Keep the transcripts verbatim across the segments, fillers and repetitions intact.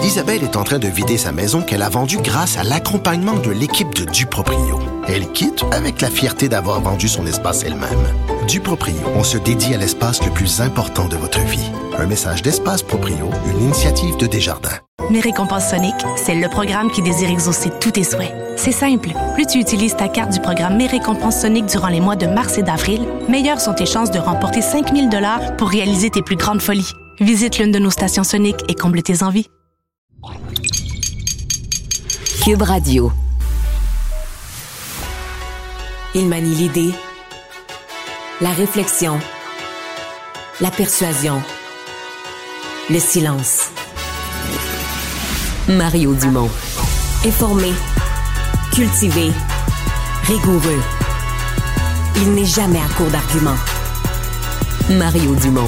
Isabelle est en train de vider sa maison qu'elle a vendue grâce à l'accompagnement de l'équipe de Duproprio. Elle quitte avec la fierté d'avoir vendu son espace elle-même. Duproprio, on se dédie à l'espace le plus important de votre vie. Un message d'Espace Proprio, une initiative de Desjardins. Mes récompenses Sonic, c'est le programme qui désire exaucer tous tes souhaits. C'est simple. Plus tu utilises ta carte du programme Mes récompenses Sonic durant les mois de mars et d'avril, meilleures sont tes chances de remporter cinq mille dollars pour réaliser tes plus grandes folies. Visite l'une de nos stations Sonic et comble tes envies. Cube Radio. Il manie l'idée, la réflexion, la persuasion, le silence. Mario Dumont. Informé, cultivé, rigoureux. Il n'est jamais à court d'arguments. Mario Dumont.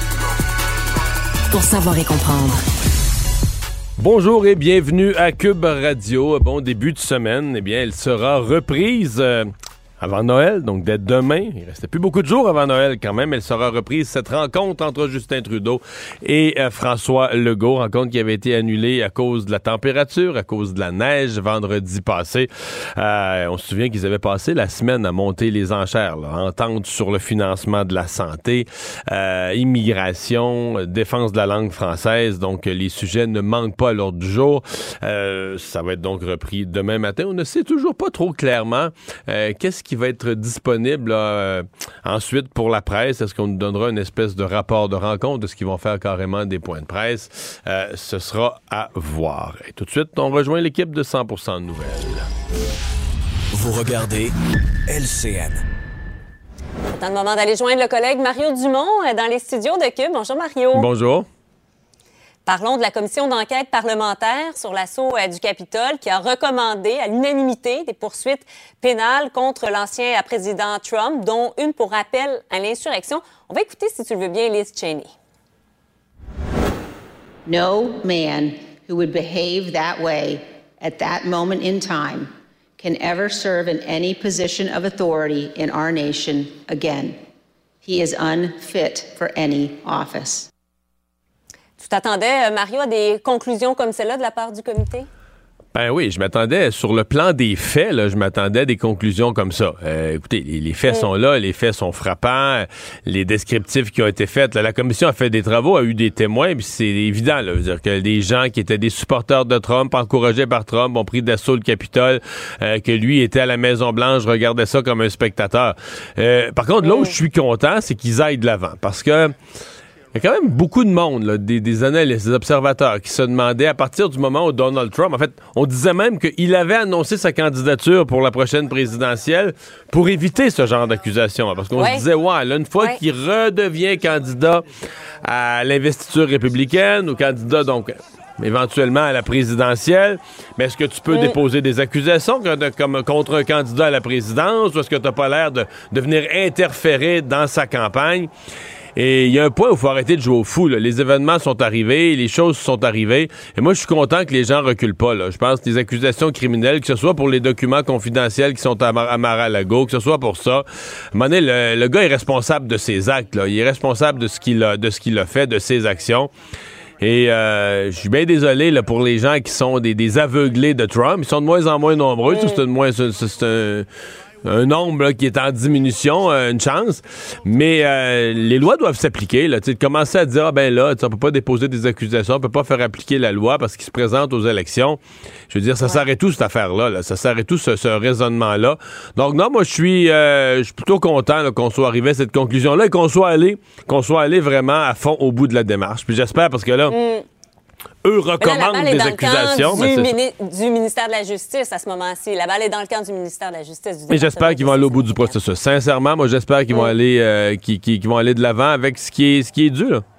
Pour savoir et comprendre. Bonjour et bienvenue à Cube Radio. Bon début de semaine. Eh bien, elle sera reprise euh, avant Noël, donc dès demain. Il restait plus beaucoup de jours avant Noël quand même. Elle sera reprise, cette rencontre entre Justin Trudeau et euh, François Legault. Rencontre qui avait été annulée à cause de la température, à cause de la neige vendredi passé. Euh, on se souvient qu'ils avaient passé la semaine à monter les enchères, là, entente sur le financement de la santé, euh, immigration, défense de la langue française. Donc, les sujets ne manquent pas à l'ordre du jour. Euh, ça va être donc repris demain matin. On ne sait toujours pas trop clairement euh, qu'est-ce qui qui va être disponible là, euh, ensuite pour la presse. Est-ce qu'on nous donnera une espèce de rapport de rencontre? Est-ce qu'ils vont faire carrément des points de presse? Euh, ce sera à voir. Et tout de suite, on rejoint l'équipe de cent pour cent de nouvelles. Vous regardez L C N. C'est le moment d'aller joindre le collègue Mario Dumont dans les studios de Cube. Bonjour Mario. Bonjour. Parlons de la commission d'enquête parlementaire sur l'assaut du Capitole qui a recommandé à l'unanimité des poursuites pénales contre l'ancien président Trump, dont une pour appel à l'insurrection. On va écouter, si tu le veux bien, Liz Cheney. No man who would behave that way at that moment in time can ever serve in any position of authority in our nation again. He is unfit for any office. Tu t'attendais, Mario, à des conclusions comme celle-là de la part du comité? Ben oui, je m'attendais, sur le plan des faits, là, je m'attendais à des conclusions comme ça. Euh, écoutez, les, les faits oui. sont là, les faits sont frappants, les descriptifs qui ont été faits. Là, la commission a fait des travaux, a eu des témoins, puis c'est évident, là, veut dire que des gens qui étaient des supporters de Trump, encouragés par Trump, ont pris d'assaut le Capitole, euh, que lui était à la Maison-Blanche, regardait ça comme un spectateur. Euh, par contre, là où je suis content, c'est qu'ils aillent de l'avant, parce que il y a quand même beaucoup de monde, là, des, des analystes, des observateurs qui se demandaient à partir du moment où Donald Trump, en fait, on disait même qu'il avait annoncé sa candidature pour la prochaine présidentielle pour éviter ce genre d'accusation. Parce qu'on ouais. se disait, ouais, là, une fois ouais. qu'il redevient candidat à l'investiture républicaine ou candidat, donc, éventuellement à la présidentielle, mais est-ce que tu peux mmh. déposer des accusations comme contre un candidat à la présidence ou est-ce que tu n'as pas l'air de, de venir interférer dans sa campagne? Et il y a un point où il faut arrêter de jouer au fou. Là. Les événements sont arrivés, les choses sont arrivées. Et moi, je suis content que les gens reculent pas. Là. Je pense que les accusations criminelles, que ce soit pour les documents confidentiels qui sont à, Mar- à Mar-a-Lago, que ce soit pour ça, à un moment donné, le, le gars est responsable de ses actes. Là. Il est responsable de ce qu'il a, de ce qu'il a fait, de ses actions. Et euh, je suis bien désolé là, pour les gens qui sont des, des aveuglés de Trump. Ils sont de moins en moins nombreux. Mm. C'est, de moins, c'est, c'est un... un nombre là, qui est en diminution, euh, une chance, mais euh, les lois doivent s'appliquer. Là, de commencer à dire, ah ben là, on peut pas déposer des accusations, on peut pas faire appliquer la loi parce qu'ils se présentent aux élections. Je veux dire, ça ouais. s'arrête tout, cette affaire-là. Là. Ça s'arrête tout, ce, ce raisonnement-là. Donc non, moi, je suis euh, je suis plutôt content là, qu'on soit arrivé à cette conclusion-là et qu'on soit allé qu'on soit allé vraiment à fond au bout de la démarche. Puis j'espère, parce que là... Mm. Eux recommandent là, des accusations. Du, mini- du ministère de la Justice à ce moment-ci. La balle est dans le camp du ministère de la Justice. Mais j'espère qu'ils vont aller au bout du processus. Sincèrement, moi, j'espère qu'ils oui. vont aller, euh, qu'ils, qu'ils vont aller de l'avant avec ce qui est, ce qui est dû, là.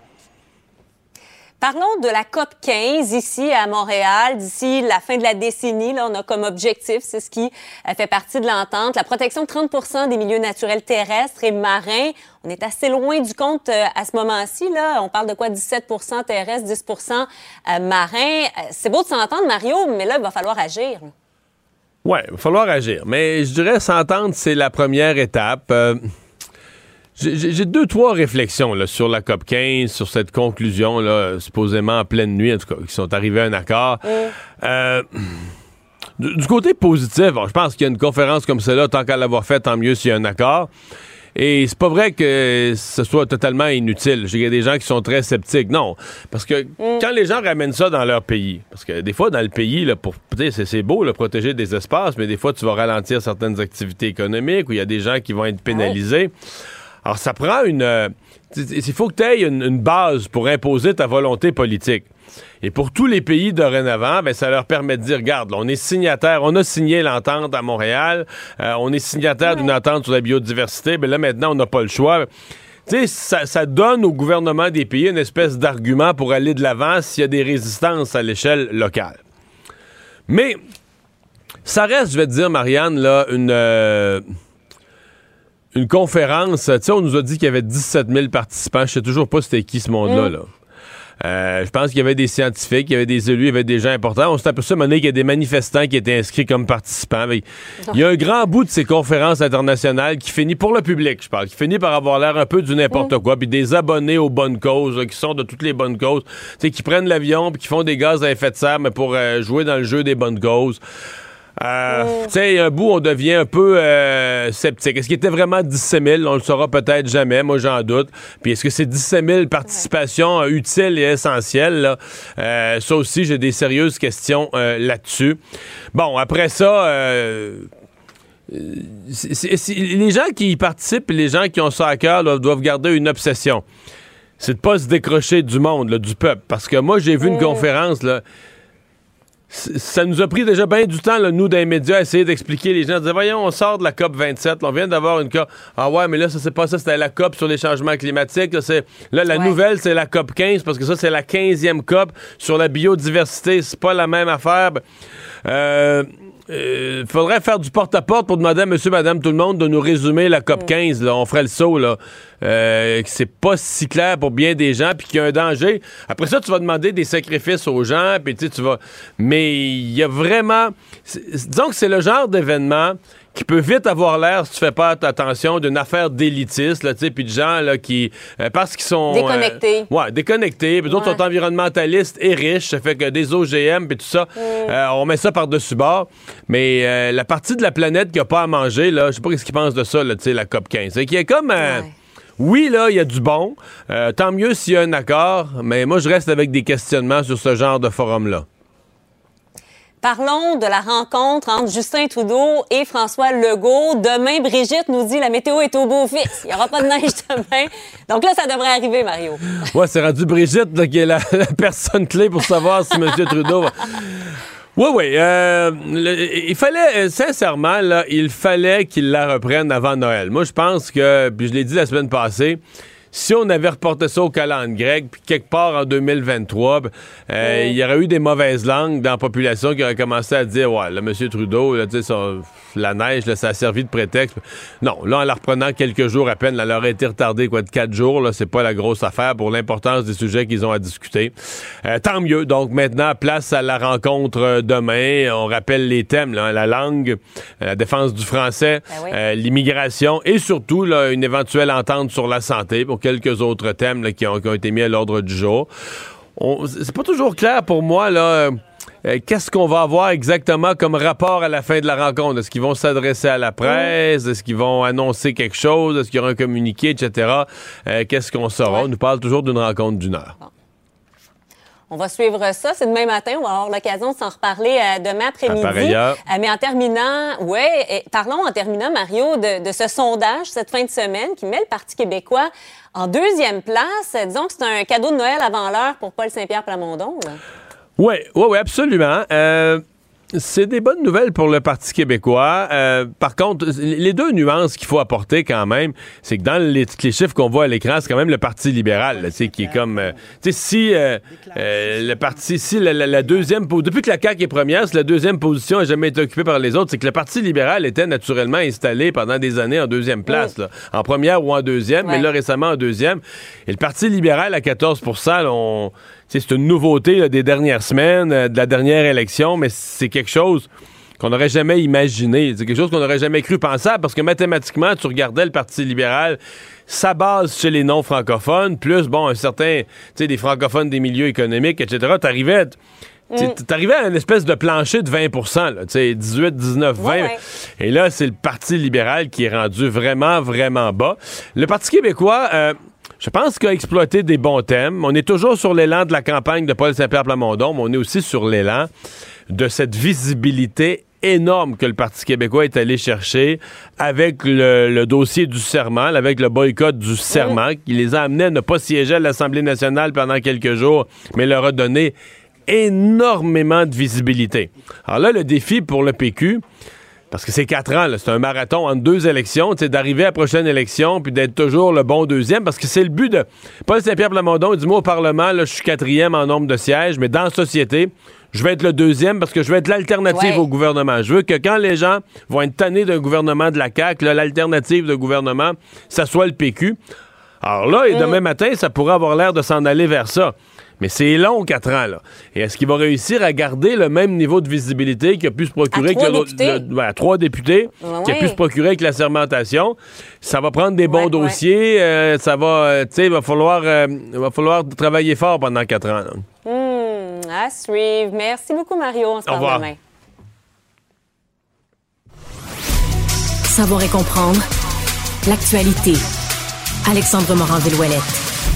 Parlons de la COP quinze ici à Montréal. D'ici la fin de la décennie, là, on a comme objectif, c'est ce qui fait partie de l'entente, la protection de trente pour cent des milieux naturels terrestres et marins. On est assez loin du compte euh, à ce moment-ci. Là. On parle de quoi? dix-sept pour cent terrestres, dix pour cent euh, marins. Euh, c'est beau de s'entendre, Mario, mais là, il va falloir agir. Oui, il va falloir agir. Mais je dirais s'entendre, c'est la première étape. Euh... J'ai, j'ai deux, trois réflexions là, sur la COP quinze, sur cette conclusion, là, supposément en pleine nuit, en tout cas, qui sont arrivés à un accord. Mm. Euh, du, du côté positif, bon, je pense qu'il y a une conférence comme celle-là, tant qu'à l'avoir faite, tant mieux s'il y a un accord. Et c'est pas vrai que ce soit totalement inutile. Il y a des gens qui sont très sceptiques. Non, parce que mm. quand les gens ramènent ça dans leur pays, parce que des fois, dans le pays, là, pour, c'est, c'est beau, là, protéger des espaces, mais des fois, tu vas ralentir certaines activités économiques où il y a des gens qui vont être pénalisés. Ah ouais. Alors, ça prend une... Euh, il faut que tu aies une, une base pour imposer ta volonté politique. Et pour tous les pays dorénavant, ben, ça leur permet de dire, regarde, là, on est signataire, on a signé l'entente à Montréal, euh, on est signataire ouais. d'une entente sur la biodiversité, ben là, maintenant, on n'a pas le choix. Tu sais, ça, ça donne au gouvernement des pays une espèce d'argument pour aller de l'avant s'il y a des résistances à l'échelle locale. Mais, ça reste, je vais te dire, Marianne, là, une... Euh, une conférence, tu sais, on nous a dit qu'il y avait dix-sept mille participants. Je sais toujours pas c'était qui ce monde-là, mm. là. Euh, je pense qu'il y avait des scientifiques, il y avait des élus, il y avait des gens importants. On s'est aperçu à un moment donné qu'il y a des manifestants qui étaient inscrits comme participants. Mais il y a un grand bout de ces conférences internationales qui finit, pour le public, je parle, qui finit par avoir l'air un peu du n'importe mmh. quoi. Puis des abonnés aux bonnes causes, là, qui sont de toutes les bonnes causes, tu sais, qui prennent l'avion puis qui font des gaz à effet de serre, mais pour euh, jouer dans le jeu des bonnes causes. Euh, mmh. Tu sais, un bout, on devient un peu euh, sceptique. Est-ce qu'il était vraiment dix-sept mille? On le saura peut-être jamais, moi j'en doute. Puis est-ce que c'est dix-sept mille participations ouais. euh, utiles et essentielles? Là? Euh, ça aussi, j'ai des sérieuses questions euh, là-dessus. Bon, après ça... Euh, c'est, c'est, c'est, les gens qui y participent et les gens qui ont ça à cœur là, doivent garder une obsession. C'est de pas se décrocher du monde, là, du peuple. Parce que moi, j'ai vu mmh. une conférence... là. Ça nous a pris déjà bien du temps, là, nous, dans les médias, à essayer d'expliquer. Les gens disaient, voyons, on sort de la COP vingt-sept, là, on vient d'avoir une COP. Ah ouais, mais là, ça, c'est pas ça, c'était la COP sur les changements climatiques. Là, c'est, là la ouais. nouvelle, c'est la COP quinze, parce que ça, c'est la quinzième COP sur la biodiversité. C'est pas la même affaire. Euh... Il euh, faudrait faire du porte-à-porte pour demander à monsieur, madame, tout le monde de nous résumer la COP quinze. Là. On ferait le saut, là. Euh, que c'est pas si clair pour bien des gens, puis qu'il y a un danger. Après ça, tu vas demander des sacrifices aux gens, puis tu sais, tu vas... Mais il y a vraiment... Disons que c'est le genre d'événement qui peut vite avoir l'air, si tu fais pas attention, d'une affaire d'élitiste, là, tu sais, puis de gens, là, qui... Euh, parce qu'ils sont... Déconnectés. Euh, ouais, déconnectés, puis d'autres ouais. sont environnementalistes et riches, ça fait que des O G M, puis tout ça, mm. euh, on met ça par-dessus bord. Mais euh, la partie de la planète qui a pas à manger, là, je sais pas ce qu'ils pensent de ça, là, tu sais, la COP quinze. C'est qu'il y a comme... Euh, ouais. Oui, là, il y a du bon. Euh, tant mieux s'il y a un accord, mais moi, je reste avec des questionnements sur ce genre de forum-là. Parlons de la rencontre entre Justin Trudeau et François Legault. Demain, Brigitte nous dit la météo est au beau fixe. Il n'y aura pas de neige demain. Donc là, ça devrait arriver, Mario. Ouais, c'est rendu Brigitte là, qui est la, la personne clé pour savoir si M. Trudeau va... Oui, oui. Euh, le, il fallait, sincèrement, là, il fallait qu'il la reprenne avant Noël. Moi, je pense que, puis je l'ai dit la semaine passée, si on avait reporté ça au calendrier grec, puis quelque part en deux mille vingt-trois, euh, il y aurait eu des mauvaises langues dans la population qui auraient commencé à dire, ouais, là, M. Trudeau, là, tu sais, son, la neige, là, ça a servi de prétexte. Non, là, en la reprenant quelques jours à peine, là, elle aurait été retardée, quoi, de quatre jours, là, c'est pas la grosse affaire pour l'importance des sujets qu'ils ont à discuter. Euh, tant mieux. Donc, maintenant, place à la rencontre euh, demain. On rappelle les thèmes, là, la langue, euh, la défense du français, ben oui. euh, l'immigration et surtout, là, une éventuelle entente sur la santé pour quelques autres thèmes là, qui, ont, qui ont été mis à l'ordre du jour. On, c'est pas toujours clair pour moi, là, euh, qu'est-ce qu'on va avoir exactement comme rapport à la fin de la rencontre. Est-ce qu'ils vont s'adresser à la presse? Est-ce qu'ils vont annoncer quelque chose? Est-ce qu'il y aura un communiqué, et cetera? Euh, qu'est-ce qu'on saura? Ouais. On nous parle toujours d'une rencontre d'une heure. Bon. On va suivre ça. C'est demain matin. On va avoir l'occasion de s'en reparler euh, demain après-midi. Euh, mais en terminant, ouais, parlons en terminant, Mario, de, de ce sondage cette fin de semaine qui met le Parti québécois en deuxième place. Disons que c'est un cadeau de Noël avant l'heure pour Paul Saint-Pierre Plamondon. Oui, oui, oui, absolument. Euh... C'est des bonnes nouvelles pour le Parti québécois. Euh, par contre, les deux nuances qu'il faut apporter quand même, c'est que dans les, les chiffres qu'on voit à l'écran, c'est quand même le Parti libéral, là, qui est comme... Euh, tu sais, si euh, euh, le parti... Si la, la, la deuxième... Depuis que la C A Q est première, si la deuxième position n'a jamais été occupée par les autres, c'est que le Parti libéral était naturellement installé pendant des années en deuxième place, là, en première ou en deuxième, ouais. mais là, récemment en deuxième. Et le Parti libéral à quatorze pour cent, là, on... C'est une nouveauté là, des dernières semaines, euh, de la dernière élection, mais c'est quelque chose qu'on n'aurait jamais imaginé. C'est quelque chose qu'on n'aurait jamais cru pensable parce que mathématiquement, tu regardais le Parti libéral, sa base chez les non-francophones, plus, bon, un certain, tu sais, des francophones des milieux économiques, et cetera. T'arrivais... Mm. T'arrivais à une espèce de plancher de vingt pour cent, là, dix-huit, dix-neuf, vingt. Ouais, ouais. Et là, c'est le Parti libéral qui est rendu vraiment, vraiment bas. Le Parti québécois, euh, je pense qu'il a exploité des bons thèmes. On est toujours sur l'élan de la campagne de Paul Saint-Pierre Plamondon, mais on est aussi sur l'élan de cette visibilité énorme que le Parti québécois est allé chercher avec le, le dossier du serment, avec le boycott du serment, mm. qui les a amenés à ne pas siéger à l'Assemblée nationale pendant quelques jours, mais leur a donné énormément de visibilité. Alors là, le défi pour le P Q, parce que c'est quatre ans, là, c'est un marathon entre deux élections, c'est d'arriver à la prochaine élection puis d'être toujours le bon deuxième, parce que c'est le but de... Paul Saint-Pierre Plamondon dit, moi, au Parlement, là, je suis quatrième en nombre de sièges, mais dans la société, je vais être le deuxième parce que je vais être l'alternative ouais. au gouvernement. Je veux que quand les gens vont être tannés d'un gouvernement de la C A Q, là, l'alternative de gouvernement, ça soit le P Q. Alors là, et demain mm. matin, ça pourrait avoir l'air de s'en aller vers ça. Mais c'est long, quatre ans, là. Et est-ce qu'il va réussir à garder le même niveau de visibilité qu'il a pu se procurer à trois que députés, le, le, ouais, à trois députés ouais. qu'il a pu se procurer avec la sermentation? Ça va prendre des bons ouais, dossiers. Ouais. Euh, ça va, euh, tu sais, il va falloir, euh, va falloir travailler fort pendant quatre ans. Mmh, à suivre. Merci beaucoup, Mario. On se parle demain. Savoir et comprendre l'actualité. Alexandre Morin-Villouellette.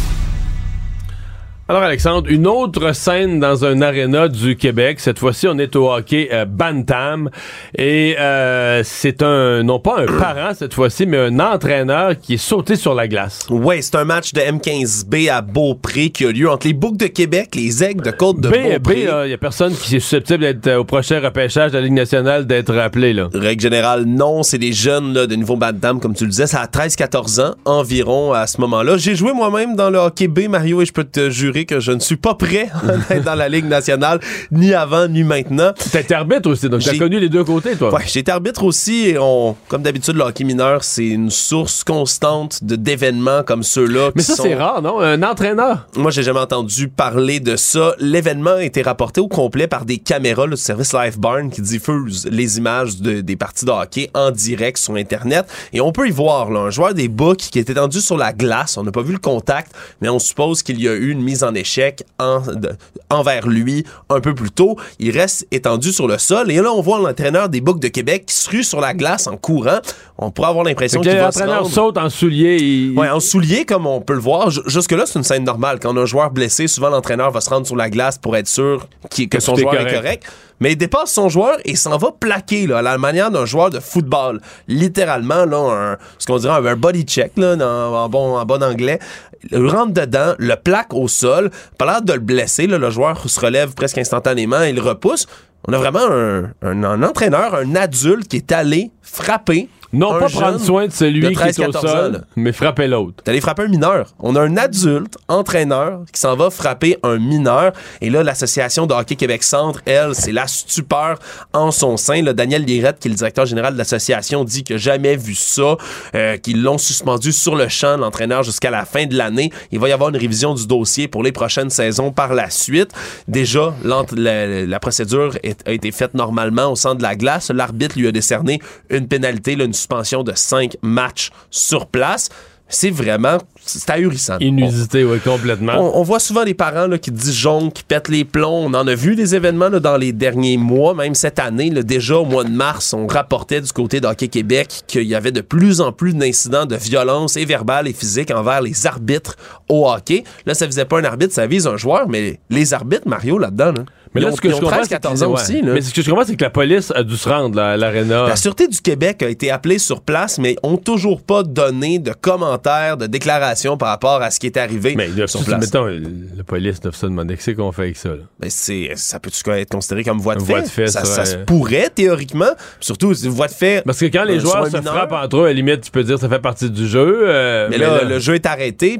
Alors, Alexandre, une autre scène dans un aréna du Québec. Cette fois-ci, on est au hockey euh, Bantam. Et euh, c'est un, non pas un parent cette fois-ci, mais un entraîneur qui est sauté sur la glace. Oui, c'est un match de M quinze B à Beaupré qui a lieu entre les Boucs de Québec, les Aigles de Côte de Beaupré. B, il y a personne qui est susceptible d'être euh, au prochain repêchage de la Ligue nationale d'être appelé, là. Règle générale, non. C'est des jeunes là, de niveau Bantam, comme tu le disais. Ça a treize quatorze ans environ à ce moment-là. J'ai joué moi-même dans le hockey B, Mario, et je peux te jurer que je ne suis pas prêt d'être dans la Ligue nationale, ni avant, ni maintenant. T'as été arbitre aussi, donc t'as j'ai... connu les deux côtés, toi. Ouais, j'ai été arbitre aussi, et on, comme d'habitude, le hockey mineur, c'est une source constante de, d'événements comme ceux-là. Mais ça, sont... c'est rare, non? Un entraîneur? Moi, j'ai jamais entendu parler de ça. L'événement a été rapporté au complet par des caméras là, du service Live Barn qui diffusent les images de, des parties de hockey en direct sur Internet. Et on peut y voir là, un joueur des Bucks qui est étendu sur la glace. On n'a pas vu le contact, mais on suppose qu'il y a eu une mise en échec En, de, envers lui un peu plus tôt. Il reste étendu sur le sol et là on voit l'entraîneur des Boucs de Québec qui se rue sur la glace en courant. On pourrait avoir l'impression qu'il va se rendre. L'entraîneur saute en soulier. Il... Ouais, en soulier comme on peut le voir. J- jusque-là c'est une scène normale. Quand on a un joueur blessé, souvent l'entraîneur va se rendre sur la glace pour être sûr qu'il, que, que son joueur est correct. est correct. Mais il dépasse son joueur et s'en va plaquer là, à la manière d'un joueur de football. Littéralement, là, un, ce qu'on dirait un, un body check là, en, en, bon, en bon anglais. Il rentre dedans, le plaque au sol. Pas l'air de le blesser, là, le joueur se relève presque instantanément et il repousse. On a vraiment un, un, un entraîneur, un adulte qui est allé frapper. Non pas prendre soin de celui de treize, qui est au sol, ans, mais frapper l'autre. T'es allé frapper un mineur. On a un adulte, entraîneur, qui s'en va frapper un mineur. Et là, l'association de hockey Québec Centre, elle, c'est la stupeur en son sein. Là, Daniel Lirette, qui est le directeur général de l'association, dit qu'il n'a jamais vu ça, euh, qu'ils l'ont suspendu sur le champ, l'entraîneur, jusqu'à la fin de l'année. Il va y avoir une révision du dossier pour les prochaines saisons par la suite. Déjà, la, la procédure est, a été faite normalement au centre de la glace. L'arbitre lui a décerné une pénalité, là, une suspension de cinq matchs sur place. C'est vraiment... C'est ahurissant. Inusité, oui, complètement. On, on voit souvent des parents là, qui disjonctent, qui pètent les plombs. On en a vu des événements là, dans les derniers mois, même cette année. Là, déjà, au mois de mars, on rapportait du côté d'Hockey Québec qu'il y avait de plus en plus d'incidents de violence et verbale et physique envers les arbitres au hockey. Là, ça visait pas un arbitre, ça vise un joueur, mais les arbitres, Mario, là-dedans... Là, mais là, ont, ce que je comprends, c'est quatorze ans ouais. aussi. Là. Mais ce que je comprends, c'est que la police a dû se rendre là, à l'aréna. La Sûreté du Québec a été appelée sur place, mais ont toujours pas donné de commentaires, de déclarations par rapport à ce qui est arrivé mais sur place. Mettons, la police doit se demander qu'est-ce qu'on fait avec ça. Là? Ben c'est, ça peut-tu être considéré comme voie de fait? Voie de fait ça, ça, ça se pourrait, théoriquement. Surtout, c'est une voie de fait. Parce que quand les joueurs se mineur, frappent entre eux, à la limite, tu peux dire que ça fait partie du jeu. Euh, mais, mais là, là, le jeu est arrêté.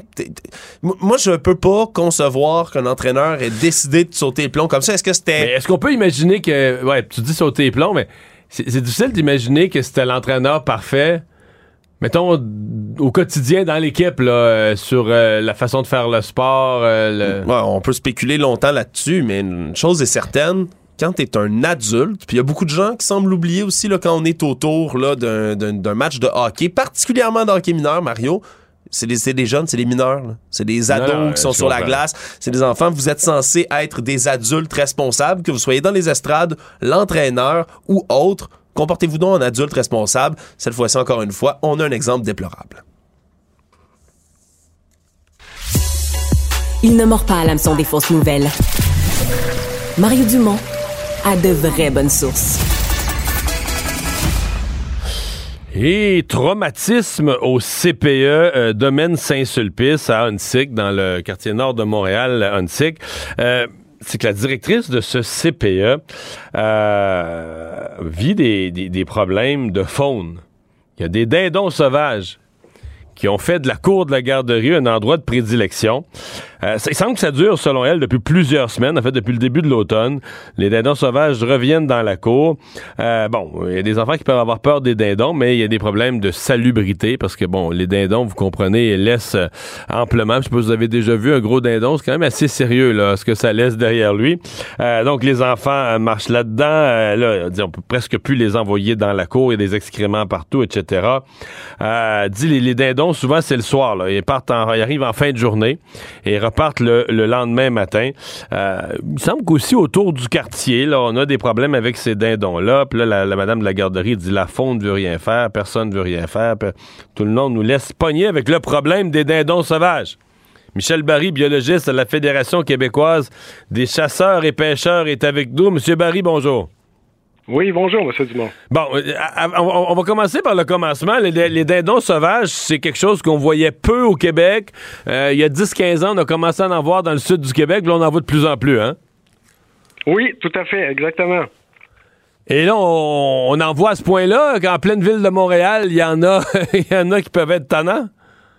Moi, je peux pas concevoir qu'un entraîneur ait décidé de sauter le plomb comme ça. Est-ce que c'était... Mais est-ce qu'on peut imaginer que... Ouais, tu dis sauter les plombs, mais c'est, c'est difficile d'imaginer que c'était l'entraîneur parfait, mettons, au quotidien dans l'équipe, là, euh, sur euh, la façon de faire le sport. Euh, le... Ouais, on peut spéculer longtemps là-dessus, mais une chose est certaine, quand tu es un adulte, puis il y a beaucoup de gens qui semblent l'oublier aussi là, quand on est autour là, d'un, d'un, d'un match de hockey, particulièrement de hockey mineur, Mario. C'est des, c'est des jeunes, c'est des mineurs. Là. C'est des ados non, non, qui sont sur la glace. C'est des enfants. Vous êtes censés être des adultes responsables, que vous soyez dans les estrades, l'entraîneur ou autre. Comportez-vous donc en adulte responsable. Cette fois-ci, encore une fois, on a un exemple déplorable. Il ne mord pas à l'hameçon des fausses nouvelles. Mario Dumont a de vraies bonnes sources. Et traumatisme au C P E, euh, domaine Saint-Sulpice à Huntsic, dans le quartier nord de Montréal, Huntsic. Euh, c'est que la directrice de ce C P E euh, vit des, des, des problèmes de faune. Il y a des dindons sauvages qui ont fait de la cour de la garderie un endroit de prédilection. Euh, ça, il semble que ça dure, selon elle, depuis plusieurs semaines, en fait, depuis le début de l'automne. Les dindons sauvages reviennent dans la cour. Euh, bon, il y a des enfants qui peuvent avoir peur des dindons, mais il y a des problèmes de salubrité, parce que, bon, les dindons, vous comprenez, laissent euh, amplement. Je sais pas si vous avez déjà vu un gros dindon, c'est quand même assez sérieux, là, ce que ça laisse derrière lui. Euh, donc, les enfants euh, marchent là-dedans. Euh, là, on peut presque plus les envoyer dans la cour. Il y a des excréments partout, et cetera. Euh, dit, les, les dindons, souvent, c'est le soir, là. Ils partent en, ils arrivent en fin de journée et repartent le, le lendemain matin. Euh, il semble qu'aussi autour du quartier, là, on a des problèmes avec ces dindons-là. Puis là, la, la madame de la garderie dit la faune ne veut rien faire, personne ne veut rien faire. Tout le monde nous laisse pogner avec le problème des dindons sauvages. Michel Barry, biologiste à la Fédération québécoise des chasseurs et pêcheurs, est avec nous. Monsieur Barry, bonjour. Oui, bonjour, M. Dumont. Bon, on va commencer par le commencement. Les, les dindons sauvages, c'est quelque chose qu'on voyait peu au Québec. Euh, il y a dix à quinze ans, on a commencé à en voir dans le sud du Québec. Là, on en voit de plus en plus, hein? Oui, tout à fait, exactement. Et là, on, on en voit à ce point-là qu'en pleine ville de Montréal, il y en a, il y en a qui peuvent être tannants?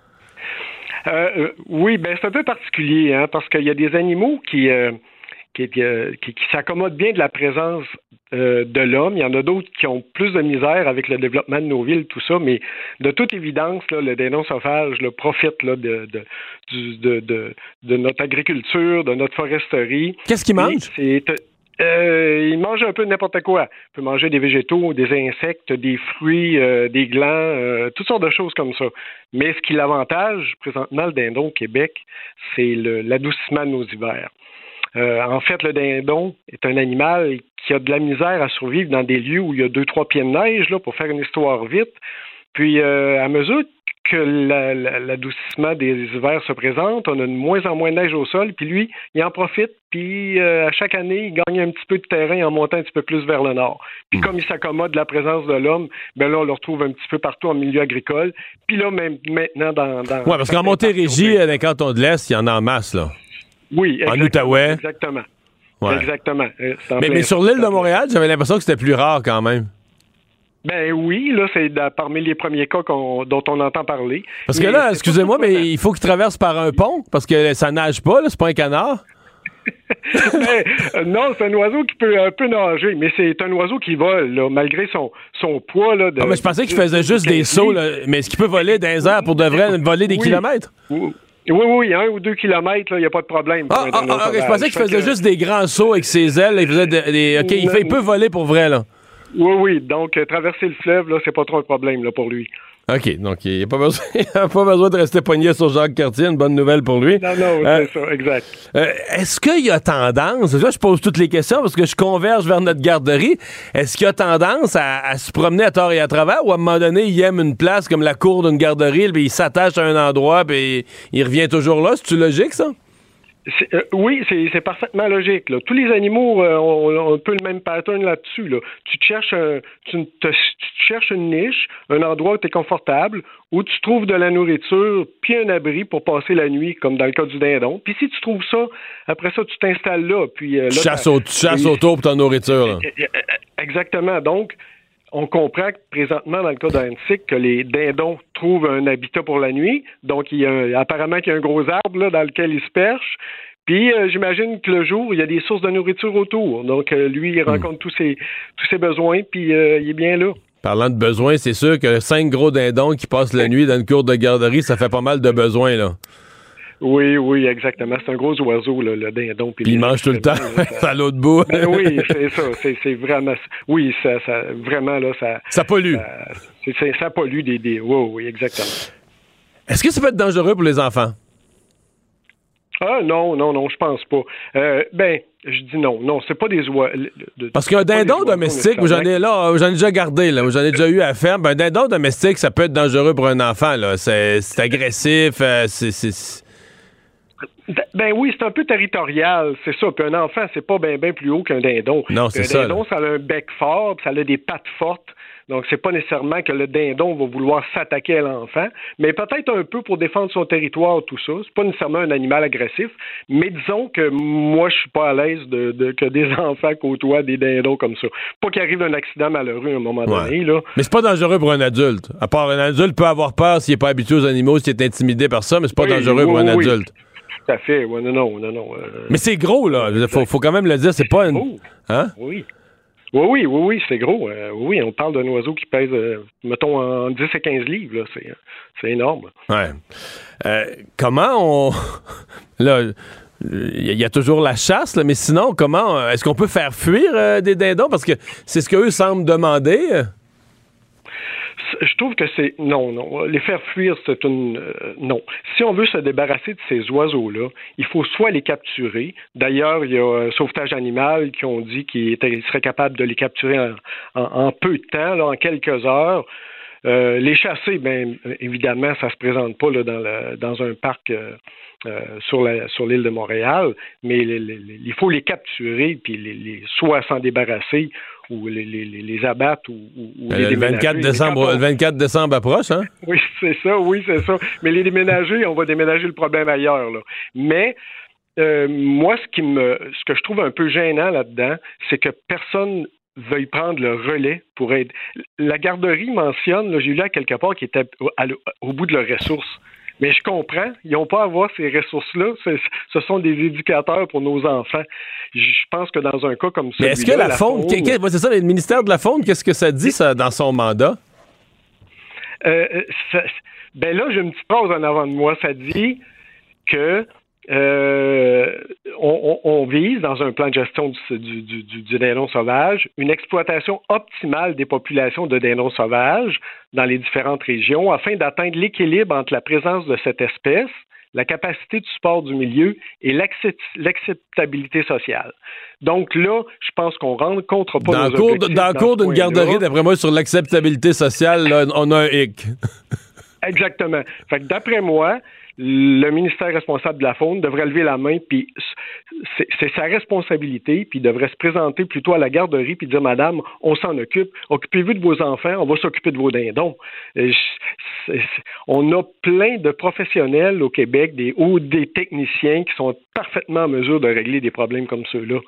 Euh, oui, ben c'est un peu particulier, hein, parce qu'il y a des animaux qui... Euh, Qui, qui, qui s'accommodent bien de la présence euh, de l'homme. Il y en a d'autres qui ont plus de misère avec le développement de nos villes, tout ça, mais de toute évidence, là, le dindon sauvage là, profite là, de, de, de, de, de notre agriculture, de notre foresterie. Qu'est-ce qu'il mange? C'est, euh, il mange un peu n'importe quoi. Il peut manger des végétaux, des insectes, des fruits, euh, des glands, euh, toutes sortes de choses comme ça. Mais ce qui l'avantage, présentement, le dindon au Québec, c'est le, l'adoucissement de nos hivers. Euh, en fait, le dindon est un animal qui a de la misère à survivre dans des lieux où il y a deux, trois pieds de neige, là, pour faire une histoire vite. Puis, euh, à mesure que la, la, l'adoucissement des hivers se présente, on a de moins en moins de neige au sol, puis lui, il en profite, puis euh, à chaque année, il gagne un petit peu de terrain en montant un petit peu plus vers le nord. Puis, mmh. comme il s'accommode de la présence de l'homme, ben là, on le retrouve un petit peu partout en milieu agricole. Puis là, même maintenant, dans... dans oui, parce qu'en Montérégie, dans les cantons de l'Est, il y en a en masse, là. Oui, en Outaouais. Exactement. Ouais. Exactement. Mais, mais sur l'île de Montréal, j'avais l'impression que c'était plus rare quand même. Ben oui, là, c'est de, parmi les premiers cas qu'on, dont on entend parler. Parce que mais là, excusez-moi, mais il faut qu'il traverse par un pont, parce que ça nage pas, là, c'est pas un canard. mais, euh, non, c'est un oiseau qui peut un peu nager, mais c'est un oiseau qui vole, là, malgré son, son poids. Là, de, ah, mais je pensais qu'il faisait juste des sauts, là, mais est-ce qu'il peut voler dans les airs pour de vrai, voler des oui. kilomètres? Oui. Oui, oui, un ou deux kilomètres, il n'y a pas de problème. Ah, ah, ah okay, je pensais qu'il faisait que... juste des grands sauts avec ses ailes. Il faisait des, des, OK, il, fait, il peut voler pour vrai, là. Oui, oui. Donc, euh, traverser le fleuve, là, c'est pas trop un problème, là, pour lui. OK, donc il n'y a pas besoin, a pas besoin de rester pogné sur Jacques Cartier, une bonne nouvelle pour lui. Non, non, euh, c'est ça, exact. Euh, est-ce qu'il y a tendance, là je pose toutes les questions parce que je converge vers notre garderie, est-ce qu'il y a tendance à, à se promener à tort et à travers ou à un moment donné, il aime une place comme la cour d'une garderie, puis il s'attache à un endroit, puis il revient toujours là? C'est-tu logique, ça? C'est, euh, oui, c'est, c'est parfaitement logique. Là. Tous les animaux euh, ont, ont un peu le même pattern là-dessus. Là. Tu te cherches un, tu, te, tu te cherches une niche, un endroit où tu es confortable, où tu trouves de la nourriture, puis un abri pour passer la nuit, comme dans le cas du dindon. Puis si tu trouves ça, après ça, tu t'installes là. Puis, euh, là tu chasses, au, tu chasses oui, autour pour ta nourriture. Là. Exactement. Donc, on comprend que présentement, dans le cas d'Huntsic, que les dindons trouvent un habitat pour la nuit. Donc, il y a un, apparemment qu'il y a un gros arbre là, dans lequel ils se perchent. Puis, euh, j'imagine que le jour, il y a des sources de nourriture autour. Donc, euh, lui, il rencontre mmh. tous ses, tous ses besoins, puis euh, il est bien là. Parlant de besoins, c'est sûr que cinq gros dindons qui passent la nuit dans une cour de garderie, ça fait pas mal de besoins, là. Oui, oui, exactement. C'est un gros oiseau, là, le dindon. Puis il mange tout le temps, ça... à l'autre bout. Ben oui, c'est ça. C'est, c'est vraiment... Oui, ça, ça, vraiment, là, ça... Ça pollue. Ça, c'est, c'est, ça pollue des... des... Oui, oui, exactement. Est-ce que ça peut être dangereux pour les enfants? Ah non, non, non, je pense pas. Euh, ben, je dis non. Non, c'est pas des oies. De, Parce qu'un dindon domestique, j'en ai là, j'en ai déjà gardé, là, j'en ai déjà eu à faire. Ben, un dindon domestique, ça peut être dangereux pour un enfant, là. C'est, c'est agressif, euh, c'est, c'est... Ben oui, c'est un peu territorial, c'est ça. Puis un enfant, c'est pas bien ben plus haut qu'un dindon. Non, c'est un ça. Un dindon, là. ça a un bec fort, puis ça a des pattes fortes. Donc, c'est pas nécessairement que le dindon va vouloir s'attaquer à l'enfant, mais peut-être un peu pour défendre son territoire, tout ça. C'est pas nécessairement un animal agressif, mais disons que moi, je suis pas à l'aise de, de que des enfants côtoient des dindons comme ça. Pas qu'il arrive un accident malheureux à un moment ouais. donné, là. Mais c'est pas dangereux pour un adulte. À part, un adulte peut avoir peur s'il est pas habitué aux animaux, s'il est intimidé par ça, mais c'est pas oui, dangereux oui, pour un oui. adulte. Tout à fait. Ouais, non, non, non, non. Euh... Mais c'est gros, là. Faut, faut quand même le dire, c'est pas une... Oh. Hein? Oui. Oui, oui, oui, oui, c'est gros. Euh, oui, on parle d'un oiseau qui pèse, euh, mettons, en dix à quinze livres. Là. C'est, c'est énorme. Ouais. Euh, comment on... Là, il y a toujours la chasse, là, mais sinon, comment... Est-ce qu'on peut faire fuir euh, des dindons? Parce que c'est ce qu'eux semblent demander. Je trouve que c'est... Non, non. Les faire fuir, c'est une... Euh, non. Si on veut se débarrasser de ces oiseaux-là, il faut soit les capturer. D'ailleurs, il y a un sauvetage animal qui ont dit qu'ils étaient, seraient capables de les capturer en, en, en peu de temps, là, en quelques heures. Euh, les chasser, bien évidemment, ça se présente pas là, dans, le, dans un parc euh, euh, sur, la, sur l'île de Montréal, mais les, les, les, il faut les capturer, puis les, les, soit s'en débarrasser, ou les, les, les abattre, ou, ou les le vingt-quatre décembre, on... le vingt-quatre décembre approche, hein? Oui, c'est ça, oui, c'est ça. Mais les déménager, on va déménager le problème ailleurs, là. Mais euh, moi, ce qui me, ce que je trouve un peu gênant là-dedans, c'est que personne veuille prendre le relais pour aider. La garderie mentionne, là, j'ai lu là quelque part, qui était au, à, au bout de leurs ressources. Mais je comprends, ils n'ont pas à avoir ces ressources-là. C'est, ce sont des éducateurs pour nos enfants. Je pense que dans un cas comme ça. Mais est-ce que la, la faune, faune... Qu'est, c'est ça, le ministère de la Faune, qu'est-ce que ça dit ça, dans son mandat? Euh, ça, ben là, j'ai une petite phrase en avant de moi. Ça dit que euh, on, on, on vise, dans un plan de gestion du, du, du, du dindon sauvage, une exploitation optimale des populations de dindons sauvages dans les différentes régions afin d'atteindre l'équilibre entre la présence de cette espèce, la capacité de support du milieu et l'accept- l'acceptabilité sociale. Donc là, je pense qu'on rencontre pas dans nos cours, objectifs. Dans le cours d'une garderie, d'après moi, sur l'acceptabilité sociale, là, on a un hic. Exactement. Fait que d'après moi, le ministère responsable de la faune devrait lever la main, puis c'est, c'est sa responsabilité, puis il devrait se présenter plutôt à la garderie, puis dire, madame, on s'en occupe, occupez-vous de vos enfants, on va s'occuper de vos dindons. C'est, c'est, on a plein de professionnels au Québec, des ou des techniciens qui sont parfaitement en mesure de régler des problèmes comme ceux-là.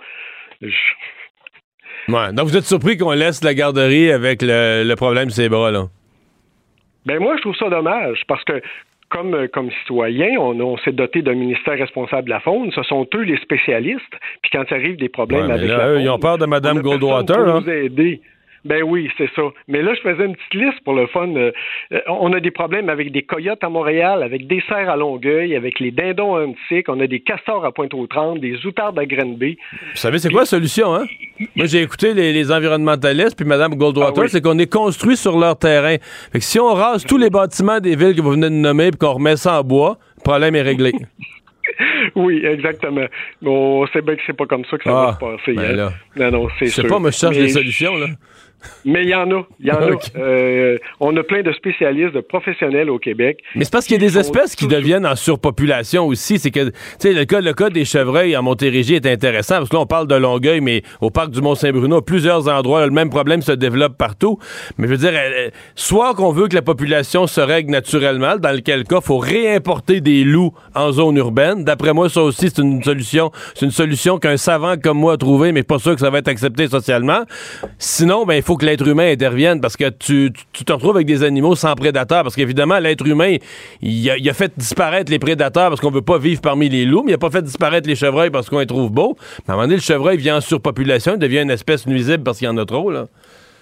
Je... Ouais, donc vous êtes surpris qu'on laisse la garderie avec le, le problème sur ses bras, là? Ben moi, je trouve ça dommage, parce que Comme, comme citoyen, on, on s'est doté d'un ministère responsable de la faune. Ce sont eux les spécialistes. Puis quand il arrive des problèmes ouais, avec là, la eux, faune, ils ont peur de Mme Goldwater. Pour hein? nous aider. Ben oui, c'est ça. Mais là, je faisais une petite liste pour le fun. Euh, on a des problèmes avec des coyotes à Montréal, avec des cerfs à Longueuil, avec les dindons à Huntsic, on a des castors à Pointe-aux-Trembles, des outardes à Granby. Vous savez, c'est quoi la solution, hein? Moi, j'ai écouté les, les environnementalistes, puis Mme Goldwater, ah oui. C'est qu'on est construit sur leur terrain. Fait que si on rase tous les bâtiments des villes que vous venez de nommer, puis qu'on remet ça en bois, le problème est réglé. Oui, exactement. Bon, on sait bien que c'est pas comme ça que ça ah, va se passer. Ben hein. là. Non, non, c'est Je sais sûr. pas, moi, je cherche mais des solutions, là. Mais il y en a, il y en okay. a. Euh, on a plein de spécialistes, de professionnels au Québec. Mais c'est parce qu'il y a des espèces qui deviennent en surpopulation aussi. C'est que, tu sais, le cas, le cas des chevreuils en Montérégie est intéressant parce que là, on parle de Longueuil, mais au parc du Mont-Saint-Bruno, à plusieurs endroits, là, le même problème se développe partout. Mais je veux dire, euh, soit qu'on veut que la population se règle naturellement, dans lequel cas, il faut réimporter des loups en zone urbaine. D'après moi, ça aussi, c'est une solution. C'est une solution qu'un savant comme moi a trouvée, mais pas sûr que ça va être accepté socialement. Sinon, ben, il faut que l'être humain intervienne parce que tu, tu, tu te retrouves avec des animaux sans prédateurs parce qu'évidemment, l'être humain, il a, il a fait disparaître les prédateurs parce qu'on veut pas vivre parmi les loups, mais il a pas fait disparaître les chevreuils parce qu'on les trouve beaux. Mais à un moment donné, le chevreuil vient en surpopulation, il devient une espèce nuisible parce qu'il y en a trop, là.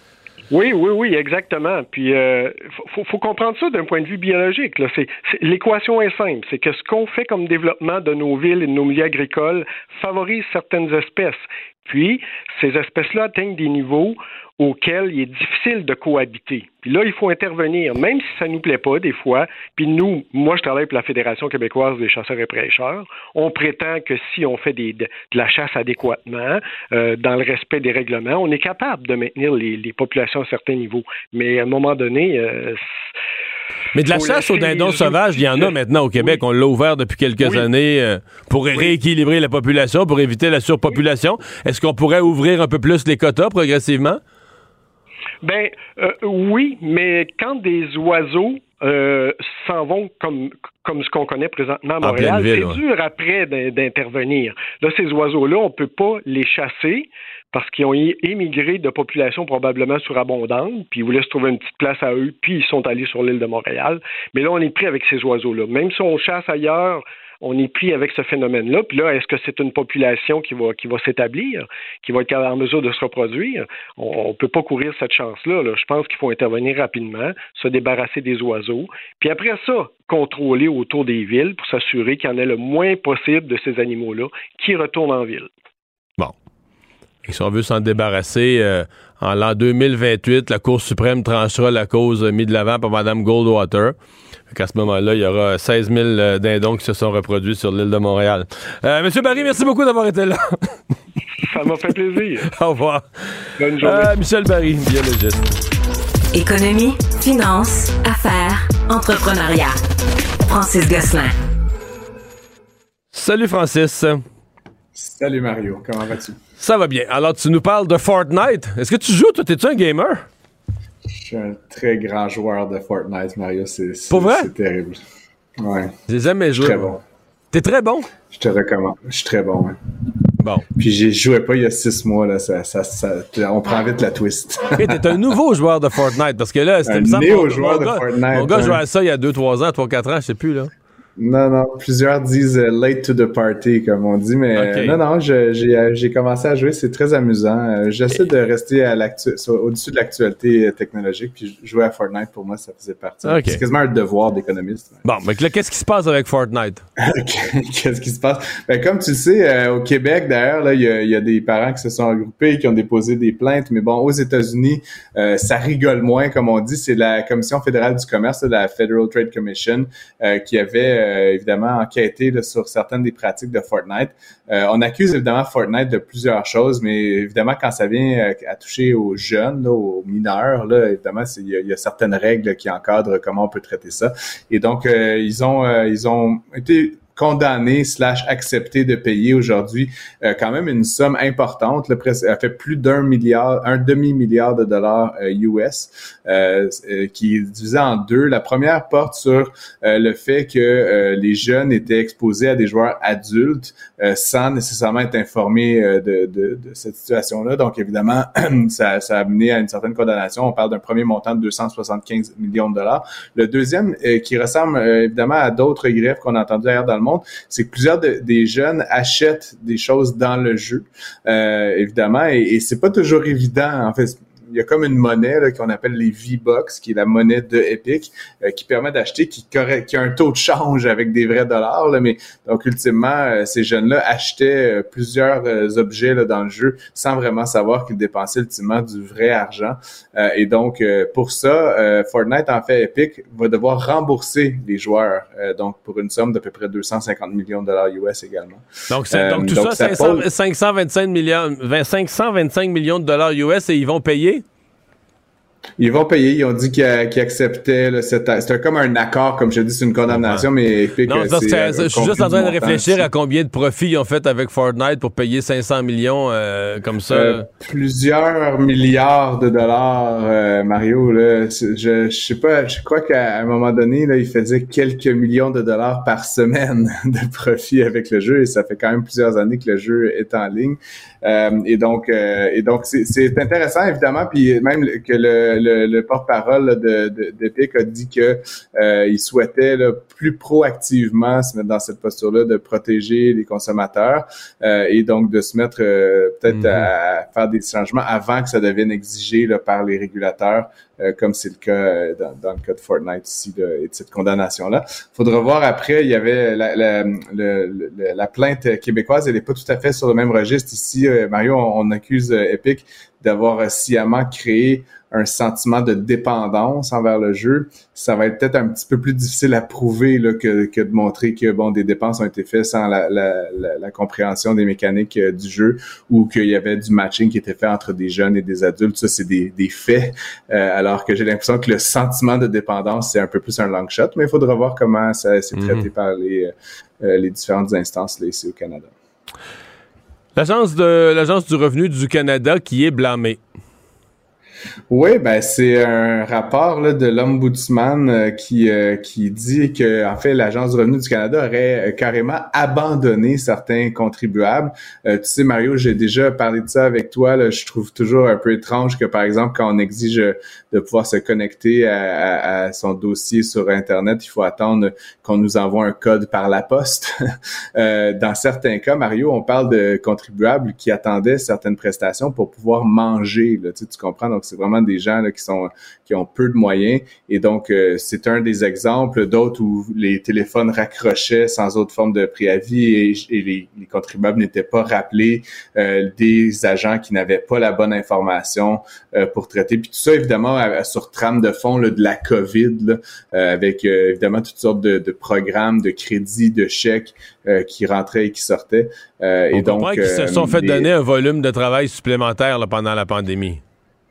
Oui, oui, oui, exactement. Puis, euh, faut, faut comprendre ça d'un point de vue biologique. Là. C'est, c'est, l'équation est simple. C'est que ce qu'on fait comme développement de nos villes et de nos milieux agricoles favorise certaines espèces. Puis, ces espèces-là atteignent des niveaux auxquels il est difficile de cohabiter. Puis là, il faut intervenir, même si ça nous plaît pas des fois. Puis nous, moi, je travaille pour la Fédération québécoise des chasseurs et prêcheurs. On prétend que si on fait des, de, de la chasse adéquatement, euh, dans le respect des règlements, on est capable de maintenir les, les populations à certains niveaux. Mais à un moment donné... Euh, Mais de la chasse aux dindons sauvages, il y en a maintenant au Québec. Oui. On l'a ouvert depuis quelques oui. années euh, pour oui. rééquilibrer la population, pour éviter la surpopulation. Oui. Est-ce qu'on pourrait ouvrir un peu plus les quotas progressivement? Ben euh, oui, mais quand des oiseaux euh, s'en vont comme comme ce qu'on connaît présentement à Montréal, ville, c'est ouais. dur après d'intervenir. Là, ces oiseaux-là, on peut pas les chasser parce qu'ils ont émigré de populations probablement surabondantes, puis ils voulaient se trouver une petite place à eux, puis ils sont allés sur l'île de Montréal. Mais là, on est pris avec ces oiseaux-là. Même si on chasse ailleurs, on est pris avec ce phénomène-là. Puis là, est-ce que c'est une population qui va qui va s'établir, qui va être en mesure de se reproduire? On ne peut pas courir cette chance-là. Là. Je pense qu'il faut intervenir rapidement, se débarrasser des oiseaux. Puis après ça, contrôler autour des villes pour s'assurer qu'il y en ait le moins possible de ces animaux-là qui retournent en ville. Bon. Et si on veut s'en débarrasser, euh, en l'an deux mille vingt-huit, la Cour suprême tranchera la cause mise de l'avant par Mme Goldwater. À ce moment-là, il y aura seize mille dindons qui se sont reproduits sur l'île de Montréal. Euh, Monsieur Barry, merci beaucoup d'avoir été là. Ça m'a fait plaisir. Au revoir. Bonne journée. Euh, Michel Barry, biologiste. Économie, finance, affaires, entrepreneuriat. Francis Gosselin. Salut Francis. Salut Mario, comment vas-tu? Ça va bien. Alors, tu nous parles de Fortnite. Est-ce que tu joues? Toi, t'es-tu un gamer? Je suis un très grand joueur de Fortnite, Mario. C'est, c'est, Pour vrai? C'est terrible. Ouais. J'ai jamais joué. Très bon. T'es très bon? Je te recommande. Je suis très bon, ouais. Bon. Puis j'y jouais pas il y a six mois, là. Ça, ça, ça, on prend vite la twist. Okay, t'es un nouveau joueur de Fortnite, parce que là, c'était... Un néo-joueur de gars, Fortnite. Mon gars hein. jouait à ça il y a deux trois ans, trois quatre ans, je sais plus, là. Non, non, plusieurs disent uh, late to the party, comme on dit, mais okay. non, non, je, j'ai, j'ai commencé à jouer, c'est très amusant. Euh, j'essaie okay. de rester à l'actu- au-dessus de l'actualité technologique, puis jouer à Fortnite, pour moi, ça faisait partie. Okay. C'est quasiment un devoir d'économiste. Bon, mais là, qu'est-ce qui se passe avec Fortnite? Qu'est-ce qui se passe? Ben, comme tu le sais, euh, au Québec, d'ailleurs, là, il y a, y a des parents qui se sont regroupés, qui ont déposé des plaintes, mais bon, aux États-Unis, euh, ça rigole moins, comme on dit. C'est la Commission fédérale du commerce, là, la Federal Trade Commission, euh, qui avait... Euh, Euh, évidemment enquêter là, sur certaines des pratiques de Fortnite. Euh, on accuse évidemment Fortnite de plusieurs choses, mais évidemment quand ça vient euh, à toucher aux jeunes, là, aux mineurs, là, évidemment il y, y a certaines règles qui encadrent comment on peut traiter ça. Et donc euh, ils ont euh, ils ont été condamné slash accepté de payer aujourd'hui euh, quand même une somme importante. Là, presque, elle fait plus d'un milliard, un demi-milliard de dollars euh, U S, euh, euh, qui est divisé en deux. La première porte sur euh, le fait que euh, les jeunes étaient exposés à des joueurs adultes euh, sans nécessairement être informés euh, de, de, de cette situation-là. Donc, évidemment, ça, ça a amené à une certaine condamnation. On parle d'un premier montant de deux cent soixante-quinze millions de dollars. Le deuxième, euh, qui ressemble euh, évidemment à d'autres greffes qu'on a entendues ailleurs dans le monde, c'est que plusieurs de, des jeunes achètent des choses dans le jeu, euh, évidemment, et, et c'est pas toujours évident. En fait, il y a comme une monnaie là, qu'on appelle les V-Bucks, qui est la monnaie de Epic, euh, qui permet d'acheter, qui, correct, qui a un taux de change avec des vrais dollars. Là, mais donc, ultimement, euh, ces jeunes-là achetaient euh, plusieurs euh, objets là, dans le jeu sans vraiment savoir qu'ils dépensaient ultimement du vrai argent. Euh, et donc, euh, pour ça, euh, Fortnite, en fait, Epic va devoir rembourser les joueurs, euh, donc pour une somme d'à peu près deux cent cinquante millions de dollars U S également. Donc, c'est, euh, donc tout donc ça, ça pose... cinq cent vingt-cinq millions, cinq cent vingt-cinq millions de dollars U S et ils vont payer? Ils vont payer. Ils ont dit qu'ils, qu'ils acceptaient. Là, c'était, c'était comme un accord, comme je dis, c'est une condamnation, mais Epic, non, c'est, c'est, c'est, je suis juste en train de réfléchir aussi à combien de profits ils ont fait avec Fortnite pour payer cinq cents millions euh, comme ça. Euh, plusieurs milliards de dollars, euh, Mario. Là, je, je sais pas. Je crois qu'à un moment donné, là, ils faisaient quelques millions de dollars par semaine de profit avec le jeu, et ça fait quand même plusieurs années que le jeu est en ligne. Euh, et donc, euh, et donc, c'est, c'est intéressant évidemment, puis même que le le, le porte-parole là, de, de, d'Epic a dit que euh, il souhaitait là, plus proactivement se mettre dans cette posture-là de protéger les consommateurs euh, et donc de se mettre euh, peut-être mm-hmm. à faire des changements avant que ça devienne exigé là, par les régulateurs, euh, comme c'est le cas euh, dans, dans le cas de Fortnite ici là, et de cette condamnation-là. Faudra voir après, il y avait la, la, le, le, la plainte québécoise, elle n'est pas tout à fait sur le même registre. Ici, euh, Mario, on, on accuse euh, Epic d'avoir euh, sciemment créé un sentiment de dépendance envers le jeu. Ça va être peut-être un petit peu plus difficile à prouver là, que, que de montrer que bon des dépenses ont été faites sans la, la, la, la compréhension des mécaniques euh, du jeu ou qu'il y avait du matching qui était fait entre des jeunes et des adultes. Ça, c'est des, des faits. Euh, alors que j'ai l'impression que le sentiment de dépendance, c'est un peu plus un long shot, mais il faudra voir comment ça c'est traité mm-hmm. par les, euh, les différentes instances là, ici au Canada. L'agence de l'agence du revenu du Canada qui est blâmée. Oui, ben c'est un rapport là, de l'Ombudsman euh, qui euh, qui dit que en fait l'Agence du revenu du Canada aurait euh, carrément abandonné certains contribuables. Euh, tu sais Mario, j'ai déjà parlé de ça avec toi. Là, je trouve toujours un peu étrange que par exemple quand on exige de pouvoir se connecter à, à, à son dossier sur Internet, il faut attendre qu'on nous envoie un code par la poste. euh, dans certains cas, Mario, on parle de contribuables qui attendaient certaines prestations pour pouvoir manger. Là, tu sais, tu comprends? Donc c'est vraiment des gens là, qui sont qui ont peu de moyens et donc euh, c'est un des exemples d'autres où les téléphones raccrochaient sans autre forme de préavis et, et les, les contribuables n'étaient pas rappelés, euh, des agents qui n'avaient pas la bonne information euh, pour traiter. Puis tout ça évidemment à, à, sur trame de fond là, de la COVID là, euh, avec euh, évidemment toutes sortes de, de programmes, de crédits, de chèques euh, qui rentraient et qui sortaient. Euh, On et donc qu'ils se sont euh, fait les... donner un volume de travail supplémentaire là, pendant la pandémie.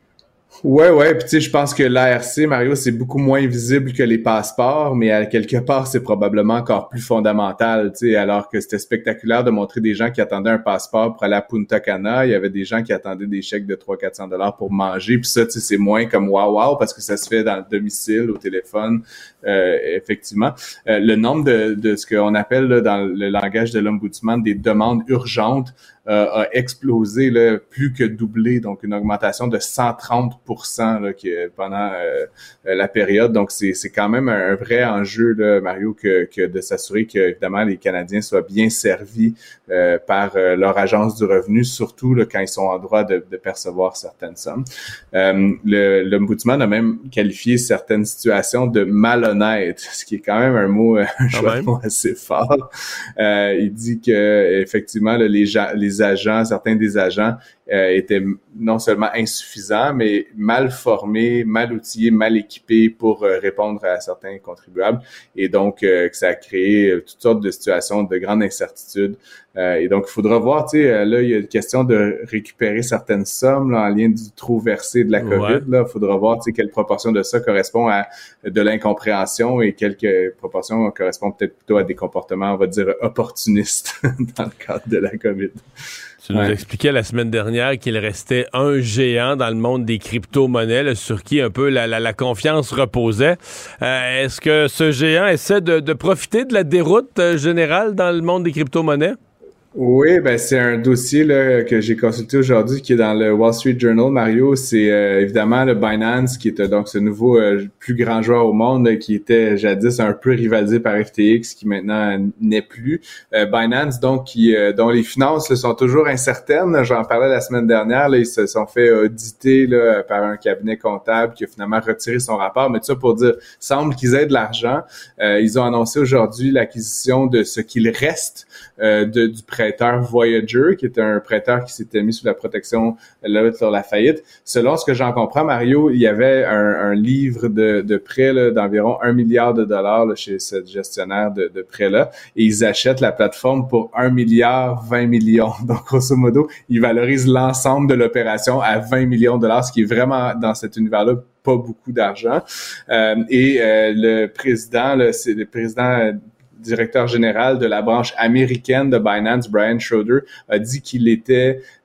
Ouais, ouais, puis tu sais, je pense que l'A R C, Mario, c'est beaucoup moins visible que les passeports, mais à quelque part, c'est probablement encore plus fondamental, tu sais, alors que c'était spectaculaire de montrer des gens qui attendaient un passeport pour aller à Punta Cana, il y avait des gens qui attendaient des chèques de trois cents à quatre cents dollars pour manger, puis ça, tu sais, c'est moins comme wow, wow, parce que ça se fait dans le domicile, au téléphone, euh, effectivement. Euh, le nombre de, de ce qu'on appelle là, dans le langage de l'Ombudsman des demandes urgentes Euh, a explosé, là, plus que doublé, donc une augmentation de cent trente pour cent là, qui, pendant euh, la période. Donc, c'est, c'est quand même un, un vrai enjeu, là, Mario, que, que de s'assurer que, évidemment, les Canadiens soient bien servis euh, par euh, leur agence du revenu, surtout là, quand ils sont en droit de, de percevoir certaines sommes. Euh, le, l'Ombudsman a même qualifié certaines situations de malhonnêtes, ce qui est quand même un mot, un choix de mot assez fort. Euh, il dit que, effectivement, là, les gens, les agents, certains des agents euh, étaient non seulement insuffisants, mais mal formés, mal outillés, mal équipés pour euh, répondre à certains contribuables. Et donc, euh, que ça a créé euh, toutes sortes de situations de grande incertitude. Euh, et donc, il faudra voir, tu sais, là, il y a une question de récupérer certaines sommes là, en lien du trop versé de la COVID. Il faudra voir, tu sais, quelle proportion de ça correspond à de l'incompréhension et quelle proportion correspond peut-être plutôt à des comportements, on va dire, opportunistes dans le cadre de la COVID. Tu nous ouais. expliquais la semaine dernière qu'il restait un géant dans le monde des crypto-monnaies là, sur qui un peu la, la, la confiance reposait. Euh, est-ce que ce géant essaie de, de profiter de la déroute euh, générale dans le monde des crypto-monnaies? Oui, ben c'est un dossier là, que j'ai consulté aujourd'hui qui est dans le Wall Street Journal, Mario. C'est euh, évidemment le Binance qui est euh, donc ce nouveau euh, plus grand joueur au monde là, qui était jadis un peu rivalisé par F T X, qui maintenant n'est plus. Euh, Binance, donc, qui euh, dont les finances là, sont toujours incertaines. J'en parlais la semaine dernière. Là, ils se sont fait auditer là, par un cabinet comptable qui a finalement retiré son rapport. Mais tout ça pour dire, semble qu'ils aient de l'argent. Euh, ils ont annoncé aujourd'hui l'acquisition de ce qu'il reste euh, de, du prêteur Voyager, qui est un prêteur qui s'était mis sous la protection là, sur la faillite. Selon ce que j'en comprends, Mario, il y avait un, un livre de, de prêt là, d'environ un milliard de dollars là, chez ce gestionnaire de, de prêt-là, et ils achètent la plateforme pour un milliard vingt millions. Donc, grosso modo, ils valorisent l'ensemble de l'opération à vingt millions de dollars, ce qui est vraiment, dans cet univers-là, pas beaucoup d'argent. Euh, et euh, le président, là, c'est le président directeur général de la branche américaine de Binance, Brian Schroeder, a dit qu'il était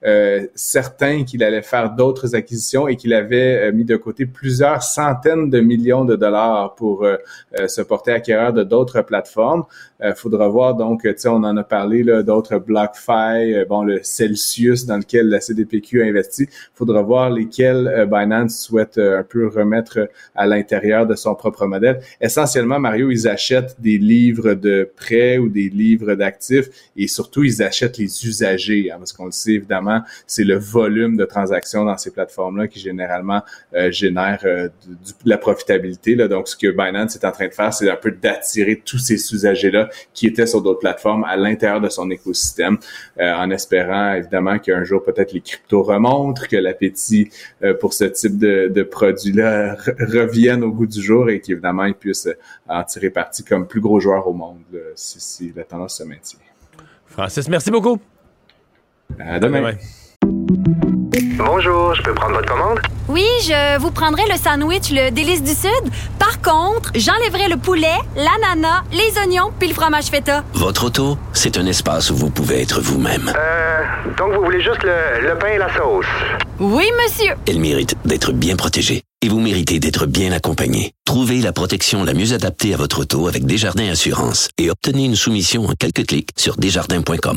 euh, certain qu'il allait faire d'autres acquisitions et qu'il avait euh, mis de côté plusieurs centaines de millions de dollars pour euh, euh, se porter acquéreur de d'autres plateformes. Euh, faudra voir donc, tu sais, on en a parlé là, d'autres BlockFi, euh, bon le Celsius dans lequel la C D P Q a investi. Faudra voir lesquels euh, Binance souhaite euh, un peu remettre à l'intérieur de son propre modèle. Essentiellement, Mario, ils achètent des livres de prêts ou des livres d'actifs et surtout ils achètent les usagers, hein, parce qu'on le sait évidemment, c'est le volume de transactions dans ces plateformes-là qui généralement euh, génère euh, du, de la profitabilité. Là. Donc, ce que Binance est en train de faire, c'est un peu d'attirer tous ces usagers-là qui étaient sur d'autres plateformes à l'intérieur de son écosystème, euh, en espérant évidemment qu'un jour peut-être les cryptos remontent, que l'appétit euh, pour ce type de, de produits-là re- revienne au goût du jour et qu'évidemment ils puissent en tirer parti comme plus gros joueurs au monde là, si, si la tendance se maintient. Francis, merci beaucoup. À demain. À demain. Bonjour, je peux prendre votre commande? Oui, je vous prendrai le sandwich, le délice du Sud. Par contre, j'enlèverai le poulet, l'ananas, les oignons puis le fromage feta. Votre auto, c'est un espace où vous pouvez être vous-même. Euh, donc vous voulez juste le, le pain et la sauce? Oui, monsieur. Elle mérite d'être bien protégée et vous méritez d'être bien accompagné. Trouvez la protection la mieux adaptée à votre auto avec Desjardins Assurance et obtenez une soumission en quelques clics sur desjardins point com.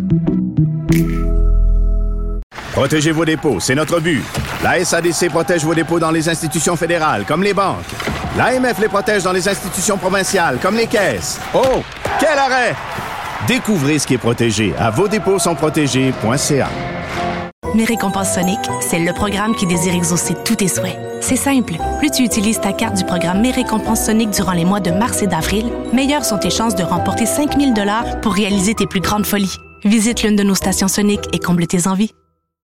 Protégez vos dépôts, c'est notre but. La S A D C protège vos dépôts dans les institutions fédérales, comme les banques. L'A M F les protège dans les institutions provinciales, comme les caisses. Oh, quel arrêt! Découvrez ce qui est protégé à vos dépôts sont protégés point c a. Mes récompenses Sonic, c'est le programme qui désire exaucer tous tes souhaits. C'est simple. Plus tu utilises ta carte du programme Mes récompenses Sonic durant les mois de mars et d'avril, meilleures sont tes chances de remporter cinq mille dollars pour réaliser tes plus grandes folies. Visite l'une de nos stations Sonic et comble tes envies.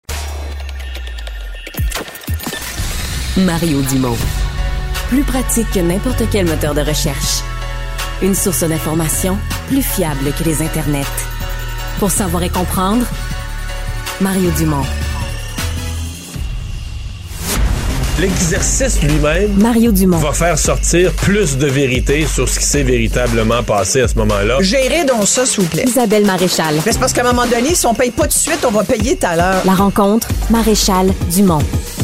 Mario Dumont. Plus pratique que n'importe quel moteur de recherche. Une source d'information plus fiable que les internets. Pour savoir et comprendre, Mario Dumont. L'exercice lui-même Mario Dumont. va faire sortir plus de vérité sur ce qui s'est véritablement passé à ce moment-là. Gérez donc ça, s'il vous plaît. Isabelle Maréchal. Mais c'est parce qu'à un moment donné, si on paye pas tout de suite, on va payer tout à l'heure. La rencontre, Maréchal Dumont.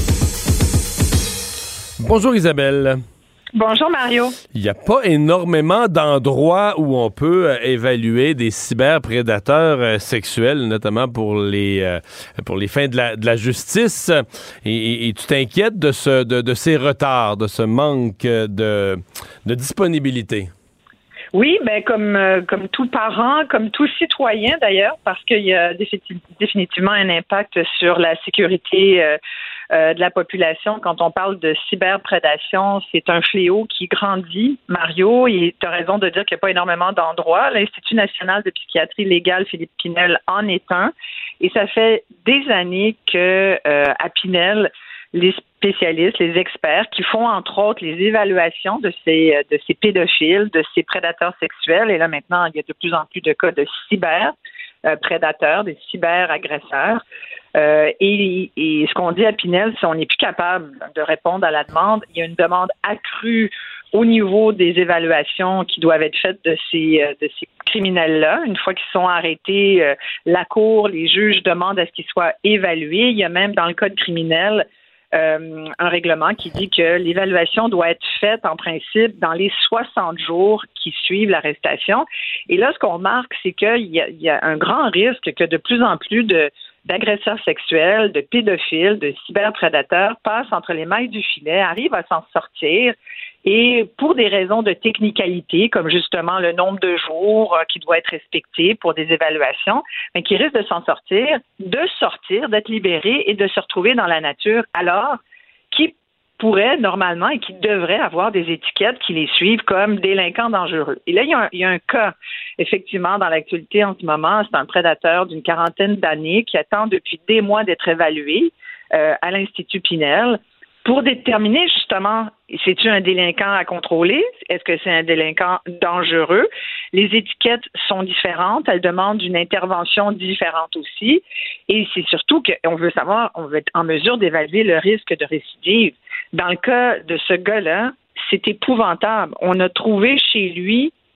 Bonjour Isabelle. Bonjour Mario. Il n'y a pas énormément d'endroits où on peut euh, évaluer des cyberprédateurs euh, sexuels, notamment pour les euh, pour les fins de la, de la justice. Et, et, et tu t'inquiètes de ce de, de ces retards, de ce manque de, de disponibilité. Oui, ben comme euh, comme tout parent, comme tout citoyen d'ailleurs, parce qu'il y a définitivement un impact sur la sécurité euh, euh, de la population. Quand on parle de cyberprédation, c'est un fléau qui grandit. Mario, et tu as raison de dire qu'il n'y a pas énormément d'endroits. L'Institut national de psychiatrie légale Philippe Pinel en est un. Et ça fait des années que euh, à Pinel, les spécialistes, les experts qui font entre autres les évaluations de ces de ces pédophiles, de ces prédateurs sexuels. Et là maintenant, il y a de plus en plus de cas de cyber euh, prédateurs, des cyberagresseurs. Euh, et, et ce qu'on dit à Pinel, c'est qu'on n'est plus capable de répondre à la demande. Il y a une demande accrue au niveau des évaluations qui doivent être faites de ces de ces criminels-là. Une fois qu'ils sont arrêtés, euh, la cour, les juges demandent à ce qu'ils soient évalués. Il y a même dans le code criminel Euh, un règlement qui dit que l'évaluation doit être faite en principe dans les soixante jours qui suivent l'arrestation. Et là, ce qu'on remarque, c'est qu'il y a, il y a un grand risque que de plus en plus de, d'agresseurs sexuels, de pédophiles, de cyberprédateurs passent entre les mailles du filet, arrivent à s'en sortir. Et pour des raisons de technicalité, comme justement le nombre de jours euh, qui doit être respecté pour des évaluations, mais qui risquent de s'en sortir, de sortir, d'être libérés et de se retrouver dans la nature, alors qui pourraient normalement et qui devraient avoir des étiquettes qui les suivent comme délinquants dangereux. Et là, il y a un, il y a un cas, effectivement, dans l'actualité en ce moment. C'est un prédateur d'une quarantaine d'années qui attend depuis des mois d'être évalué euh, à l'Institut Pinel, pour déterminer justement, c'est-tu un délinquant à contrôler? Est-ce que c'est un délinquant dangereux? Les étiquettes sont différentes, elles demandent une intervention différente aussi. Et c'est surtout qu'on veut savoir, on veut être en mesure d'évaluer le risque de récidive. Dans le cas de ce gars-là, c'est épouvantable. On a trouvé chez lui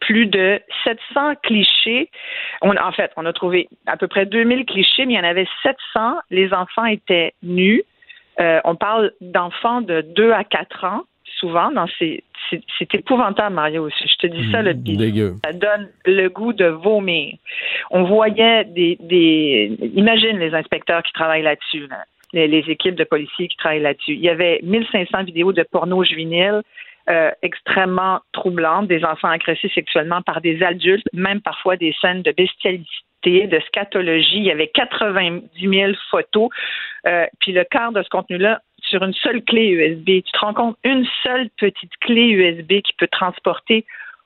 plus de sept cents clichés. On, en fait, on a trouvé à peu près deux mille clichés, mais il y en avait sept cents. Les enfants étaient nus. Euh, on parle d'enfants de deux à quatre ans, souvent. Dans ces, c'est, c'est épouvantable, Mario. Je te dis ça, le Dégueu. Ça donne le goût de vomir. On voyait des, des... Imagine les inspecteurs qui travaillent là-dessus, là. Les, les équipes de policiers qui travaillent là-dessus. Il y avait mille cinq cents vidéos de porno juvénile euh, extrêmement troublantes, des enfants agressés sexuellement par des adultes, même parfois des scènes de bestialité, de scatologie. Il y avait quatre-vingt-dix mille photos. Euh, puis le quart de ce contenu-là, sur une seule clé U S B. Tu te rends compte, une seule petite clé U S B qui peut transporter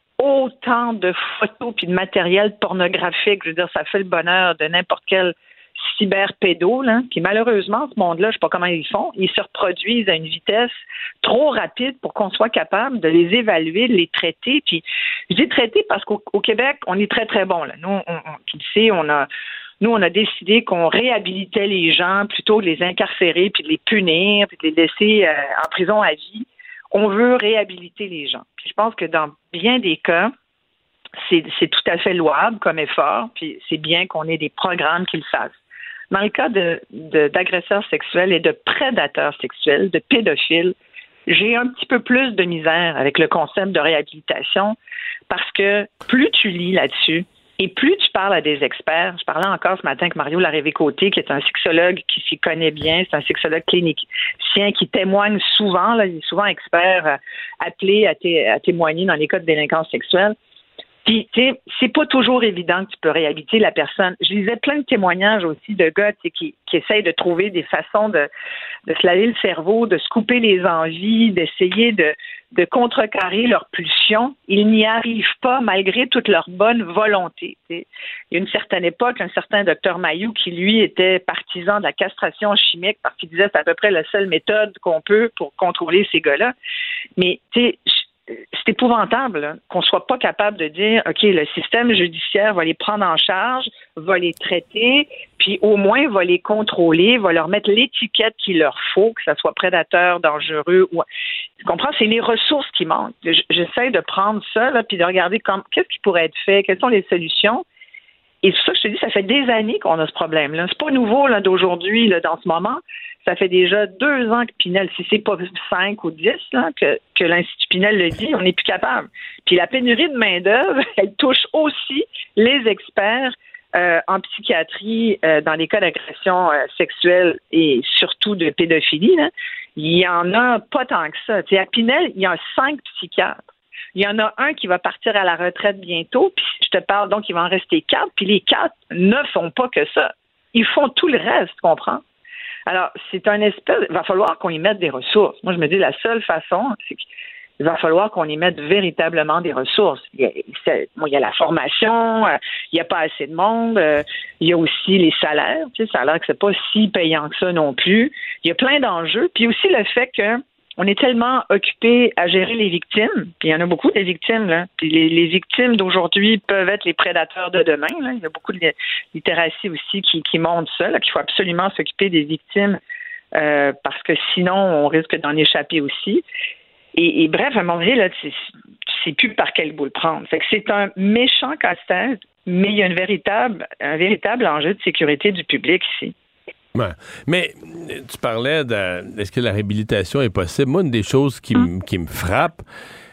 autant de photos puis de matériel pornographique. Je veux dire, ça fait le bonheur de n'importe quel cyberpédo, là. Puis malheureusement, ce monde-là, je sais pas comment ils font, ils se reproduisent à une vitesse trop rapide pour qu'on soit capable de les évaluer, de les traiter. Puis je dis traiter parce qu'au au Québec, on est très, très bon, là. Nous, on, on, tu le sais, on a Nous, on a décidé qu'on réhabilitait les gens plutôt que de les incarcérer, puis de les punir, puis de les laisser euh, en prison à vie. On veut réhabiliter les gens. Puis je pense que dans bien des cas, c'est, c'est tout à fait louable comme effort, puis c'est bien qu'on ait des programmes qui le fassent. Dans le cas de, de, d'agresseurs sexuels et de prédateurs sexuels, de pédophiles, j'ai un petit peu plus de misère avec le concept de réhabilitation parce que plus tu lis là-dessus, et plus tu parles à des experts, je parlais encore ce matin avec Mario Larrivée-Côté, qui est un sexologue qui s'y connaît bien, c'est un sexologue clinicien qui témoigne souvent, là, il est souvent expert, euh, appelé à, té- à témoigner dans les cas de délinquance sexuelle. Puis, tu sais, c'est pas toujours évident que tu peux réhabiliter la personne. Je lisais plein de témoignages aussi de gars qui, qui essayent de trouver des façons de, de se laver le cerveau, de se couper les envies, d'essayer de, de contrecarrer leur pulsion. Ils n'y arrivent pas malgré toute leur bonne volonté. T'sais. Il y a une certaine époque, un certain docteur Mayou qui, lui, était partisan de la castration chimique parce qu'il disait que c'est à peu près la seule méthode qu'on peut pour contrôler ces gars-là. Mais, tu sais, c'est épouvantable là, qu'on soit pas capable de dire, OK, le système judiciaire va les prendre en charge, va les traiter, puis au moins va les contrôler, va leur mettre l'étiquette qu'il leur faut, que ça soit prédateur, dangereux. Ou... Tu comprends? C'est les ressources qui manquent. J'essaie de prendre ça, là, puis de regarder comme, qu'est-ce qui pourrait être fait, quelles sont les solutions. Et tout ça, je te dis, ça fait des années qu'on a ce problème-là. C'est pas nouveau là, d'aujourd'hui, là, dans ce moment. Ça fait déjà deux ans que Pinel, si c'est pas cinq ou dix, là, que, que l'Institut Pinel le dit, on n'est plus capable. Puis la pénurie de main-d'œuvre, elle touche aussi les experts euh, en psychiatrie euh, dans les cas d'agression euh, sexuelle et surtout de pédophilie. Là. Il y en a pas tant que ça. T'sais, à Pinel, il y a cinq psychiatres. Il y en a un qui va partir à la retraite bientôt, puis je te parle, donc il va en rester quatre, puis les quatre ne font pas que ça. Ils font tout le reste, tu comprends? Alors, c'est un espèce... Il va falloir qu'on y mette des ressources. Moi, je me dis, la seule façon, c'est qu'il va falloir qu'on y mette véritablement des ressources. Il y a, c'est, bon, il y a la formation, euh, il n'y a pas assez de monde, euh, il y a aussi les salaires. Tu sais, ça a l'air que c'est pas si payant que ça non plus. Il y a plein d'enjeux. Puis aussi le fait que on est tellement occupé à gérer les victimes, puis il y en a beaucoup des victimes, là. Puis les, les victimes d'aujourd'hui peuvent être les prédateurs de demain, là. Il y a beaucoup de littératie aussi qui, qui montre ça, là, qu'il faut absolument s'occuper des victimes euh, parce que sinon, on risque d'en échapper aussi. Et, et bref, à un moment donné, là, tu sais plus par quel bout le prendre. Fait que c'est un méchant casse-tête, mais il y a une véritable, un véritable enjeu de sécurité du public ici. Ouais. Mais tu parlais de est-ce que la réhabilitation est possible? Moi, une des choses qui, mmh. m- qui me frappe,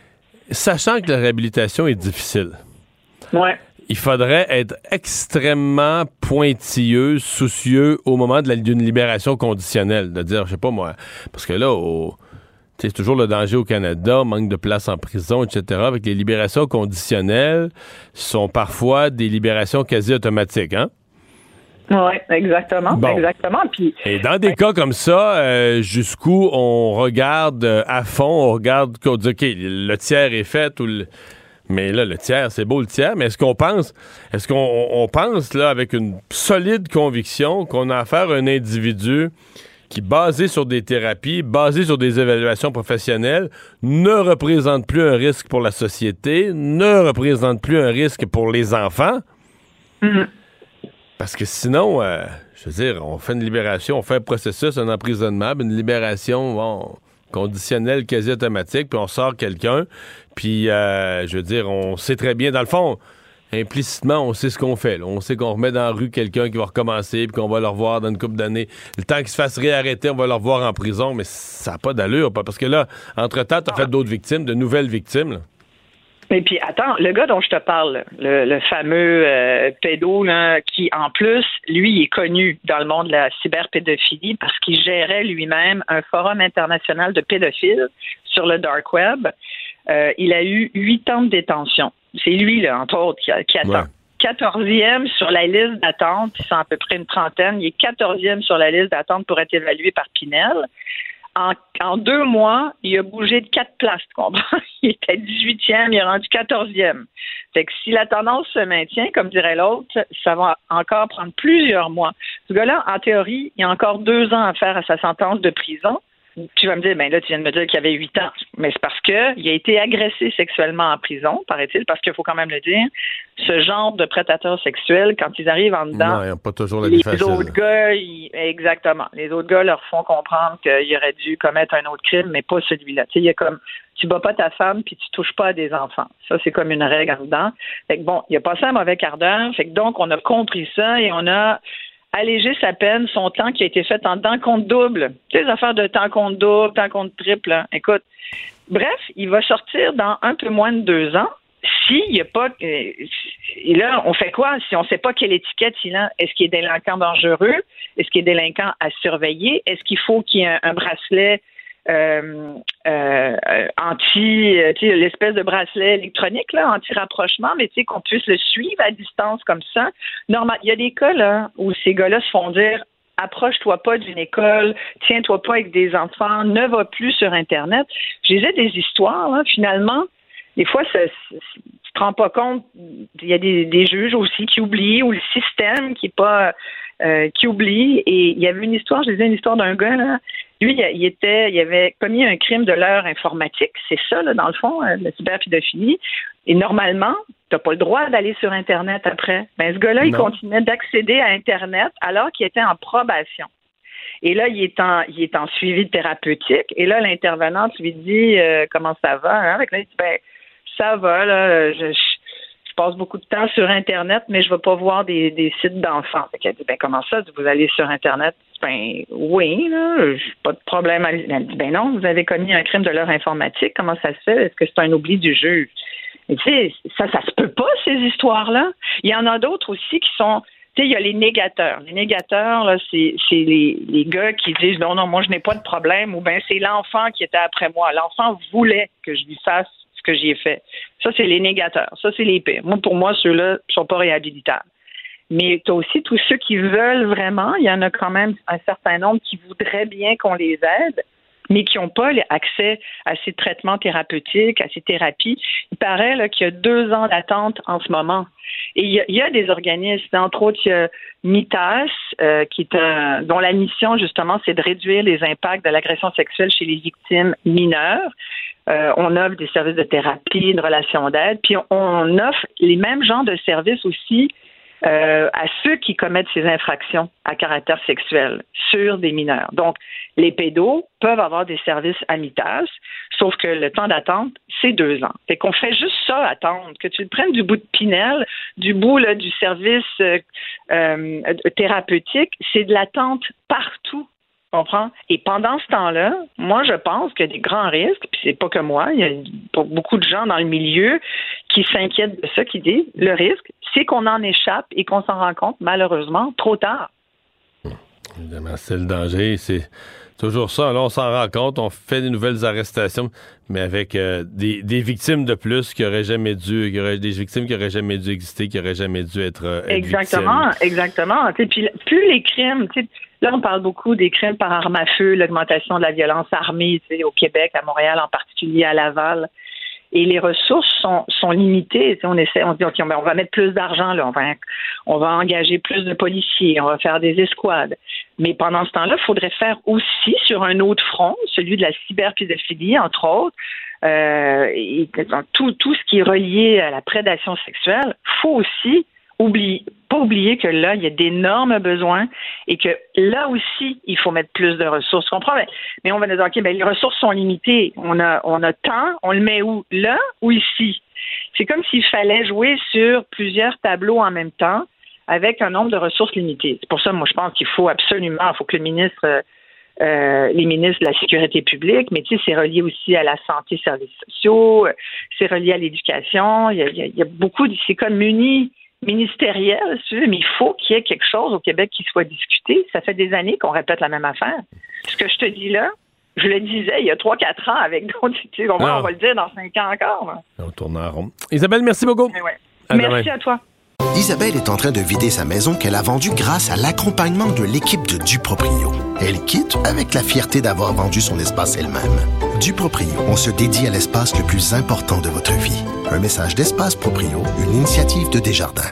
sachant que la réhabilitation est difficile, ouais. il faudrait être extrêmement pointilleux, soucieux au moment de la, d'une libération conditionnelle. De dire, je sais pas moi, parce que là, au, c'est toujours le danger au Canada, manque de place en prison, et cetera. Avec les libérations conditionnelles sont parfois des libérations quasi automatiques, hein? Oui, exactement, bon. exactement. Puis, et dans des ouais. cas comme ça, euh, jusqu'où on regarde euh, à fond, on regarde qu'on dit, OK, le tiers est fait, ou le... mais là, le tiers, c'est beau le tiers, mais est-ce qu'on pense, est-ce qu'on on pense, là, avec une solide conviction qu'on a affaire à un individu qui, basé sur des thérapies, basé sur des évaluations professionnelles, ne représente plus un risque pour la société, ne représente plus un risque pour les enfants? Mm-hmm. Parce que sinon, euh, je veux dire, on fait une libération, on fait un processus, un emprisonnement, une libération, bon, conditionnel quasi automatique, puis on sort quelqu'un, puis euh, je veux dire, on sait très bien, dans le fond, implicitement, on sait ce qu'on fait. Là. On sait qu'on remet dans la rue quelqu'un qui va recommencer, puis qu'on va le revoir dans une couple d'années. Le temps qu'il se fasse réarrêter, on va le revoir en prison, mais ça n'a pas d'allure, pas parce que là, entre-temps, tu as fait d'autres victimes, de nouvelles victimes. Là. Et puis, attends, le gars dont je te parle, le, le fameux euh, pédo, là, qui, en plus, lui, est connu dans le monde de la cyberpédophilie parce qu'il gérait lui-même un forum international de pédophiles sur le dark web. Euh, il a eu huit ans de détention. C'est lui, là, entre autres, qui, qui attend. Ouais. quatorzième sur la liste d'attente, ils sont à peu près une trentaine, il est quatorzième sur la liste d'attente pour être évalué par Pinel. En, en deux mois, il a bougé de quatre places, tu comprends? Il était dix-huitième, il est rendu quatorzième. Fait que si la tendance se maintient, comme dirait l'autre, ça va encore prendre plusieurs mois. Ce gars-là, en théorie, il a encore deux ans à faire à sa sentence de prison. Tu vas me dire, ben là, tu viens de me dire qu'il avait huit ans. Mais c'est parce qu'il a été agressé sexuellement en prison, paraît-il, parce qu'il faut quand même le dire, ce genre de prédateurs sexuels, quand ils arrivent en dedans, non, ils n'ont pas toujours la vie facile. Les autres gars, ils, exactement, les autres gars leur font comprendre qu'il aurait dû commettre un autre crime, mais pas celui-là. Tu sais, il y a comme, tu bats pas ta femme puis tu touches pas à des enfants. Ça, c'est comme une règle en dedans. Fait que bon, il a passé un mauvais quart d'heure. Fait que donc, on a compris ça et on a alléger sa peine, son temps qui a été fait en temps compte double. Tu sais, les affaires de temps compte double, temps compte triple, hein. Écoute, bref, il va sortir dans un peu moins de deux ans. S'il n'y a pas... Euh, et là, on fait quoi si on ne sait pas quelle étiquette il a? Est-ce qu'il est délinquant dangereux? Est-ce qu'il est délinquant à surveiller? Est-ce qu'il faut qu'il y ait un, un bracelet Euh, euh, anti, tu sais, l'espèce de bracelet électronique, là, anti-rapprochement, mais tu sais, qu'on puisse le suivre à distance comme ça. Normal, il y a des cas, là, où ces gars-là se font dire, approche-toi pas d'une école, tiens-toi pas avec des enfants, ne va plus sur Internet. Je disais des histoires, là, finalement, des fois, ça, ça, tu te rends pas compte, il y a des, des juges aussi qui oublient, ou le système qui est pas, euh, qui oublie, et il y avait une histoire, je disais une histoire d'un gars, là. Lui, il était, il avait commis un crime de l'heure informatique, c'est ça, là, dans le fond, la cyberpédophilie. Et normalement, t'as pas le droit d'aller sur Internet après. Ben, ce gars-là, non. Il continuait d'accéder à Internet alors qu'il était en probation. Et là, il est en, il est en suivi thérapeutique. Et là, l'intervenante lui dit euh, comment ça va. Hein? Avec là, il dit, ben, ça va, là, je, je passe beaucoup de temps sur Internet, mais je ne vais pas voir des, des sites d'enfants. Elle dit, ben, comment ça, vous allez sur Internet? Ben, oui, là, j'ai pas de problème. Elle dit, ben non, vous avez commis un crime de l'heure informatique. Comment ça se fait? Est-ce que c'est un oubli du juge? Et tu sais, ça, ça se peut pas, ces histoires-là. Il y en a d'autres aussi qui sont, tu sais, il y a les négateurs. Les négateurs, là, c'est, c'est les, les gars qui disent, non, non, moi, je n'ai pas de problème, ou ben, c'est l'enfant qui était après moi. L'enfant voulait que je lui fasse ce que j'y ai fait. Ça, c'est les négateurs. Ça, c'est les pires. Moi, pour moi, ceux-là ne sont pas réhabilitables. Mais tu as aussi tous ceux qui veulent vraiment. Il y en a quand même un certain nombre qui voudraient bien qu'on les aide, mais qui n'ont pas accès à ces traitements thérapeutiques, à ces thérapies. Il paraît là, qu'il y a deux ans d'attente en ce moment. Et il y a, il y a des organismes, entre autres, il y a MITAS, euh, qui est un, dont la mission, justement, c'est de réduire les impacts de l'agression sexuelle chez les victimes mineures. Euh, on offre des services de thérapie, de relations d'aide, puis on, on offre les mêmes genres de services aussi Euh, à ceux qui commettent ces infractions à caractère sexuel sur des mineurs. Donc, les pédos peuvent avoir des services à MITAS, sauf que le temps d'attente, c'est deux ans. Fait qu'on fait juste ça, attendre, que tu le prennes du bout de Pinel, du bout là, du service euh, euh, thérapeutique, c'est de l'attente partout. Comprends? Et pendant ce temps-là, moi, je pense qu'il y a des grands risques, puis c'est pas que moi, il y a beaucoup de gens dans le milieu qui s'inquiètent de ça, qui disent, le risque, c'est qu'on en échappe et qu'on s'en rend compte, malheureusement, trop tard. Évidemment, c'est le danger, c'est toujours ça. Là, on s'en rend compte, on fait des nouvelles arrestations, mais avec euh, des, des victimes de plus qui auraient jamais dû, qui auraient, des victimes qui auraient jamais dû exister, qui auraient jamais dû être, euh, être exactement, victimes. Exactement. Puis plus les crimes, là, on parle beaucoup des crimes par arme à feu, l'augmentation de la violence armée, au Québec, à Montréal, en particulier à Laval. Et les ressources sont, sont limitées. On essaie, on se dit, OK, on va mettre plus d'argent là, on va, on va engager plus de policiers, on va faire des escouades. Mais pendant ce temps-là, il faudrait faire aussi sur un autre front, celui de la cyberpédophilie, entre autres, euh, et tout, tout ce qui est relié à la prédation sexuelle, il faut aussi oublie, pas oublier que là, il y a d'énormes besoins et que là aussi, il faut mettre plus de ressources. Tu comprends? Mais, mais on va dire, OK, ben, les ressources sont limitées. On a, on a tant, on le met où? Là ou ici? C'est comme s'il fallait jouer sur plusieurs tableaux en même temps avec un nombre de ressources limitées. C'est pour ça, moi, je pense qu'il faut absolument, il faut que le ministre, euh, les ministres de la sécurité publique, mais tu sais, c'est relié aussi à la santé, services sociaux, c'est relié à l'éducation. Il y a, il y a, il y a beaucoup, de, c'est comme uni ministériel, si tu veux, mais il faut qu'il y ait quelque chose au Québec qui soit discuté. Ça fait des années qu'on répète la même affaire. Ce que je te dis là, je le disais il y a trois quatre ans avec d'autres, tu sais, on va, on va le dire dans cinq ans encore. Là. On tourne en rond. Isabelle, merci beaucoup. Ouais. À merci demain. à toi. Isabelle est en train de vider sa maison qu'elle a vendue grâce à l'accompagnement de l'équipe de Duproprio. Elle quitte avec la fierté d'avoir vendu son espace elle-même. Duproprio, on se dédie à l'espace le plus important de votre vie. Un message d'Espace Proprio, une initiative de Desjardins.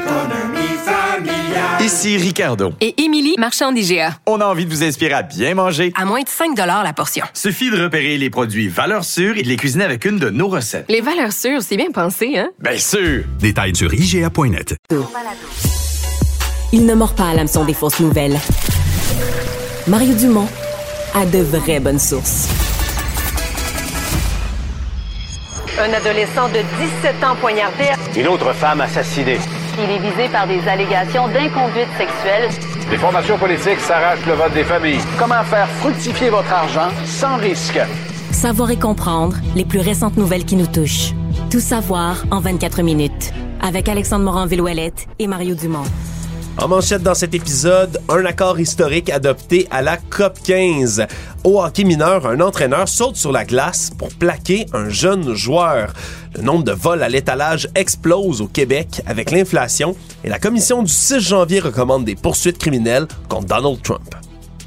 Ici Ricardo. Et Émilie, marchand d'I G A. On a envie de vous inspirer à bien manger. À moins de cinq dollars la portion. Suffit de repérer les produits valeurs sûres et de les cuisiner avec une de nos recettes. Les valeurs sûres, c'est bien pensé, hein? Bien sûr! Détails sur I G A point net. Il ne mord pas à l'hameçon des fausses nouvelles. Mario Dumont a de vraies bonnes sources. Un adolescent de dix-sept ans poignardé. Une autre femme assassinée. Il est visé par des allégations d'inconduite sexuelle. Les formations politiques s'arrachent le vote des familles. Comment faire fructifier votre argent sans risque? Savoir et comprendre les plus récentes nouvelles qui nous touchent. Tout savoir en vingt-quatre minutes. Avec Alexandre Morin-Villouellette et Mario Dumont. En manchette dans cet épisode, un accord historique adopté à la COP quinze. Au hockey mineur, un entraîneur saute sur la glace pour plaquer un jeune joueur. Le nombre de vols à l'étalage explose au Québec avec l'inflation et la commission du six janvier recommande des poursuites criminelles contre Donald Trump.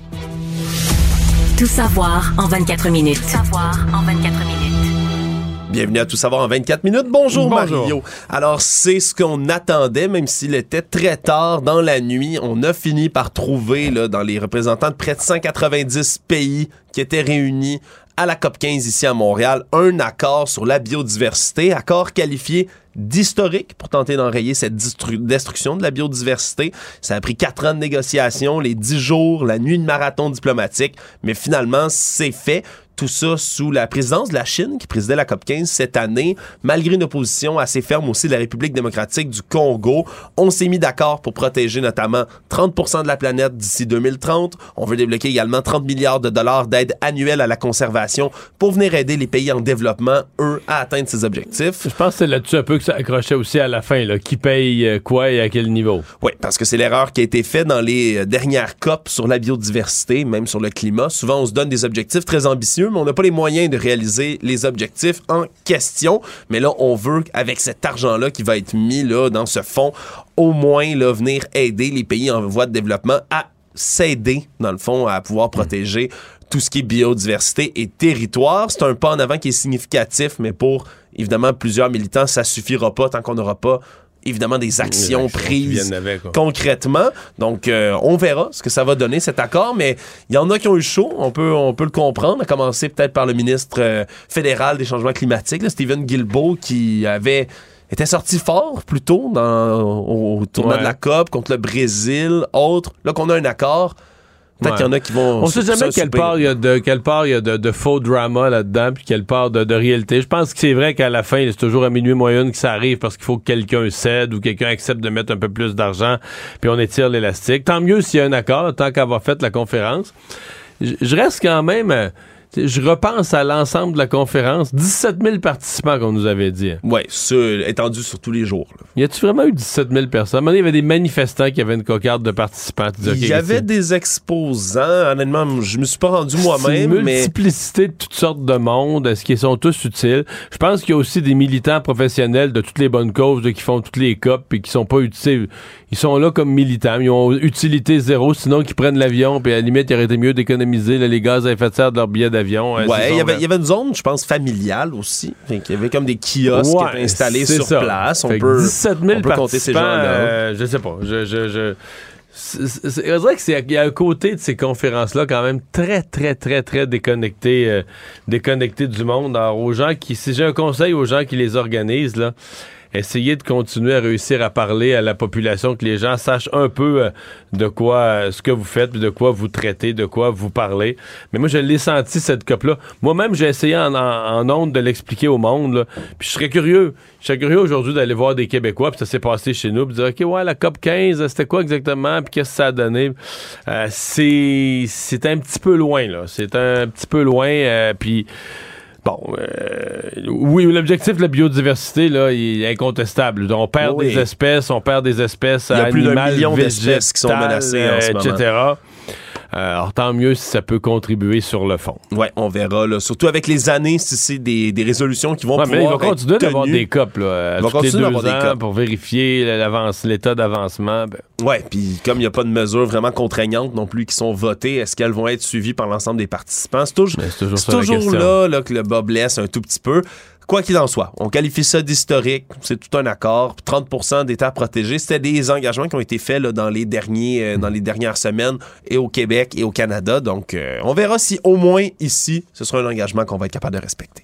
Tout savoir en vingt-quatre minutes. Tout savoir en vingt-quatre minutes. Bienvenue à Tout savoir en vingt-quatre minutes. Bonjour, Bonjour. Mario. Alors, c'est ce qu'on attendait, même s'il était très tard dans la nuit. On a fini par trouver, là, dans les représentants de près de cent quatre-vingt-dix pays qui étaient réunis à la COP quinze ici à Montréal, un accord sur la biodiversité, accord qualifié d'historique pour tenter d'enrayer cette distru- destruction de la biodiversité. Ça a pris quatre ans de négociations, les dix jours, la nuit de marathon diplomatique, mais finalement, c'est fait. Tout ça sous la présidence de la Chine, qui présidait la COP quinze cette année, malgré une opposition assez ferme aussi de la République démocratique du Congo. On s'est mis d'accord pour protéger notamment trente pour cent de la planète d'ici deux mille trente. On veut débloquer également trente milliards de dollars d'aide annuelle à la conservation pour venir aider les pays en développement, eux, à atteindre ces objectifs. Je pense que c'est là-dessus un peu que ça accrochait aussi à la fin, là. Qui paye quoi et à quel niveau? Oui, parce que c'est l'erreur qui a été faite dans les dernières COP sur la biodiversité, même sur le climat. Souvent, on se donne des objectifs très ambitieux, mais on n'a pas les moyens de réaliser les objectifs en question. Mais là, on veut, avec cet argent-là qui va être mis là, dans ce fonds, au moins là, venir aider les pays en voie de développement à s'aider, dans le fond, à pouvoir protéger tout ce qui est biodiversité et territoire. C'est un pas en avant qui est significatif, mais pour, évidemment, plusieurs militants, ça suffira pas tant qu'on n'aura pas évidemment des actions, actions prises avec, concrètement. Donc, euh, on verra ce que ça va donner, cet accord, mais il y en a qui ont eu chaud, on peut, on peut le comprendre, à commencer peut-être par le ministre euh, fédéral des changements climatiques, là, Stephen Guilbeault, qui avait était sorti fort, plus tôt, dans, au, au tournoi ouais. de la COP, contre le Brésil, autres. Là qu'on a un accord, peut-être ouais. qu'il y en a qui vont... On sait jamais quelle part il y a de quelle part il y a de, de faux drama là-dedans, puis quelle part de, de réalité. Je pense que c'est vrai qu'à la fin, c'est toujours à minuit moins une que ça arrive parce qu'il faut que quelqu'un cède ou quelqu'un accepte de mettre un peu plus d'argent, puis on étire l'élastique. Tant mieux s'il y a un accord, tant qu'avoir fait la conférence. Je, je reste quand même... Euh, je repense à l'ensemble de la conférence. dix-sept mille participants qu'on nous avait dit. Oui, c'est étendu sur tous les jours. Là. Y a-tu vraiment eu dix-sept mille personnes? À un moment donné, il y avait des manifestants qui avaient une cocarde de participants. Il okay, y avait c'est... des exposants. Honnêtement, je me suis pas rendu moi-même. C'est une multiplicité mais... de toutes sortes de monde. Est-ce qu'ils sont tous utiles? Je pense qu'il y a aussi des militants professionnels de toutes les bonnes causes là, qui font toutes les COP et qui sont pas utiles. Ils sont là comme militants. Ils ont utilité zéro, sinon qu'ils prennent l'avion. Puis à la limite, il aurait été mieux d'économiser là, les gaz à effet de serre de leur billet d'avion. Ouais, il y, avait, il y avait une zone, je pense, familiale aussi. Fait il y avait comme des kiosques ouais, qui étaient installés sur ça. place. On peut, dix-sept mille on peut compter ces gens-là. Euh, je sais pas. Je, je, je... C'est, c'est, je dirais qu'il y a un côté de ces conférences-là quand même très, très, très, très déconnecté, euh, déconnecté du monde. Alors, aux gens qui, si j'ai un conseil aux gens qui les organisent, là, essayer de continuer à réussir à parler à la population, que les gens sachent un peu euh, de quoi, euh, ce que vous faites, puis de quoi vous traitez, de quoi vous parlez. Mais moi, je l'ai senti, cette C O P-là. Moi-même, j'ai essayé en, en, en ondes de l'expliquer au monde, là. Puis je serais curieux. Je serais curieux aujourd'hui d'aller voir des Québécois, puis ça s'est passé chez nous, puis dire, OK, ouais, la C O P quinze, c'était quoi exactement, puis qu'est-ce que ça a donné? Euh, c'est, c'est un petit peu loin, là. C'est un petit peu loin, euh, puis... Bon, euh, oui, l'objectif de la biodiversité, là, il est incontestable. On perd oui. des espèces, on perd des espèces animales, il y a plus d'un million d'espèces qui sont menacées en ce moment. et cetera. Euh, alors, tant mieux si ça peut contribuer sur le fond. Ouais, on verra, là. Surtout avec les années, si c'est des, des résolutions qui vont ouais, pouvoir mais il va continuer être d'avoir des C O P, là. Il va continuer d'avoir des C O P. Pour vérifier l'avance, l'état d'avancement. Ben. Ouais, puis comme il n'y a pas de mesures vraiment contraignantes non plus qui sont votées, est-ce qu'elles vont être suivies par l'ensemble des participants? C'est toujours, c'est toujours, c'est toujours là, là que le bas blesse un tout petit peu. Quoi qu'il en soit, on qualifie ça d'historique, c'est tout un accord. trente pour cent des terres protégées, c'était des engagements qui ont été faits là, dans les derniers, euh, dans les dernières semaines et au Québec et au Canada. Donc, euh, on verra si au moins ici, ce sera un engagement qu'on va être capable de respecter.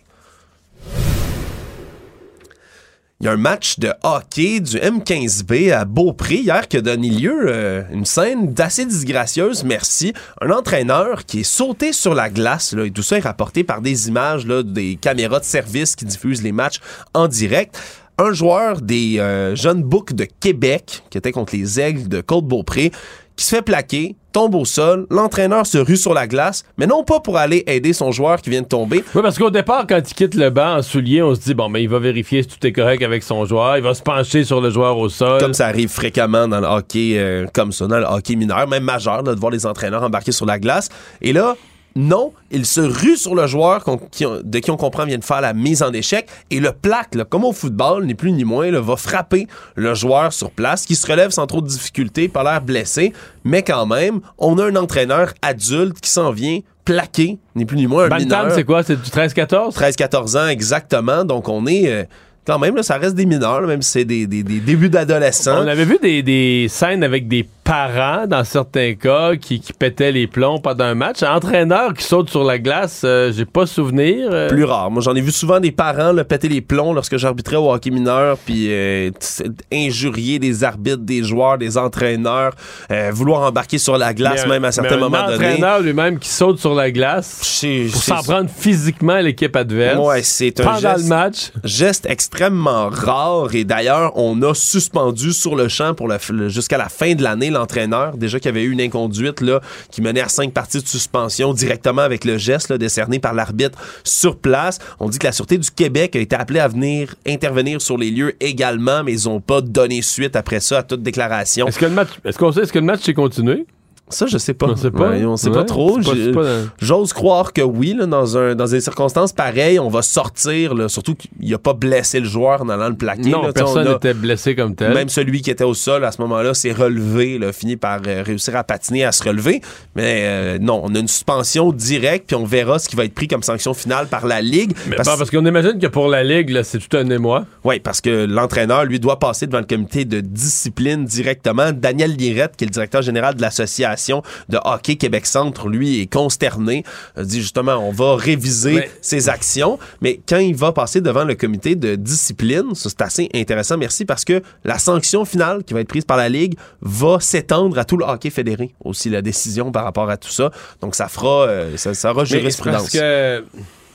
Il y a un match de hockey du M quinze B à Beaupré hier qui a donné lieu euh, une scène d'assez disgracieuse, merci. Un entraîneur qui est sauté sur la glace, là, et tout ça est rapporté par des images là, des caméras de service qui diffusent les matchs en direct. Un joueur des euh, Jeunes Boucs de Québec, qui était contre les Aigles de Côte-Beaupré, qui se fait plaquer, tombe au sol, l'entraîneur se rue sur la glace, mais non pas pour aller aider son joueur qui vient de tomber. Oui, parce qu'au départ, quand il quitte le banc en soulier, on se dit, bon, mais il va vérifier si tout est correct avec son joueur, il va se pencher sur le joueur au sol. Comme ça arrive fréquemment dans le hockey, euh, comme ça, dans le hockey mineur, même majeur, là, de voir les entraîneurs embarquer sur la glace. Et là, non, il se rue sur le joueur qu'on, qui, de qui on comprend vient de faire la mise en échec et le plaque, là, comme au football, ni plus ni moins, là, va frapper le joueur sur place qui se relève sans trop de difficulté, pas l'air blessé, mais quand même, on a un entraîneur adulte qui s'en vient plaquer, ni plus ni moins un Bantam, mineur. C'est quoi? C'est du treize quatorze? treize quatorze ans, exactement. Donc on est... Euh, Quand même, là, ça reste des mineurs, là, même si c'est des, des, des débuts d'adolescents. On avait vu des, des scènes avec des parents, dans certains cas, qui, qui pétaient les plombs pendant un match. Un entraîneur qui saute sur la glace, euh, j'ai pas souvenir. Euh... Plus rare. Moi, j'en ai vu souvent des parents là, péter les plombs lorsque j'arbitrais au hockey mineur, puis euh, injurier des arbitres, des joueurs, des entraîneurs, euh, vouloir embarquer sur la glace mais, même à certains moments donnés. Un entraîneur lui-même qui saute sur la glace c'est, pour c'est, s'en c'est... prendre physiquement à l'équipe adverse. Ouais, c'est un pendant geste, le match. Geste extrêmement rare, et d'ailleurs, on a suspendu sur le champ pour le, le, jusqu'à la fin de l'année l'entraîneur, déjà qu'il y avait eu une inconduite là, qui menait à cinq parties de suspension directement avec le geste là, décerné par l'arbitre sur place. On dit que la Sûreté du Québec a été appelée à venir intervenir sur les lieux également, mais ils n'ont pas donné suite après ça à toute déclaration. Est-ce que le match, est-ce qu'on sait, est-ce que le match s'est continué? Ça, je sais pas. On sait pas, ouais, on sait ouais, pas trop. c'est pas, c'est pas... J'ose croire que oui, là, dans, un, dans des circonstances pareilles, on va sortir, là, surtout qu'il n'a pas blessé le joueur en allant le plaquer. Non, là, personne n'était blessé comme tel. Même celui qui était au sol à ce moment-là s'est relevé, là, fini par euh, réussir à patiner, à se relever. Mais euh, non, on a une suspension directe, puis on verra ce qui va être pris comme sanction finale par la Ligue. Mais parce, pas, parce qu'on imagine que pour la Ligue, là, c'est tout un émoi. Oui, parce que l'entraîneur, lui, doit passer devant le comité de discipline directement. Daniel Lirette, qui est le directeur général de l'association de hockey Québec-Centre, lui, est consterné. Il dit justement, on va réviser mais... ses actions. Mais quand il va passer devant le comité de discipline, ça c'est assez intéressant, merci, parce que la sanction finale qui va être prise par la Ligue va s'étendre à tout le hockey fédéré. Aussi, la décision par rapport à tout ça. Donc, ça fera, euh, ça, ça aura jurisprudence. Parce que...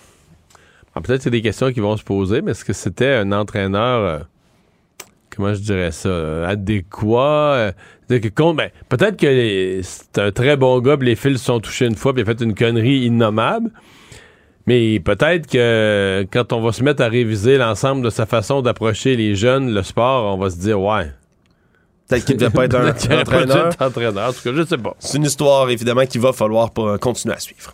Ah, peut-être que c'est des questions qui vont se poser, mais est-ce que c'était un entraîneur... Euh... Comment je dirais ça, euh, adéquat. Euh, que, ben, peut-être que les, c'est un très bon gars, puis les fils se sont touchés une fois, puis il a fait une connerie innommable. Mais peut-être que quand on va se mettre à réviser l'ensemble de sa façon d'approcher les jeunes, le sport, on va se dire, ouais. Peut-être qu'il ne devait pas être un, un entraîneur. Pas entraîneur. En tout cas, je sais pas. C'est une histoire, évidemment, qu'il va falloir continuer à suivre.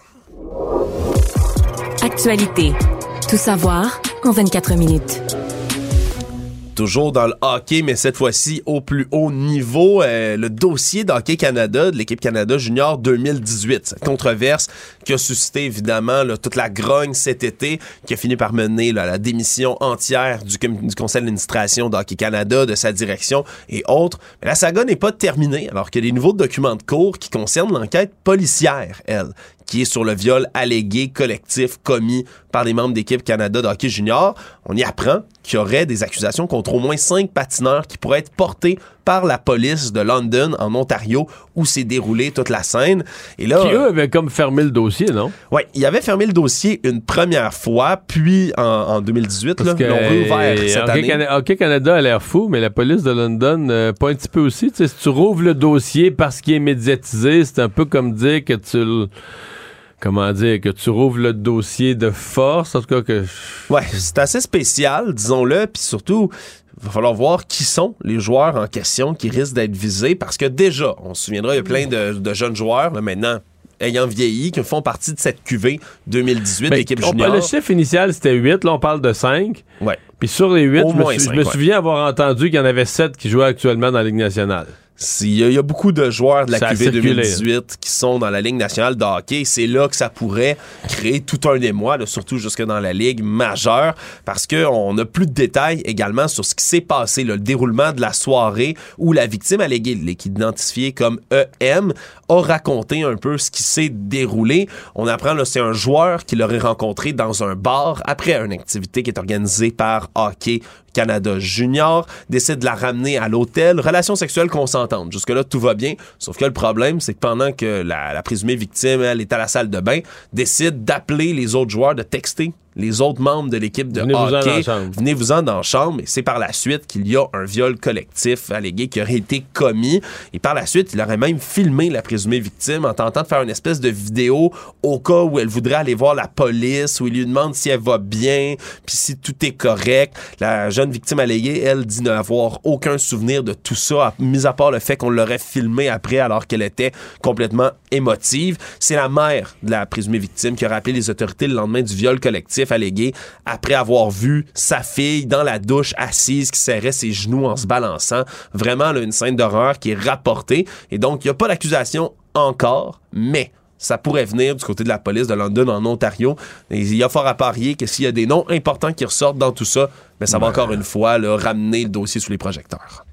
Actualité. Tout savoir en vingt-quatre minutes. Toujours dans le hockey, mais cette fois-ci au plus haut niveau, euh, le dossier d'Hockey Canada, de l'équipe Canada Junior deux mille dix-huit. Cette controverse qui a suscité évidemment là, toute la grogne cet été, qui a fini par mener là, à la démission entière du, com- du conseil d'administration d'Hockey Canada, de sa direction et autres. Mais la saga n'est pas terminée, alors qu'il y a des nouveaux documents de cours qui concernent l'enquête policière, elle, qui est sur le viol allégué collectif commis par des membres d'équipe Canada de hockey junior. On y apprend qu'il y aurait des accusations contre au moins cinq patineurs qui pourraient être portés par la police de London, en Ontario, où s'est déroulée toute la scène. Et là, qui, eux, avaient comme fermé le dossier, non? Oui, ils avaient fermé le dossier une première fois, puis en, en deux mille dix-huit, là, ils l'ont réouvert cette Hockey année. Can- Hockey Canada a l'air fou, mais la police de London, euh, pas un petit peu aussi. Tu sais, si tu rouvres le dossier parce qu'il est médiatisé, c'est un peu comme dire que tu... le Comment dire, que tu rouvres le dossier de force, en tout cas que... Ouais, c'est assez spécial, disons-le, puis surtout, il va falloir voir qui sont les joueurs en question qui risquent d'être visés, parce que déjà, on se souviendra, il y a plein de, de jeunes joueurs, là, maintenant, ayant vieilli, qui font partie de cette cuvée deux mille dix-huit ben, d'équipe on, junior. Le chiffre initial, c'était huit, là, on parle de cinq. Ouais. Puis sur les huit, Au je me, moins suis, cinq, je me ouais. souviens avoir entendu qu'il y en avait sept qui jouaient actuellement dans la Ligue nationale. Il y, y a beaucoup de joueurs de la ça Q V deux mille dix-huit qui sont dans la Ligue nationale de hockey. C'est là que ça pourrait créer tout un émoi, là, surtout jusque dans la Ligue majeure, parce qu'on n'a plus de détails également sur ce qui s'est passé, là, le déroulement de la soirée où la victime alléguée, qui est identifiée comme E M, a raconté un peu ce qui s'est déroulé. On apprend, là, c'est un joueur qui l'aurait rencontré dans un bar après une activité qui est organisée par Hockey Canada Junior, décide de la ramener à l'hôtel. Relation sexuelle consentante. Jusque-là, tout va bien. Sauf que le problème, c'est que pendant que la, la présumée victime, elle est à la salle de bain, décide d'appeler les autres joueurs, de texter les autres membres de l'équipe de Venez-vous-en hockey. dans la chambre. Venez-vous-en dans la chambre. Et c'est par la suite qu'il y a un viol collectif allégué qui aurait été commis. Et par la suite, il aurait même filmé la présumée victime en tentant de faire une espèce de vidéo au cas où elle voudrait aller voir la police, où il lui demande si elle va bien, puis si tout est correct. La jeune victime alléguée, elle, dit n'avoir aucun souvenir de tout ça, mis à part le fait qu'on l'aurait filmé après alors qu'elle était complètement émotive. C'est la mère de la présumée victime qui aurait appelé les autorités le lendemain du viol collectif allégué après avoir vu sa fille dans la douche assise qui serrait ses genoux en se balançant. Vraiment là, une scène d'horreur qui est rapportée. Et donc, il n'y a pas d'accusation encore, mais ça pourrait venir du côté de la police de London en Ontario. Et il y a fort à parier que s'il y a des noms importants qui ressortent dans tout ça, ben ça va encore une fois là, ramener le dossier sous les projecteurs.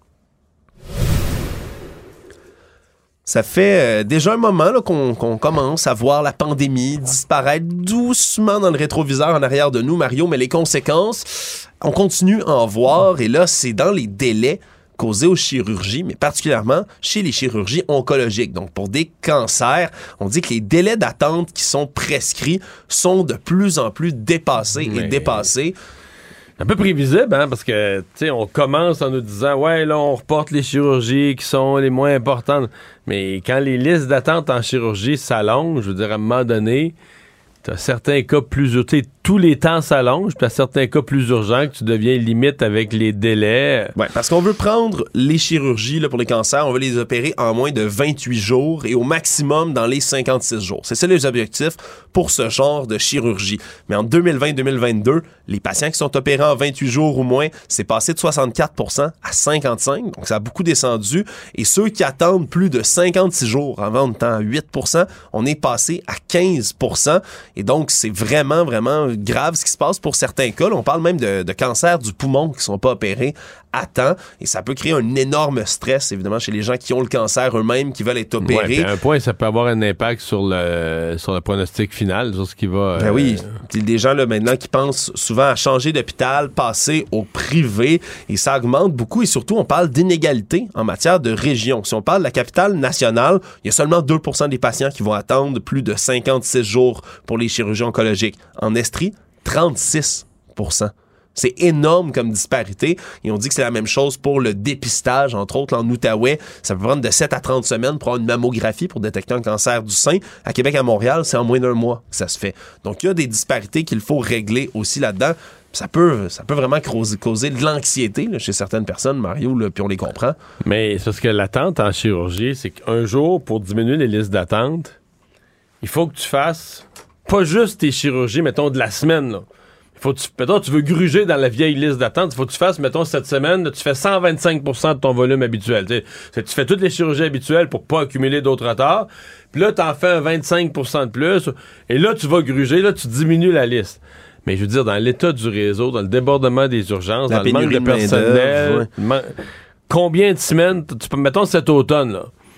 Ça fait euh, déjà un moment là, qu'on, qu'on commence à voir la pandémie disparaître doucement dans le rétroviseur en arrière de nous, Mario, mais les conséquences, on continue à en voir, et là, c'est dans les délais causés aux chirurgies, mais particulièrement chez les chirurgies oncologiques. Donc, pour des cancers, on dit que les délais d'attente qui sont prescrits sont de plus en plus dépassés mais... et dépassés. Un peu prévisible, hein, parce que, tu sais, on commence en nous disant, ouais, là, on reporte les chirurgies qui sont les moins importantes. Mais quand les listes d'attente en chirurgie s'allongent, je veux dire, à un moment donné, t'as certains cas plus urgents, tous les temps s'allongent, puis t'as certains cas plus urgents que tu deviens limite avec les délais. Oui, parce qu'on veut prendre les chirurgies là, pour les cancers, on veut les opérer en moins de vingt-huit jours et au maximum dans les cinquante-six jours. C'est ça les objectifs pour ce genre de chirurgie. Mais en deux mille vingt deux mille vingt-deux, les patients qui sont opérés en vingt-huit jours ou moins, c'est passé de soixante-quatre pour cent à cinquante-cinq pour cent, donc ça a beaucoup descendu. Et ceux qui attendent plus de cinquante-six jours, avant de temps huit pour cent, on est passé à quinze pour cent. Et donc, c'est vraiment, vraiment grave ce qui se passe pour certains cas. Là, on parle même de, de cancers du poumon qui ne sont pas opérés à temps. Et ça peut créer un énorme stress, évidemment, chez les gens qui ont le cancer eux-mêmes, qui veulent être opérés. Ouais, à un point, ça peut avoir un impact sur le, sur le pronostic final, sur ce qui va... Ben euh... oui. Puis des gens, là, maintenant, qui pensent souvent à changer d'hôpital, passer au privé. Et ça augmente beaucoup. Et surtout, on parle d'inégalité en matière de région. Si on parle de la capitale nationale, il y a seulement deux pour cent des patients qui vont attendre plus de cinquante-six jours pour les chirurgies oncologiques. En Estrie, trente-six pour cent. C'est énorme comme disparité. Et on dit que c'est la même chose pour le dépistage, entre autres en Outaouais. Ça peut prendre de sept à trente semaines pour avoir une mammographie pour détecter un cancer du sein. À Québec, à Montréal, c'est en moins d'un mois que ça se fait. Donc, il y a des disparités qu'il faut régler aussi là-dedans. Ça peut, ça peut vraiment causer, causer de l'anxiété là, chez certaines personnes, Mario, là, puis on les comprend. Mais c'est parce que l'attente en chirurgie, c'est qu'un jour, pour diminuer les listes d'attente, il faut que tu fasses pas juste tes chirurgies, mettons, de la semaine, là. Faut que tu, mettons, tu veux gruger dans la vieille liste d'attente, il faut que tu fasses, mettons, cette semaine, là, tu fais cent vingt-cinq pour cent de ton volume habituel. Tu sais, tu fais toutes les chirurgies habituelles pour pas accumuler d'autres retards. Puis là, t'en fais un vingt-cinq pour cent de plus. Et là, tu vas gruger, là, tu diminues la liste. Mais je veux dire, dans l'état du réseau, dans le débordement des urgences, la dans le manque de personnel, ouais. man... combien de semaines, tu peux, mettons, cet automne, là,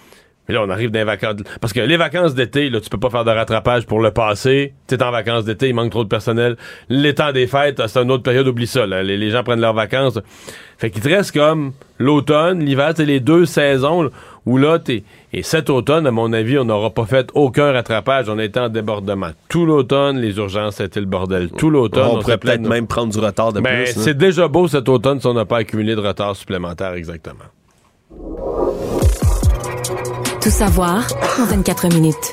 Mais là, on arrive dans les vacances. Parce que les vacances d'été, là, tu peux pas faire de rattrapage pour le passé. Tu es en vacances d'été, il manque trop de personnel. Les temps des fêtes, c'est une autre période, oublie ça. Là. Les, les gens prennent leurs vacances. Fait qu'il te reste comme l'automne, l'hiver, c'est les deux saisons là, où là, t'es. Et cet automne, à mon avis, on n'aura pas fait aucun rattrapage. On était en débordement. Tout l'automne, les urgences, c'était le bordel. Tout l'automne. On, on pourrait peut-être de... même prendre du retard de ben, plus. Mais c'est déjà beau cet automne si on n'a pas accumulé de retard supplémentaire, exactement. Tout savoir en vingt-quatre minutes.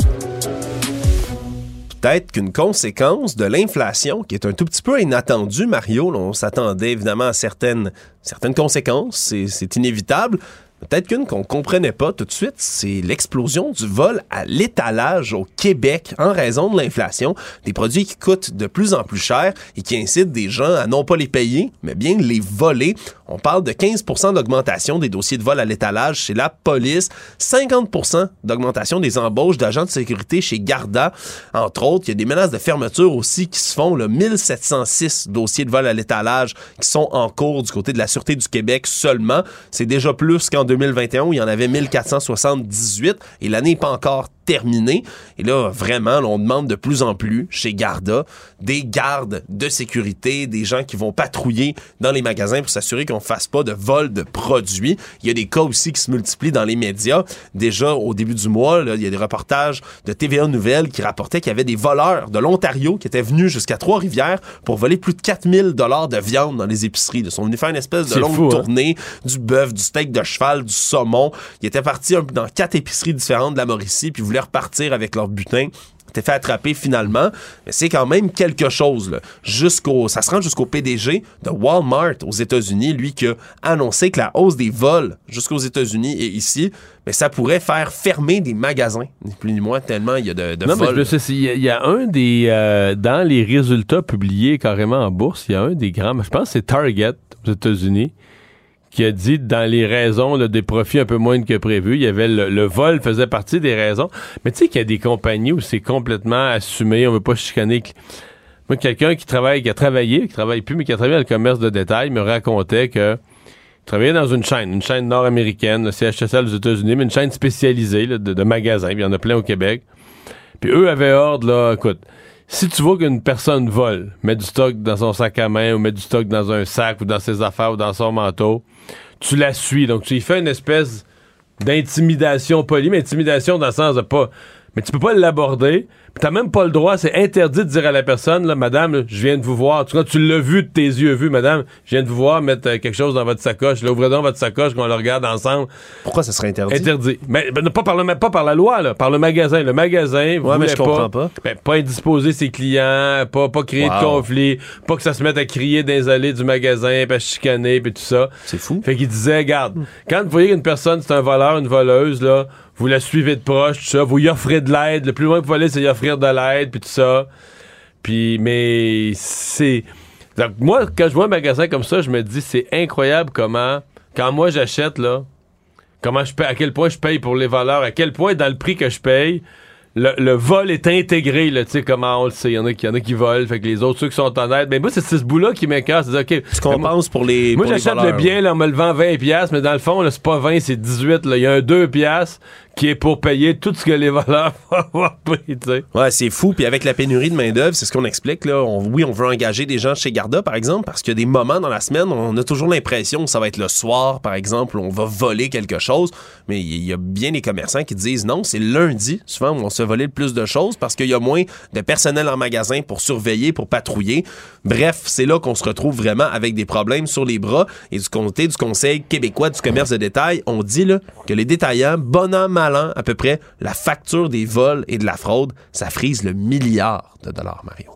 Peut-être qu'une conséquence de l'inflation, qui est un tout petit peu inattendue, Mario, là, on s'attendait évidemment à certaines, certaines conséquences, c'est, c'est inévitable. Peut-être qu'une qu'on comprenait pas tout de suite, c'est l'explosion du vol à l'étalage au Québec en raison de l'inflation. Des produits qui coûtent de plus en plus cher et qui incitent des gens à non pas les payer, mais bien les voler. On parle de quinze pour cent d'augmentation des dossiers de vol à l'étalage chez la police, cinquante pour cent d'augmentation des embauches d'agents de sécurité chez Garda. Entre autres, il y a des menaces de fermeture aussi qui se font. Là, mille sept cent six dossiers de vol à l'étalage qui sont en cours du côté de la Sûreté du Québec seulement. C'est déjà plus qu'en deux mille vingt et un où il y en avait mille quatre cent soixante-dix-huit et l'année n'est pas encore terminée. Et là, vraiment, là, on demande de plus en plus chez Garda des gardes de sécurité, des gens qui vont patrouiller dans les magasins pour s'assurer qu'on ne fasse pas de vol de produits. Il y a des cas aussi qui se multiplient dans les médias. Déjà, au début du mois, là, il y a des reportages de T V A Nouvelles qui rapportaient qu'il y avait des voleurs de l'Ontario qui étaient venus jusqu'à Trois-Rivières pour voler plus de quatre mille dollars de viande dans les épiceries. Ils sont venus faire une espèce de C'est longue fou, tournée, hein? Du bœuf, du steak de cheval, du saumon. Ils étaient partis dans quatre épiceries différentes de la Mauricie puis voulaient repartir avec leur butin. T'es fait attraper finalement, mais c'est quand même quelque chose. Là. Jusqu'au, ça se rend jusqu'au P D G de Walmart aux États-Unis, lui qui a annoncé que la hausse des vols jusqu'aux États-Unis et ici, mais ça pourrait faire fermer des magasins, ni plus ni moins, tellement il y a de, de non, vols. Mais il y, y a un des... Euh, dans les résultats publiés carrément en bourse, il y a un des grands, je pense que c'est Target aux États-Unis, qui a dit dans les raisons là, des profits un peu moins que prévu, il y avait le, le vol faisait partie des raisons. Mais tu sais qu'il y a des compagnies où c'est complètement assumé, on veut pas chicaner. Moi, quelqu'un qui travaille, qui a travaillé, qui travaille plus, mais qui a travaillé dans le commerce de détail, me racontait que il travaillait dans une chaîne, une chaîne nord-américaine, le C H S L aux États-Unis, mais une chaîne spécialisée là, de, de magasins, puis il y en a plein au Québec. Puis eux avaient ordre, là, écoute, si tu vois qu'une personne vole, met du stock dans son sac à main ou met du stock dans un sac ou dans ses affaires ou dans son manteau, tu la suis. Donc, tu y fais une espèce d'intimidation polie, mais intimidation dans le sens de pas... Mais tu peux pas l'aborder. Puis t'as même pas le droit, c'est interdit de dire à la personne, là, madame, là, je viens de vous voir. En tout cas, tu l'as vu de tes yeux vus, madame, je viens de vous voir mettre euh, quelque chose dans votre sacoche. Là, ouvrez donc votre sacoche, qu'on le regarde ensemble. Pourquoi ça serait interdit? Interdit. Mais ben, pas, par le, pas par la loi, là, par le magasin. Le magasin, vous ouais, mais je pas, comprends pas. Ben, pas indisposer ses clients, pas, pas créer wow. de conflit, pas que ça se mette à crier dans les allées du magasin, puis à chicaner, puis tout ça. C'est fou. Fait qu'il disait, regarde, quand vous voyez qu'une personne, c'est un voleur, une voleuse, là, vous la suivez de proche, tout ça, vous y offrez de l'aide. Le plus loin que vous allez, c'est y offrir de l'aide, puis tout ça. Puis, mais c'est... Donc, moi, quand je vois un magasin comme ça, je me dis, c'est incroyable comment, quand moi j'achète, là, comment je paye, à quel point je paye pour les voleurs, à quel point dans le prix que je paye, le, le vol est intégré, là, tu sais, comment on le sait. Il y en a qui, y en a qui volent, fait que les autres, ceux qui sont honnêtes. Mais moi, c'est, c'est ce bout-là qui m'écœure. C'est OK. Tu compenses pour les. Moi, pour j'achète les le bien, là, en me le vend vingt piastres, mais dans le fond, là, c'est pas vingt, c'est dix-huit, là. Il y a un deux piastres qui est pour payer tout ce que les voleurs vont avoir pris, tu sais. Ouais, c'est fou. Puis avec la pénurie de main-d'œuvre, c'est ce qu'on explique, là. On, oui, on veut engager des gens chez Garda, par exemple, parce qu'il y a des moments dans la semaine, on a toujours l'impression que ça va être le soir, par exemple, où on va voler quelque chose. Mais il y a bien des commerçants qui disent non, c'est lundi, souvent, où on se fait voler le plus de choses parce qu'il y a moins de personnel en magasin pour surveiller, pour patrouiller. Bref, c'est là qu'on se retrouve vraiment avec des problèmes sur les bras. Et du côté du Conseil québécois du commerce de détail, on dit là, que les détaillants, bon an, mal an, à peu près, la facture des vols et de la fraude, ça frise le milliard de dollars, Mario.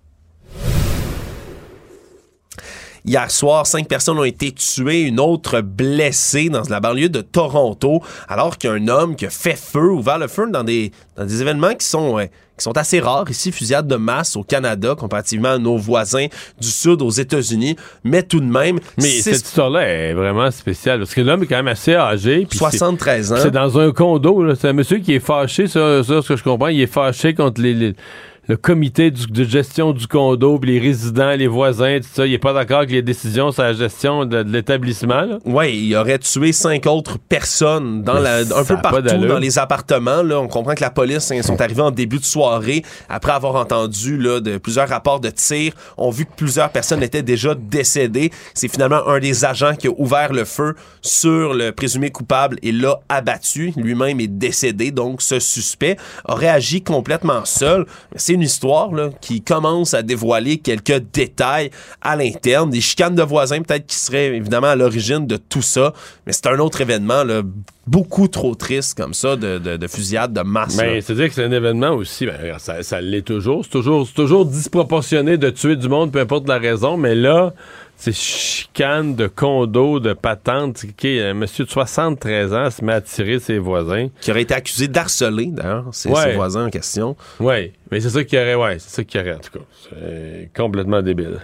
Hier soir, cinq personnes ont été tuées, une autre blessée dans la banlieue de Toronto, alors qu'il y a un homme qui a fait feu, ouvert le feu dans des, dans des événements qui sont, euh, qui sont assez rares ici, fusillade de masse au Canada, comparativement à nos voisins du Sud aux États-Unis, mais tout de même... Mais cette histoire-là est vraiment spéciale, parce que l'homme est quand même assez âgé. soixante-treize ans. C'est dans un condo, là. C'est un monsieur qui est fâché, ça, ça, ce que je comprends, il est fâché contre les... les le comité du, de gestion du condo, puis les résidents, les voisins, tout ça, il est pas d'accord avec les décisions sur la gestion de, de l'établissement. Oui, il aurait tué cinq autres personnes dans la, un peu partout dans les appartements. Là. On comprend que la police hein, sont arrivés en début de soirée après avoir entendu là, de plusieurs rapports de tir. On a vu que plusieurs personnes étaient déjà décédées. C'est finalement un des agents qui a ouvert le feu sur le présumé coupable et l'a abattu. Lui-même est décédé, donc ce suspect aurait agi complètement seul. C'est une histoire là, qui commence à dévoiler quelques détails à l'interne, des chicanes de voisins peut-être qui seraient évidemment à l'origine de tout ça, mais c'est un autre événement là, beaucoup trop triste comme ça de, de, de fusillade de masse. Mais c'est-à-dire que c'est un événement aussi, ben, ça, ça l'est toujours. C'est toujours, c'est toujours disproportionné de tuer du monde, peu importe la raison, mais là, c'est chicane de condo, de patente. Okay, un monsieur de soixante-treize ans se met à tirer ses voisins. Qui aurait été accusé d'harceler, d'ailleurs, ses, ouais. ses voisins en question. Oui, mais c'est ça qu'il y aurait, ouais, c'est ça qu'il y aurait, en tout cas. C'est complètement débile.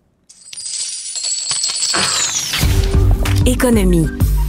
Économie.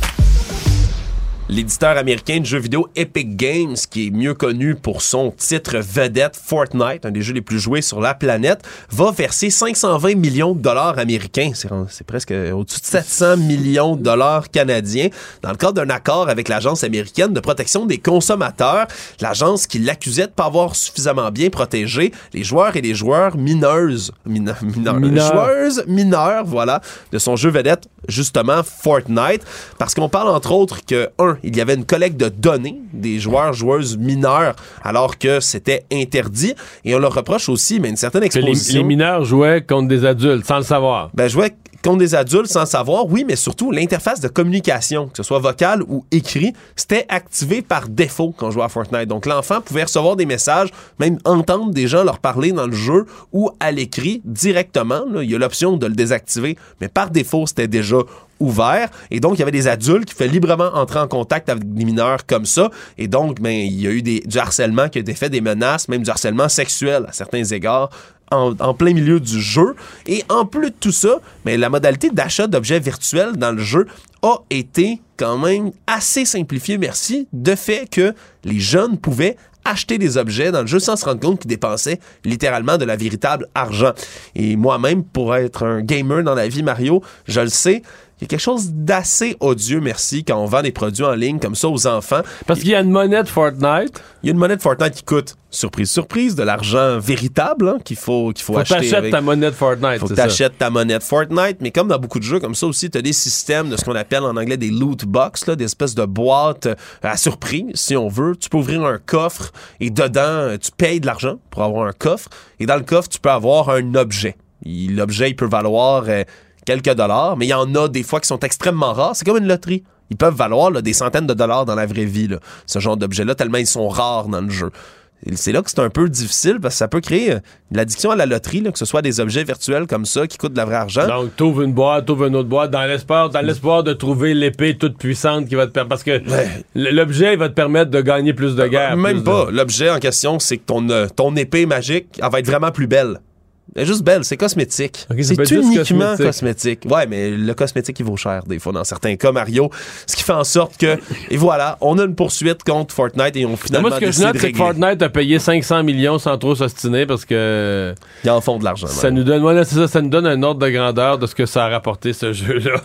L'éditeur américain de jeux vidéo Epic Games, qui est mieux connu pour son titre vedette Fortnite, un des jeux les plus joués sur la planète, va verser cinq cent vingt millions de dollars américains. C'est, c'est presque au-dessus de sept cents millions de dollars canadiens dans le cadre d'un accord avec l'Agence américaine de protection des consommateurs. L'agence qui l'accusait de ne pas avoir suffisamment bien protégé les joueurs et les joueurs mineuses, mineurs, mineurs, mineurs. joueuses mineures, voilà, de son jeu vedette, justement Fortnite, parce qu'on parle entre autres que, un, il y avait une collecte de données des joueurs, joueuses mineurs, alors que c'était interdit. Et on leur reproche aussi, mais une certaine exposition. Les, les mineurs jouaient contre des adultes, sans le savoir. Ben, jouaient contre des adultes sans le savoir, oui, mais surtout, l'interface de communication, que ce soit vocale ou écrit, c'était activé par défaut quand on jouait à Fortnite. Donc, l'enfant pouvait recevoir des messages, même entendre des gens leur parler dans le jeu ou à l'écrit directement. Là, il y a l'option de le désactiver, mais par défaut, c'était déjà ouvert. Et donc, il y avait des adultes qui pouvaient librement entrer en contact avec des mineurs comme ça. Et donc, ben, il y a eu des, du harcèlement qui a été fait, des menaces, même du harcèlement sexuel à certains égards, en, en plein milieu du jeu. Et en plus de tout ça, ben, la modalité d'achat d'objets virtuels dans le jeu a été quand même assez simplifiée, merci, de fait que les jeunes pouvaient acheter des objets dans le jeu sans se rendre compte qu'ils dépensaient littéralement de la véritable argent. Et moi-même, pour être un gamer dans la vie, Mario, je le sais, il y a quelque chose d'assez odieux, merci, quand on vend des produits en ligne comme ça aux enfants. Parce qu'il y a une monnaie de Fortnite. Il y a une monnaie de Fortnite qui coûte, surprise, surprise, de l'argent véritable hein, qu'il faut, qu'il faut, faut acheter. Faut que t'achètes ta monnaie de Fortnite, faut que t'achètes ta monnaie de Fortnite. Mais comme dans beaucoup de jeux comme ça aussi, t'as des systèmes de ce qu'on appelle en anglais des loot box, là, des espèces de boîtes à surprise, si on veut. Tu peux ouvrir un coffre et dedans, tu payes de l'argent pour avoir un coffre. Et dans le coffre, tu peux avoir un objet. Et l'objet, il peut valoir euh, quelques dollars, mais il y en a des fois qui sont extrêmement rares. C'est comme une loterie. Ils peuvent valoir là, des centaines de dollars dans la vraie vie, là, ce genre d'objets-là, tellement ils sont rares dans le jeu. Et c'est là que c'est un peu difficile parce que ça peut créer euh, l'addiction à la loterie, là, que ce soit des objets virtuels comme ça qui coûtent de la vraie argent. Donc, t'ouvres une boîte, t'ouvres une autre boîte dans l'espoir, dans l'espoir de trouver l'épée toute puissante qui va te permettre. Parce que ouais. l'objet, il va te permettre de gagner plus de guerre. Euh, même pas. De... L'objet en question, c'est que ton, euh, ton épée magique, elle va être vraiment plus belle. Elle est juste belle, c'est cosmétique. Okay, c'est uniquement cosmétique. cosmétique. Ouais, mais le cosmétique, il vaut cher, des fois, dans certains cas, Mario. Ce qui fait en sorte que, et voilà, on a une poursuite contre Fortnite et on finalement. Moi, ce que je note, c'est que Fortnite a payé cinq cents millions sans trop s'ostiner parce que. Ils en font de l'argent. Ça nous donne, voilà, c'est ça, ça nous donne un ordre de grandeur de ce que ça a rapporté, ce jeu-là.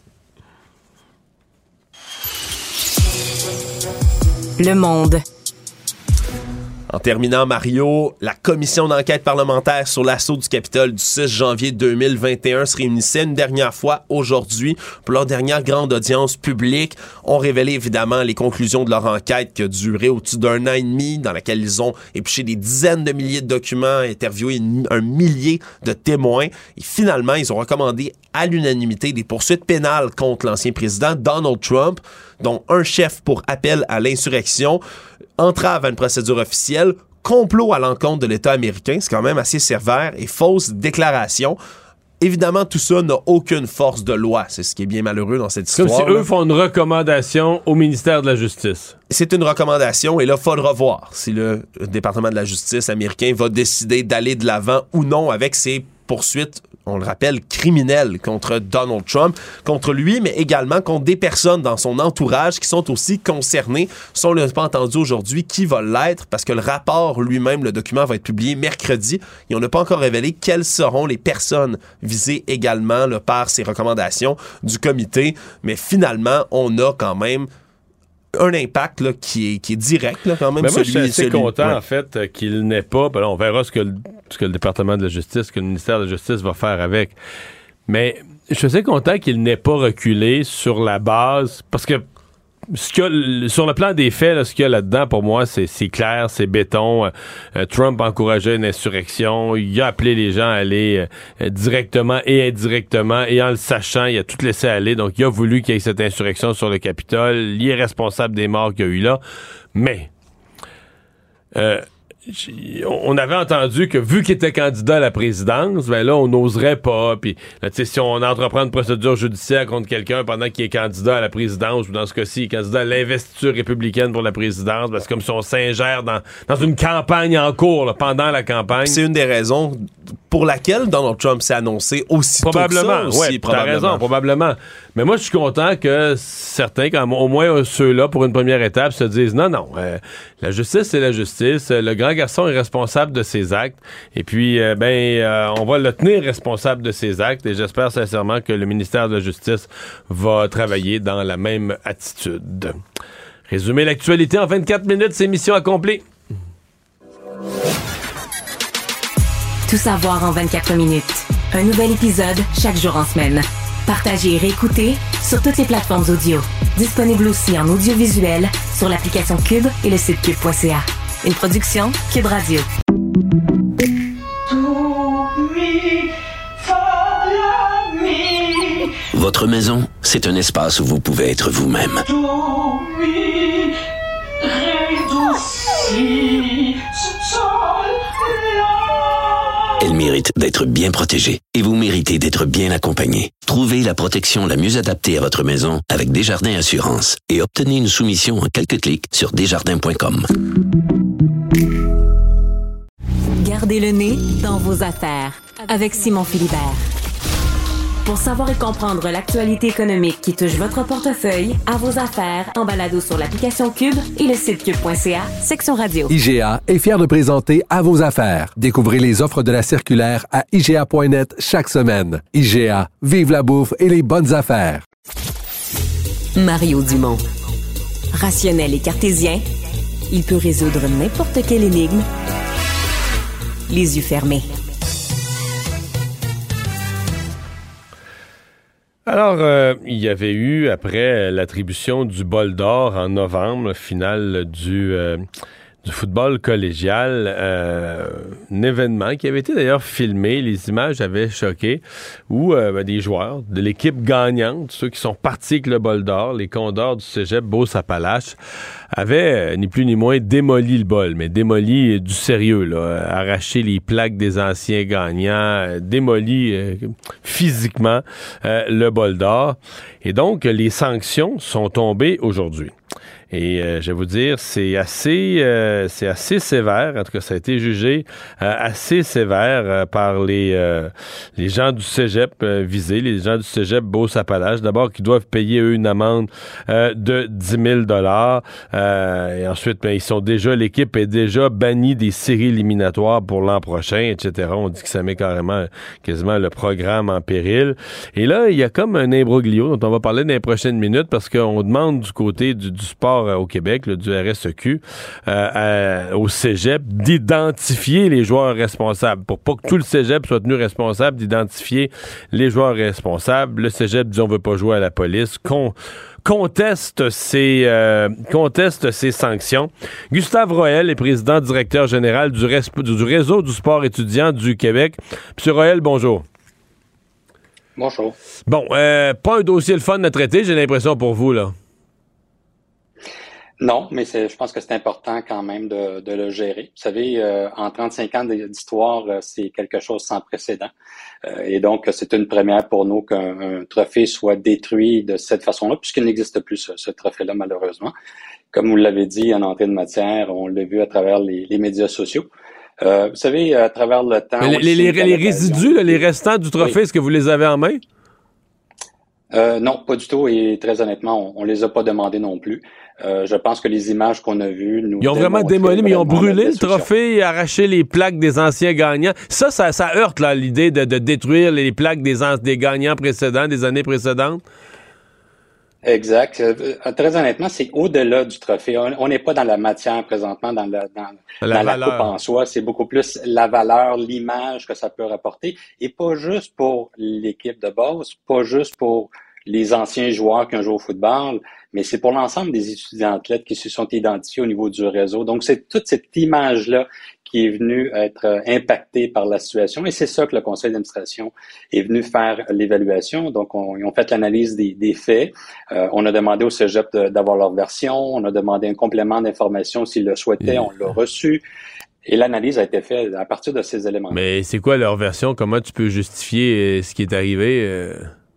Le Monde. En terminant, Mario, la commission d'enquête parlementaire sur l'assaut du Capitole du six janvier deux mille vingt et un se réunissait une dernière fois aujourd'hui pour leur dernière grande audience publique. On révélait évidemment les conclusions de leur enquête qui a duré au-dessus d'un an et demi, dans laquelle ils ont épluché des dizaines de milliers de documents, interviewé une, un millier de témoins. Et finalement, ils ont recommandé à l'unanimité des poursuites pénales contre l'ancien président Donald Trump, dont un chef pour appel à l'insurrection, entrave à une procédure officielle, complot à l'encontre de l'État américain, c'est quand même assez sévère, et fausse déclaration. Évidemment, tout ça n'a aucune force de loi. C'est ce qui est bien malheureux dans cette histoire. Comme si eux font une recommandation au ministère de la Justice. C'est une recommandation, et là, il faudra voir si le département de la justice américain va décider d'aller de l'avant ou non avec ces poursuites on le rappelle, criminelle contre Donald Trump, contre lui, mais également contre des personnes dans son entourage qui sont aussi concernées. Ça, on ne l'a pas entendu aujourd'hui qui va l'être, parce que le rapport lui-même, le document va être publié mercredi, et on n'a pas encore révélé quelles seront les personnes visées également là, par ces recommandations du comité, mais finalement, on a quand même un impact là, qui, est, qui est direct là, quand même. Mais moi, celui, je suis assez celui, content, ouais. en fait, qu'il n'ait pas... Ben là, on verra ce que, le, ce que le département de la justice, ce que le ministère de la Justice va faire avec. Mais je suis assez content qu'il n'ait pas reculé sur la base... Parce que ce qu'il y a, sur le plan des faits, là, ce qu'il y a là-dedans, pour moi, c'est, c'est clair, c'est béton. Euh, Trump encourageait une insurrection. Il a appelé les gens à aller euh, directement et indirectement. Et en le sachant, il a tout laissé aller. Donc, il a voulu qu'il y ait cette insurrection sur le Capitole. Il est responsable des morts qu'il y a eu là. Mais... Euh, on avait entendu que vu qu'il était candidat à la présidence, ben là, on n'oserait pas. Puis, là, tu sais, si on entreprend une procédure judiciaire contre quelqu'un pendant qu'il est candidat à la présidence, ou dans ce cas-ci, candidat à l'investiture républicaine pour la présidence, ben c'est comme si on s'ingère dans, dans une campagne en cours, là, pendant la campagne. C'est une des raisons pour laquelle Donald Trump s'est annoncé aussitôt probablement, que ça. Oui, t'as raison, probablement. Mais moi, je suis content que certains, quand, au moins ceux-là, pour une première étape, se disent non, non, euh, la justice, c'est la justice. Le grand garçon est responsable de ses actes. Et puis, euh, ben, euh, on va le tenir responsable de ses actes. Et j'espère sincèrement que le ministère de la Justice va travailler dans la même attitude. Résumer l'actualité en vingt-quatre minutes, c'est mission accomplie. Tout savoir en vingt-quatre minutes. Un nouvel épisode chaque jour en semaine. Partagez et réécoutez sur toutes les plateformes audio. Disponible aussi en audiovisuel sur l'application Cube et le site cube point c a. Une production Cube Radio. Votre maison, c'est un espace où vous pouvez être vous-même. Elle mérite d'être bien protégée et vous méritez d'être bien accompagnée. Trouvez la protection la mieux adaptée à votre maison avec Desjardins Assurance et obtenez une soumission en quelques clics sur desjardins point com. Gardez le nez dans vos affaires avec Simon Philibert. Pour savoir et comprendre l'actualité économique qui touche votre portefeuille, à vos affaires, en balado sur l'application Cube et le site cube point c a, section radio. I G A est fier de présenter À vos affaires. Découvrez les offres de la circulaire à I G A point net chaque semaine. I G A, vive la bouffe et les bonnes affaires. Mario Dumont. Rationnel et cartésien, il peut résoudre n'importe quelle énigme les yeux fermés. Alors, euh, il y avait eu, après l'attribution du bol d'or en novembre, finale du, euh, du football collégial, euh, un événement qui avait été d'ailleurs filmé, les images avaient choqué, où euh, ben, des joueurs de l'équipe gagnante, ceux qui sont partis avec le bol d'or, les Condors du cégep Beauce-Appalaches, avaient, euh, ni plus ni moins, démoli le bol, mais démoli euh, du sérieux, là, euh, arraché les plaques des anciens gagnants, euh, démoli euh, physiquement euh, le bol d'or. Et donc, les sanctions sont tombées aujourd'hui. Et euh, je vais vous dire, c'est assez, euh, c'est assez sévère. En tout cas, ça a été jugé euh, assez sévère euh, par les euh, les gens du cégep euh, visés, les gens du cégep Beauce-Appalaches. D'abord, qui doivent payer eux une amende euh, de dix mille dollars. Euh, et ensuite, ben, ils sont déjà, l'équipe est déjà bannie des séries éliminatoires pour l'an prochain, et cetera. On dit que ça met carrément, quasiment le programme en péril. Et là, il y a comme un imbroglio dont on va parler dans les prochaines minutes parce qu'on demande du côté du, du sport au Québec, là, du R S E Q, euh, à, au cégep, d'identifier les joueurs responsables. Pour pas que tout le cégep soit tenu responsable, d'identifier les joueurs responsables. Le cégep dit on veut pas jouer à la police. Con, conteste ces, euh, conteste ces sanctions. Gustave Roel est président directeur général du, resp- du réseau du sport étudiant du Québec. Monsieur Roel, bonjour. Bonjour. Bon, euh, pas un dossier le fun à traiter, j'ai l'impression pour vous, là. Non, mais c'est, je pense que c'est important quand même de, de le gérer. Vous savez, euh, en trente-cinq ans d'histoire, euh, c'est quelque chose sans précédent. Euh, et donc, c'est une première pour nous qu'un un trophée soit détruit de cette façon-là, puisqu'il n'existe plus ce, ce trophée-là, malheureusement. Comme vous l'avez dit en entrée de matière, on l'a vu à travers les, les médias sociaux. Euh, vous savez, à travers le temps... Les, les, les, les résidus, là, les restants du trophée, oui. Est-ce que vous les avez en main? Euh, non, pas du tout. Et très honnêtement, on, on les a pas demandés non plus. Euh, je pense que les images qu'on a vues nous... Ils ont vraiment démoli, mais ils ont brûlé le trophée et arraché les plaques des anciens gagnants. Ça, ça, ça heurte là, l'idée de, de détruire les plaques des, des gagnants précédents, des années précédentes. Exact. Euh, très honnêtement, c'est au-delà du trophée. On n'est pas dans la matière présentement, dans, le, dans, la, dans la coupe en soi. C'est beaucoup plus la valeur, l'image que ça peut rapporter. Et pas juste pour l'équipe de base, pas juste pour les anciens joueurs qui ont joué au football, mais c'est pour l'ensemble des étudiants athlètes qui se sont identifiés au niveau du réseau. Donc, c'est toute cette image-là qui est venue être impactée par la situation. Et c'est ça que le conseil d'administration est venu faire l'évaluation. Donc, on, ils ont fait l'analyse des, des faits. Euh, on a demandé au cégep de, d'avoir leur version. On a demandé un complément d'information s'ils le souhaitaient. On l'a reçu. Et l'analyse a été faite à partir de ces éléments. Mais c'est quoi leur version? Comment tu peux justifier ce qui est arrivé? Euh...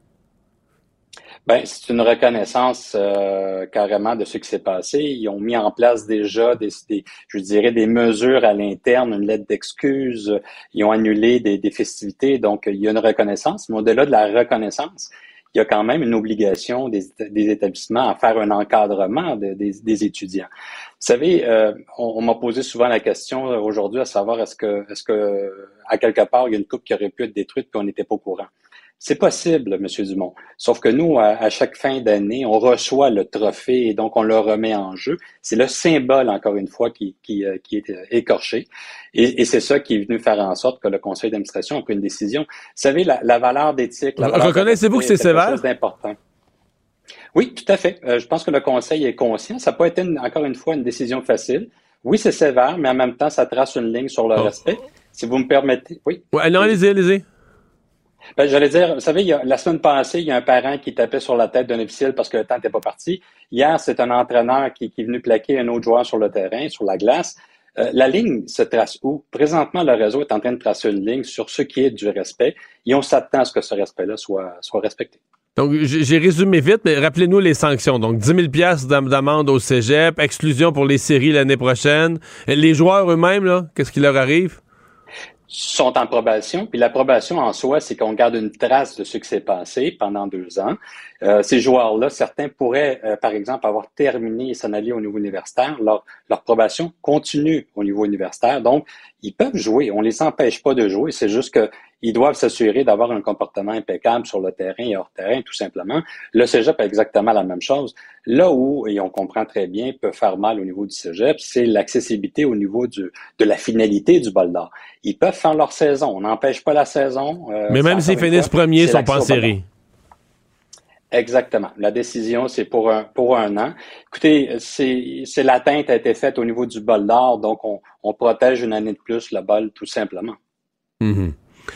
Ben, c'est une reconnaissance euh, carrément de ce qui s'est passé. Ils ont mis en place déjà des, des je dirais, des mesures à l'interne, une lettre d'excuse. Ils ont annulé des, des festivités. Donc, il y a une reconnaissance. Mais au-delà de la reconnaissance, il y a quand même une obligation des, des établissements à faire un encadrement de, des, des étudiants. Vous savez, euh, on, on m'a posé souvent la question aujourd'hui à savoir est-ce que, est-ce que à quelque part il y a une coupe qui aurait pu être détruite puis on n'était pas au courant. C'est possible, M. Dumont. Sauf que nous, à, à chaque fin d'année, on reçoit le trophée et donc on le remet en jeu. C'est le symbole, encore une fois, qui, qui, qui est écorché. Et, et c'est ça qui est venu faire en sorte que le conseil d'administration a pris une décision. Vous savez, la, la valeur d'éthique... La valeur Reconnaissez-vous que c'est sévère? Chose d'important. Oui, tout à fait. Euh, je pense que le conseil est conscient. Ça n'a pas été, une, encore une fois, une décision facile. Oui, c'est sévère, mais en même temps, ça trace une ligne sur le oh. respect. Si vous me permettez... Oui. Ouais, non, allez-y, allez-y. Ben, j'allais dire, vous savez, il y a, la semaine passée, il y a un parent qui tapait sur la tête d'un officiel parce que le temps n'était pas parti. Hier, c'est un entraîneur qui, qui est venu plaquer un autre joueur sur le terrain, sur la glace. Euh, la ligne se trace où? Présentement, le réseau est en train de tracer une ligne sur ce qui est du respect et on s'attend à ce que ce respect-là soit, soit respecté. Donc, j'ai résumé vite, mais rappelez-nous les sanctions. Donc, dix mille dollars d'amende au cégep, exclusion pour les séries l'année prochaine. Les joueurs eux-mêmes, là, qu'est-ce qui leur arrive? Sont en probation, puis la probation en soi, c'est qu'on garde une trace de ce qui s'est passé pendant deux ans. Euh, ces joueurs-là, certains pourraient, euh, par exemple, avoir terminé et s'en aller au niveau universitaire. Leur, leur probation continue au niveau universitaire, donc ils peuvent jouer. On les empêche pas de jouer, c'est juste que ils doivent s'assurer d'avoir un comportement impeccable sur le terrain et hors terrain, tout simplement. Le cégep a exactement la même chose. Là où, et on comprend très bien, peut faire mal au niveau du cégep, c'est l'accessibilité au niveau du, de la finalité du bol d'or. Ils peuvent faire leur saison. On n'empêche pas la saison. Euh, Mais même s'ils finissent premiers, ils sont pas en série. Exactement. La décision, c'est pour un, pour un an. Écoutez, c'est, c'est l'atteinte a été faite au niveau du bol d'or, donc on, on protège une année de plus le bol, tout simplement. Mm-hmm.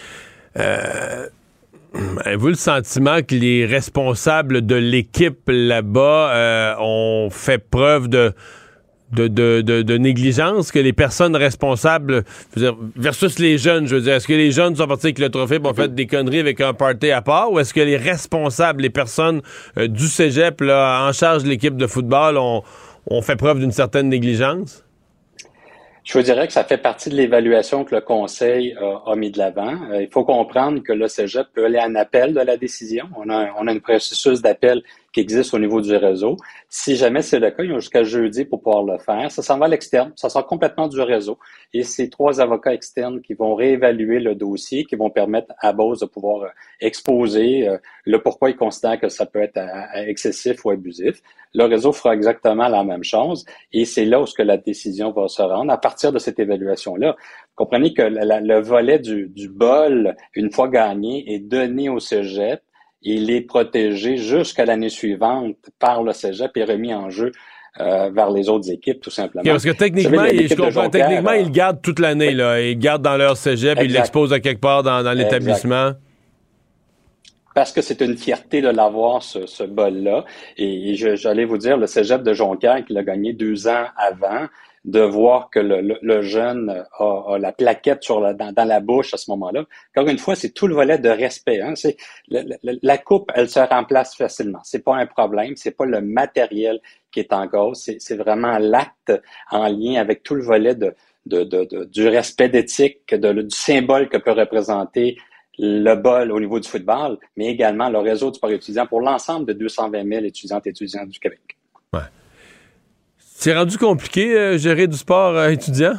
Euh, avez-vous le sentiment que les responsables de l'équipe là-bas euh, ont fait preuve de, de, de, de, de négligence, que les personnes responsables, je veux dire, versus les jeunes, je veux dire, est-ce que les jeunes sont partis avec le trophée pour faire des conneries avec un party à part, ou est-ce que les responsables, les personnes euh, du cégep là, en charge de l'équipe de football ont, ont fait preuve d'une certaine négligence? Je vous dirais que ça fait partie de l'évaluation que le Conseil a, a mis de l'avant. Euh, il faut comprendre que le cégep peut aller en appel de la décision. On a, on a un processus d'appel qui existe au niveau du réseau. Si jamais c'est le cas, ils ont jusqu'à jeudi pour pouvoir le faire. Ça s'en va à l'externe, ça sort complètement du réseau. Et c'est trois avocats externes qui vont réévaluer le dossier, qui vont permettre à Bose de pouvoir euh, exposer euh, le pourquoi ils considèrent que ça peut être à, à excessif ou abusif. Le réseau fera exactement la même chose et c'est là où ce que la décision va se rendre à partir de cette évaluation-là. Vous comprenez que la, la, le volet du, du bol, une fois gagné, est donné au cégep. Il est protégé jusqu'à l'année suivante par le cégep et remis en jeu euh, vers les autres équipes, tout simplement. Okay, parce que techniquement, savez, je comprends, Jonquière, techniquement, ils le gardent toute l'année. Oui. Là. Ils le gardent dans leur cégep, exact. Ils l'exposent à quelque part dans, dans l'établissement. Exact. Parce que c'est une fierté de l'avoir, ce, ce bol-là. Et, et je, j'allais vous dire, le cégep de Jonquière, qui l'a gagné deux ans avant, de voir que le, le, le jeune a, a la plaquette sur la, dans, dans la bouche à ce moment-là. Encore une fois, c'est tout le volet de respect. Hein. C'est, le, le, la coupe, elle se remplace facilement. C'est pas un problème. C'est pas le matériel qui est en cause. C'est, c'est vraiment l'acte en lien avec tout le volet de, de, de, de du respect d'éthique, de, du symbole que peut représenter le bol au niveau du football, mais également le réseau du sport étudiant pour l'ensemble de deux cent vingt mille étudiantes et étudiants du Québec. Ouais. C'est rendu compliqué, euh, gérer du sport euh, étudiant?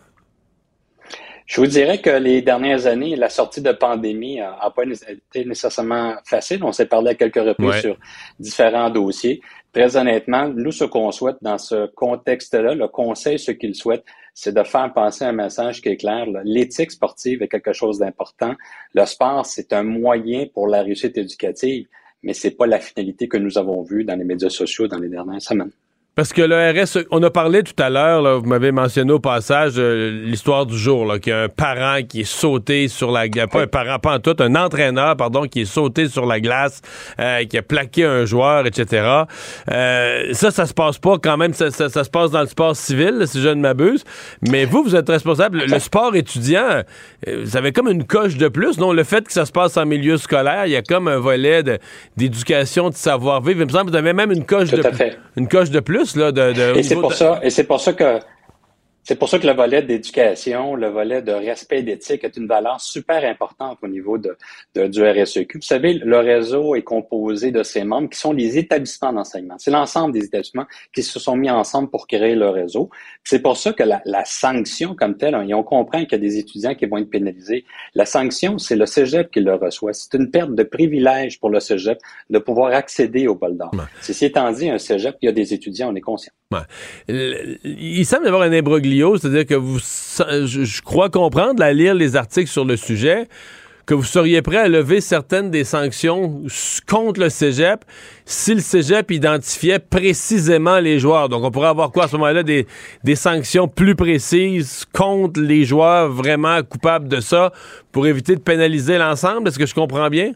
Je vous dirais que les dernières années, la sortie de pandémie n'a pas été nécessairement facile. On s'est parlé à quelques reprises ouais. sur différents dossiers. Très honnêtement, nous, ce qu'on souhaite dans ce contexte-là, le conseil, ce qu'il souhaite, c'est de faire passer un message qui est clair. Là. L'éthique sportive est quelque chose d'important. Le sport, c'est un moyen pour la réussite éducative, mais c'est pas la finalité que nous avons vue dans les médias sociaux dans les dernières semaines. Parce que le R S, on a parlé tout à l'heure, là, vous m'avez mentionné au passage euh, l'histoire du jour, là, qu'il y a un parent qui est sauté sur la glace, pas un parent, pas en tout, un entraîneur, pardon, qui est sauté sur la glace, euh, qui a plaqué un joueur, et cetera. Euh, ça, ça se passe pas quand même, ça, ça, ça se passe dans le sport civil, là, si je ne m'abuse. Mais vous, vous êtes responsable. Le sport étudiant, euh, vous avez comme une coche de plus, non? Le fait que ça se passe en milieu scolaire, il y a comme un volet de, d'éducation, de savoir-vivre. Il me semble que vous avez même une coche, de, une coche de plus. Là, de, de, et c'est pour de... ça, et c'est pour ça que c'est pour ça que le volet d'éducation, le volet de respect d'éthique est une valeur super importante au niveau de, de du R S E Q. Vous savez, le réseau est composé de ses membres qui sont les établissements d'enseignement. C'est l'ensemble des établissements qui se sont mis ensemble pour créer le réseau. C'est pour ça que la, la sanction comme telle, hein, et on comprend qu'il y a des étudiants qui vont être pénalisés. La sanction, c'est le cégep qui le reçoit. C'est une perte de privilège pour le cégep de pouvoir accéder au bol d'or. Ouais. Ceci étant dit, un cégep, il y a des étudiants, on est conscient. Ouais. Il semble y avoir un imbroglio, c'est-à-dire que vous, je, je crois comprendre, à lire les articles sur le sujet, que vous seriez prêt à lever certaines des sanctions contre le cégep si le cégep identifiait précisément les joueurs. Donc, on pourrait avoir quoi à ce moment-là? Des, des sanctions plus précises contre les joueurs vraiment coupables de ça pour éviter de pénaliser l'ensemble? Est-ce que je comprends bien?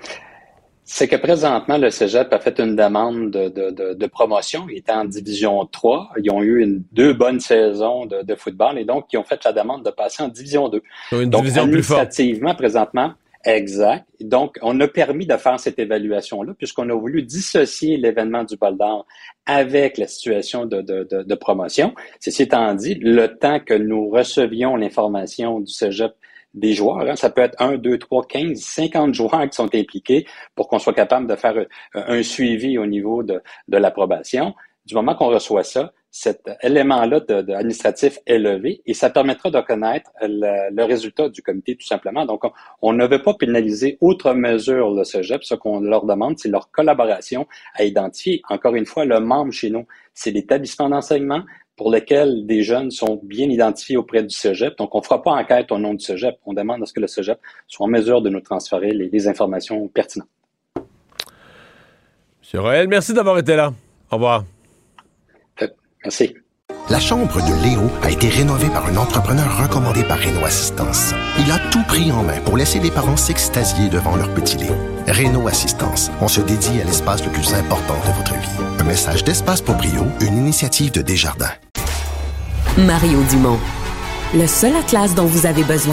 C'est que présentement, le cégep a fait une demande de, de, de, de promotion. Il était en division trois. Ils ont eu une, deux bonnes saisons de, de football et donc, ils ont fait la demande de passer en division deux. Une donc, division plus forte. Administrativement, présentement, exact. Donc, on a permis de faire cette évaluation-là puisqu'on a voulu dissocier l'événement du bol d'or avec la situation de, de, de, de promotion. Ceci étant dit, le temps que nous recevions l'information du cégep des joueurs, hein. Ça peut être un, deux, trois, quinze, cinquante joueurs qui sont impliqués pour qu'on soit capable de faire un suivi au niveau de, de l'approbation. Du moment qu'on reçoit ça, cet élément-là de, de administratif est levé et ça permettra de connaître le, le résultat du comité tout simplement. Donc, on, on ne veut pas pénaliser outre mesure le cégep. Ce qu'on leur demande, c'est leur collaboration à identifier. Encore une fois, le membre chez nous, c'est l'établissement d'enseignement pour lesquels des jeunes sont bien identifiés auprès du cégep. Donc, on ne fera pas enquête au nom du cégep. On demande à ce que le cégep soit en mesure de nous transférer les, les informations pertinentes. Monsieur Roel, merci d'avoir été là. Au revoir. Merci. La chambre de Léo a été rénovée par un entrepreneur recommandé par Réno Assistance. Il a tout pris en main pour laisser les parents s'extasier devant leur petit Léo. Réno Assistance, on se dédie à l'espace le plus important de votre vie. Un message d'Espace Proprio, une initiative de Desjardins. Mario Dumont, le seul atlas dont vous avez besoin.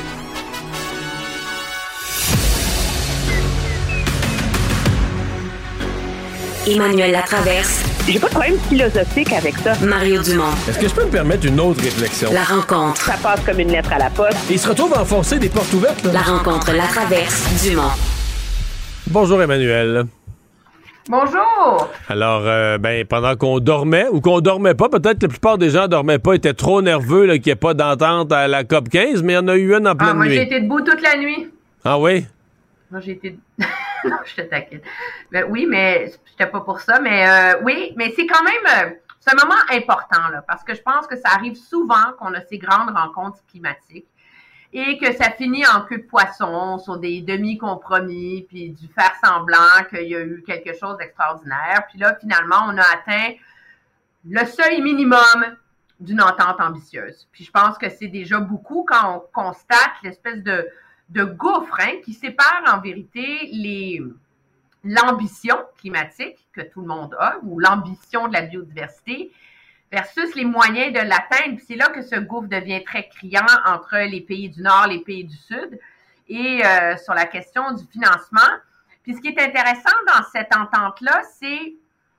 Emmanuel Latraverse. J'ai pas de problème philosophique avec ça. Mario Dumont. Est-ce que je peux me permettre une autre réflexion? La rencontre. Ça passe comme une lettre à la poste. Et il se retrouve à enfoncer des portes ouvertes, là. La rencontre Latraverse Dumont. Bonjour Emmanuel. Bonjour! Alors, euh, ben, pendant qu'on dormait, ou qu'on dormait pas, peut-être que la plupart des gens dormaient pas, étaient trop nerveux là, qu'il n'y ait pas d'entente à la COP quinze, mais il y en a eu une en pleine ah, moi, nuit. Moi, j'ai été debout toute la nuit. Ah oui? Moi, j'ai été... non, je te taquine. Ben, oui, mais j'étais pas pour ça, mais euh, oui, mais c'est quand même... Euh, c'est un moment important, là, parce que je pense que ça arrive souvent qu'on a ces grandes rencontres climatiques et que ça finit en queue de poisson, sur des demi-compromis, puis du faire semblant qu'il y a eu quelque chose d'extraordinaire. Puis là, finalement, on a atteint le seuil minimum d'une entente ambitieuse. Puis je pense que c'est déjà beaucoup quand on constate l'espèce de, de gouffre hein, qui sépare en vérité les, l'ambition climatique que tout le monde a, ou l'ambition de la biodiversité, versus les moyens de l'atteindre. Puis c'est là que ce gouffre devient très criant entre les pays du Nord, les pays du Sud, et euh, sur la question du financement. Puis ce qui est intéressant dans cette entente-là, c'est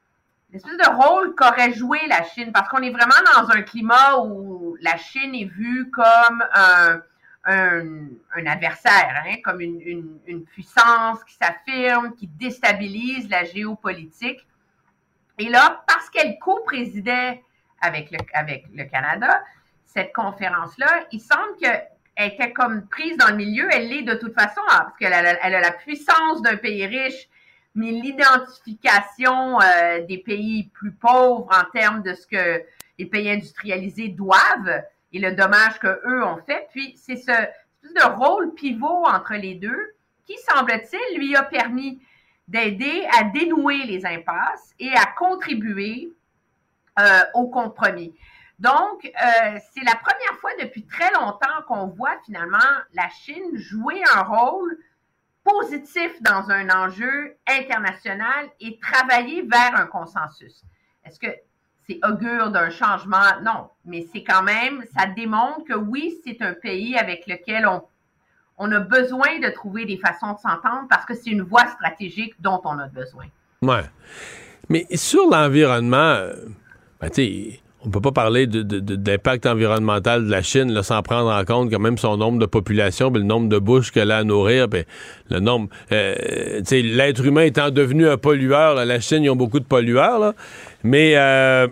l'espèce de rôle qu'aurait joué la Chine, parce qu'on est vraiment dans un climat où la Chine est vue comme un, un, un adversaire, hein, comme une, une, une puissance qui s'affirme, qui déstabilise la géopolitique. Et là, parce qu'elle co-présidait avec le, avec le Canada, cette conférence-là, il semble qu'elle était comme prise dans le milieu, elle l'est de toute façon, hein, parce qu'elle a, elle a la puissance d'un pays riche, mais l'identification euh, des pays plus pauvres en termes de ce que les pays industrialisés doivent et le dommage qu'eux ont fait. Puis c'est ce, ce rôle pivot entre les deux qui, semble-t-il, lui a permis d'aider à dénouer les impasses et à contribuer euh, au compromis. Donc, euh, c'est la première fois depuis très longtemps qu'on voit finalement la Chine jouer un rôle positif dans un enjeu international et travailler vers un consensus. Est-ce que c'est augure d'un changement? Non, mais c'est quand même, ça démontre que oui, c'est un pays avec lequel on, on a besoin de trouver des façons de s'entendre parce que c'est une voie stratégique dont on a besoin. Ouais. Mais sur l'environnement, ben, tu sais, on peut pas parler de, de, de, d'impact environnemental de la Chine là, sans prendre en compte quand même son nombre de population, puis le nombre de bouches qu'elle a à nourrir, puis le nombre... Euh, tu sais, l'être humain étant devenu un pollueur, là, la Chine, ils ont beaucoup de pollueurs, là, mais euh,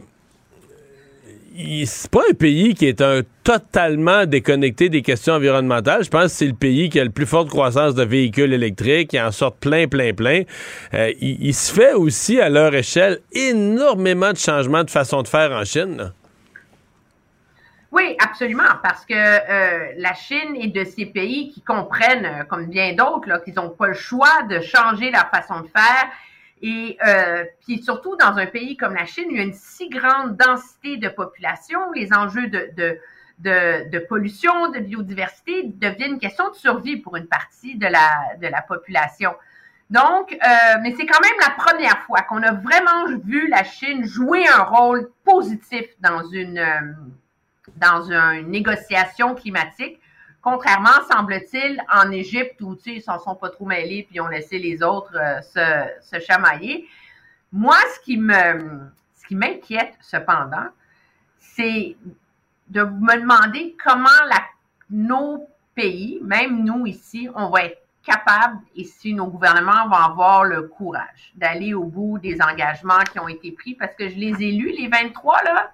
il, c'est pas un pays qui est un totalement déconnecté des questions environnementales. Je pense que c'est le pays qui a le plus forte croissance de véhicules électriques, qui en sortent plein, plein, plein. Euh, il, il se fait aussi, à leur échelle, énormément de changements de façon de faire en Chine, là. Oui, absolument, parce que euh, la Chine est de ces pays qui comprennent, euh, comme bien d'autres, là, qu'ils n'ont pas le choix de changer leur façon de faire. Et euh, puis surtout dans un pays comme la Chine, il y a une si grande densité de population, les enjeux de, de, de, de pollution, de biodiversité deviennent une question de survie pour une partie de la, de la population. Donc, euh, mais c'est quand même la première fois qu'on a vraiment vu la Chine jouer un rôle positif dans une, euh, dans une négociation climatique. Contrairement, semble-t-il, en Égypte, où, tu sais, ils s'en sont pas trop mêlés puis ils ont laissé les autres euh, se, se chamailler. Moi, ce qui me, ce qui m'inquiète, cependant, c'est de me demander comment la, nos pays, même nous ici, on va être capables, et si nos gouvernements vont avoir le courage d'aller au bout des engagements qui ont été pris, parce que je les ai lus, les vingt-trois, là.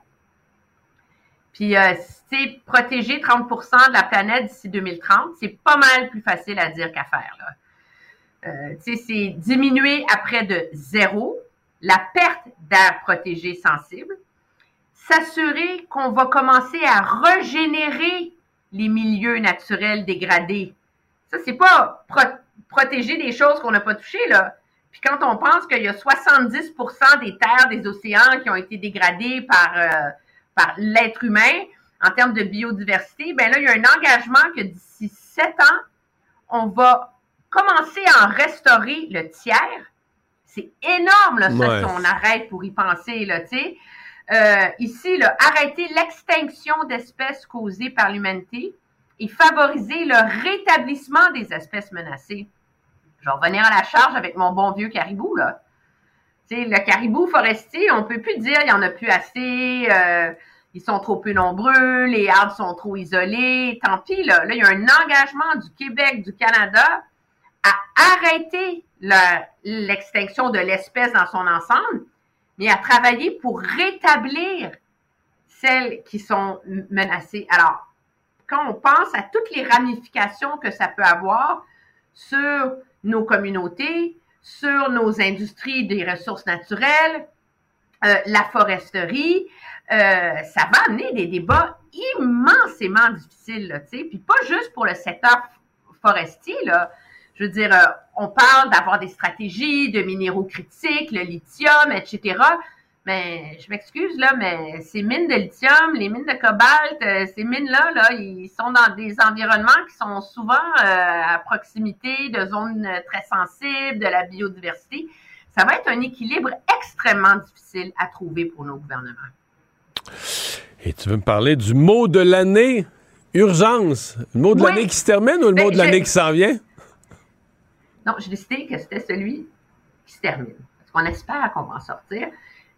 Puis, euh, c'est protéger trente pour cent de la planète d'ici deux mille trente, c'est pas mal plus facile à dire qu'à faire, là. Euh, tu sais, c'est diminuer à près de zéro la perte d'air protégé sensible, s'assurer qu'on va commencer à régénérer les milieux naturels dégradés. Ça, c'est pas pro- protéger des choses qu'on n'a pas touchées, là. Puis quand on pense qu'il y a soixante-dix pour cent des terres, des océans qui ont été dégradés par... Euh, par l'être humain en termes de biodiversité, ben là, il y a un engagement que d'ici sept ans, on va commencer à en restaurer le tiers. C'est énorme, là, ça, ouais. Si on arrête pour y penser, là, tu sais. Euh, ici, là, arrêter l'extinction d'espèces causées par l'humanité et favoriser le rétablissement des espèces menacées. Je vais revenir à la charge avec mon bon vieux caribou, là. T'sais, le caribou forestier, on peut plus dire il y en a plus assez, euh, ils sont trop peu nombreux, les arbres sont trop isolés. Tant pis, là, là, il y a un engagement du Québec, du Canada à arrêter la, l'extinction de l'espèce dans son ensemble, mais à travailler pour rétablir celles qui sont menacées. Alors, quand on pense à toutes les ramifications que ça peut avoir sur nos communautés, sur nos industries des ressources naturelles, euh, la foresterie, euh, ça va amener des débats immensément difficiles, là, tu sais, puis pas juste pour le secteur forestier, là. Je veux dire, euh, on parle d'avoir des stratégies de minéraux critiques, le lithium, et cetera. Mais je m'excuse, là, mais ces mines de lithium, les mines de cobalt, euh, ces mines-là, là, ils sont dans des environnements qui sont souvent euh, à proximité de zones très sensibles, de la biodiversité. Ça va être un équilibre extrêmement difficile à trouver pour nos gouvernements. Et tu veux me parler du mot de l'année, urgence. Le mot de oui. l'année qui se termine ou le mot Mais de l'année je... qui s'en vient? Non, j'ai décidé que c'était celui qui se termine. Parce qu'on espère qu'on va en sortir.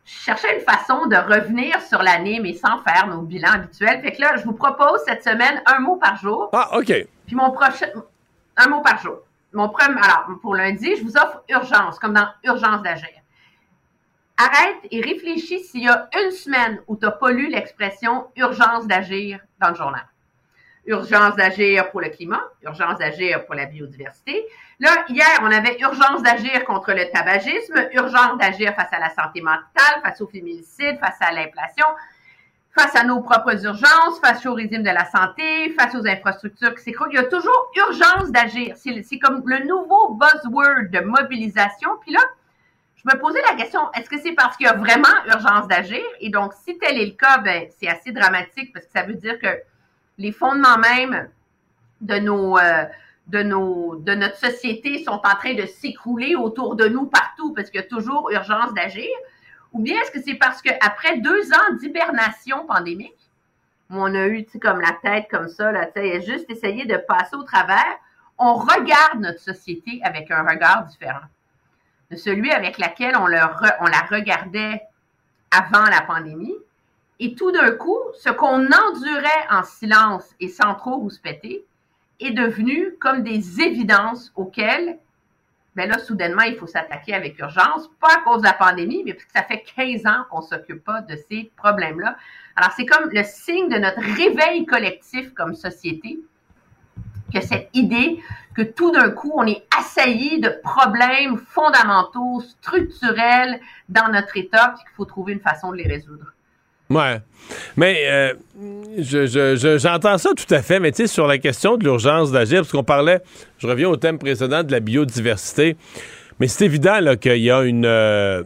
je cherchais une façon de revenir sur l'année, mais sans faire nos bilans habituels. Fait que là, je vous propose cette semaine un mot par jour. Ah, OK. Puis mon prochain... Un mot par jour. Mon premier... Alors, pour lundi, je vous offre urgence, comme dans urgence d'agir. Arrête et réfléchis s'il y a une semaine où tu n'as pas lu l'expression urgence d'agir dans le journal. Urgence d'agir pour le climat, urgence d'agir pour la biodiversité. Là, hier, on avait urgence d'agir contre le tabagisme, urgence d'agir face à la santé mentale, face aux féminicides, face à l'inflation, face à nos propres urgences, face au régime de la santé, face aux infrastructures qui s'écroulent. Il y a toujours urgence d'agir. C'est, c'est comme le nouveau buzzword de mobilisation. Puis là, je me posais la question, est-ce que c'est parce qu'il y a vraiment urgence d'agir? Et donc, si tel est le cas, ben, c'est assez dramatique parce que ça veut dire que les fondements même de nos, euh, de nos, de notre société sont en train de s'écrouler autour de nous partout parce qu'il y a toujours urgence d'agir. Ou bien est-ce que c'est parce qu'après deux ans d'hibernation pandémique, où on a eu, tu sais, comme la tête comme ça, là, tu sais, juste essayer de passer au travers, on regarde notre société avec un regard différent de celui avec lequel on, le re, on la regardait avant la pandémie. Et tout d'un coup, ce qu'on endurait en silence et sans trop rouspéter est devenu comme des évidences auxquelles, ben là, soudainement, il faut s'attaquer avec urgence, pas à cause de la pandémie, mais parce que ça fait quinze ans qu'on ne s'occupe pas de ces problèmes-là. Alors, c'est comme le signe de notre réveil collectif comme société, que cette idée que tout d'un coup, on est assailli de problèmes fondamentaux, structurels dans notre État, puis qu'il faut trouver une façon de les résoudre. Ouais. Mais euh, je, je, je, j'entends ça tout à fait, mais tu sais, sur la question de l'urgence d'agir, parce qu'on parlait, je reviens au thème précédent de la biodiversité, mais c'est évident là, qu'il y a une... Euh,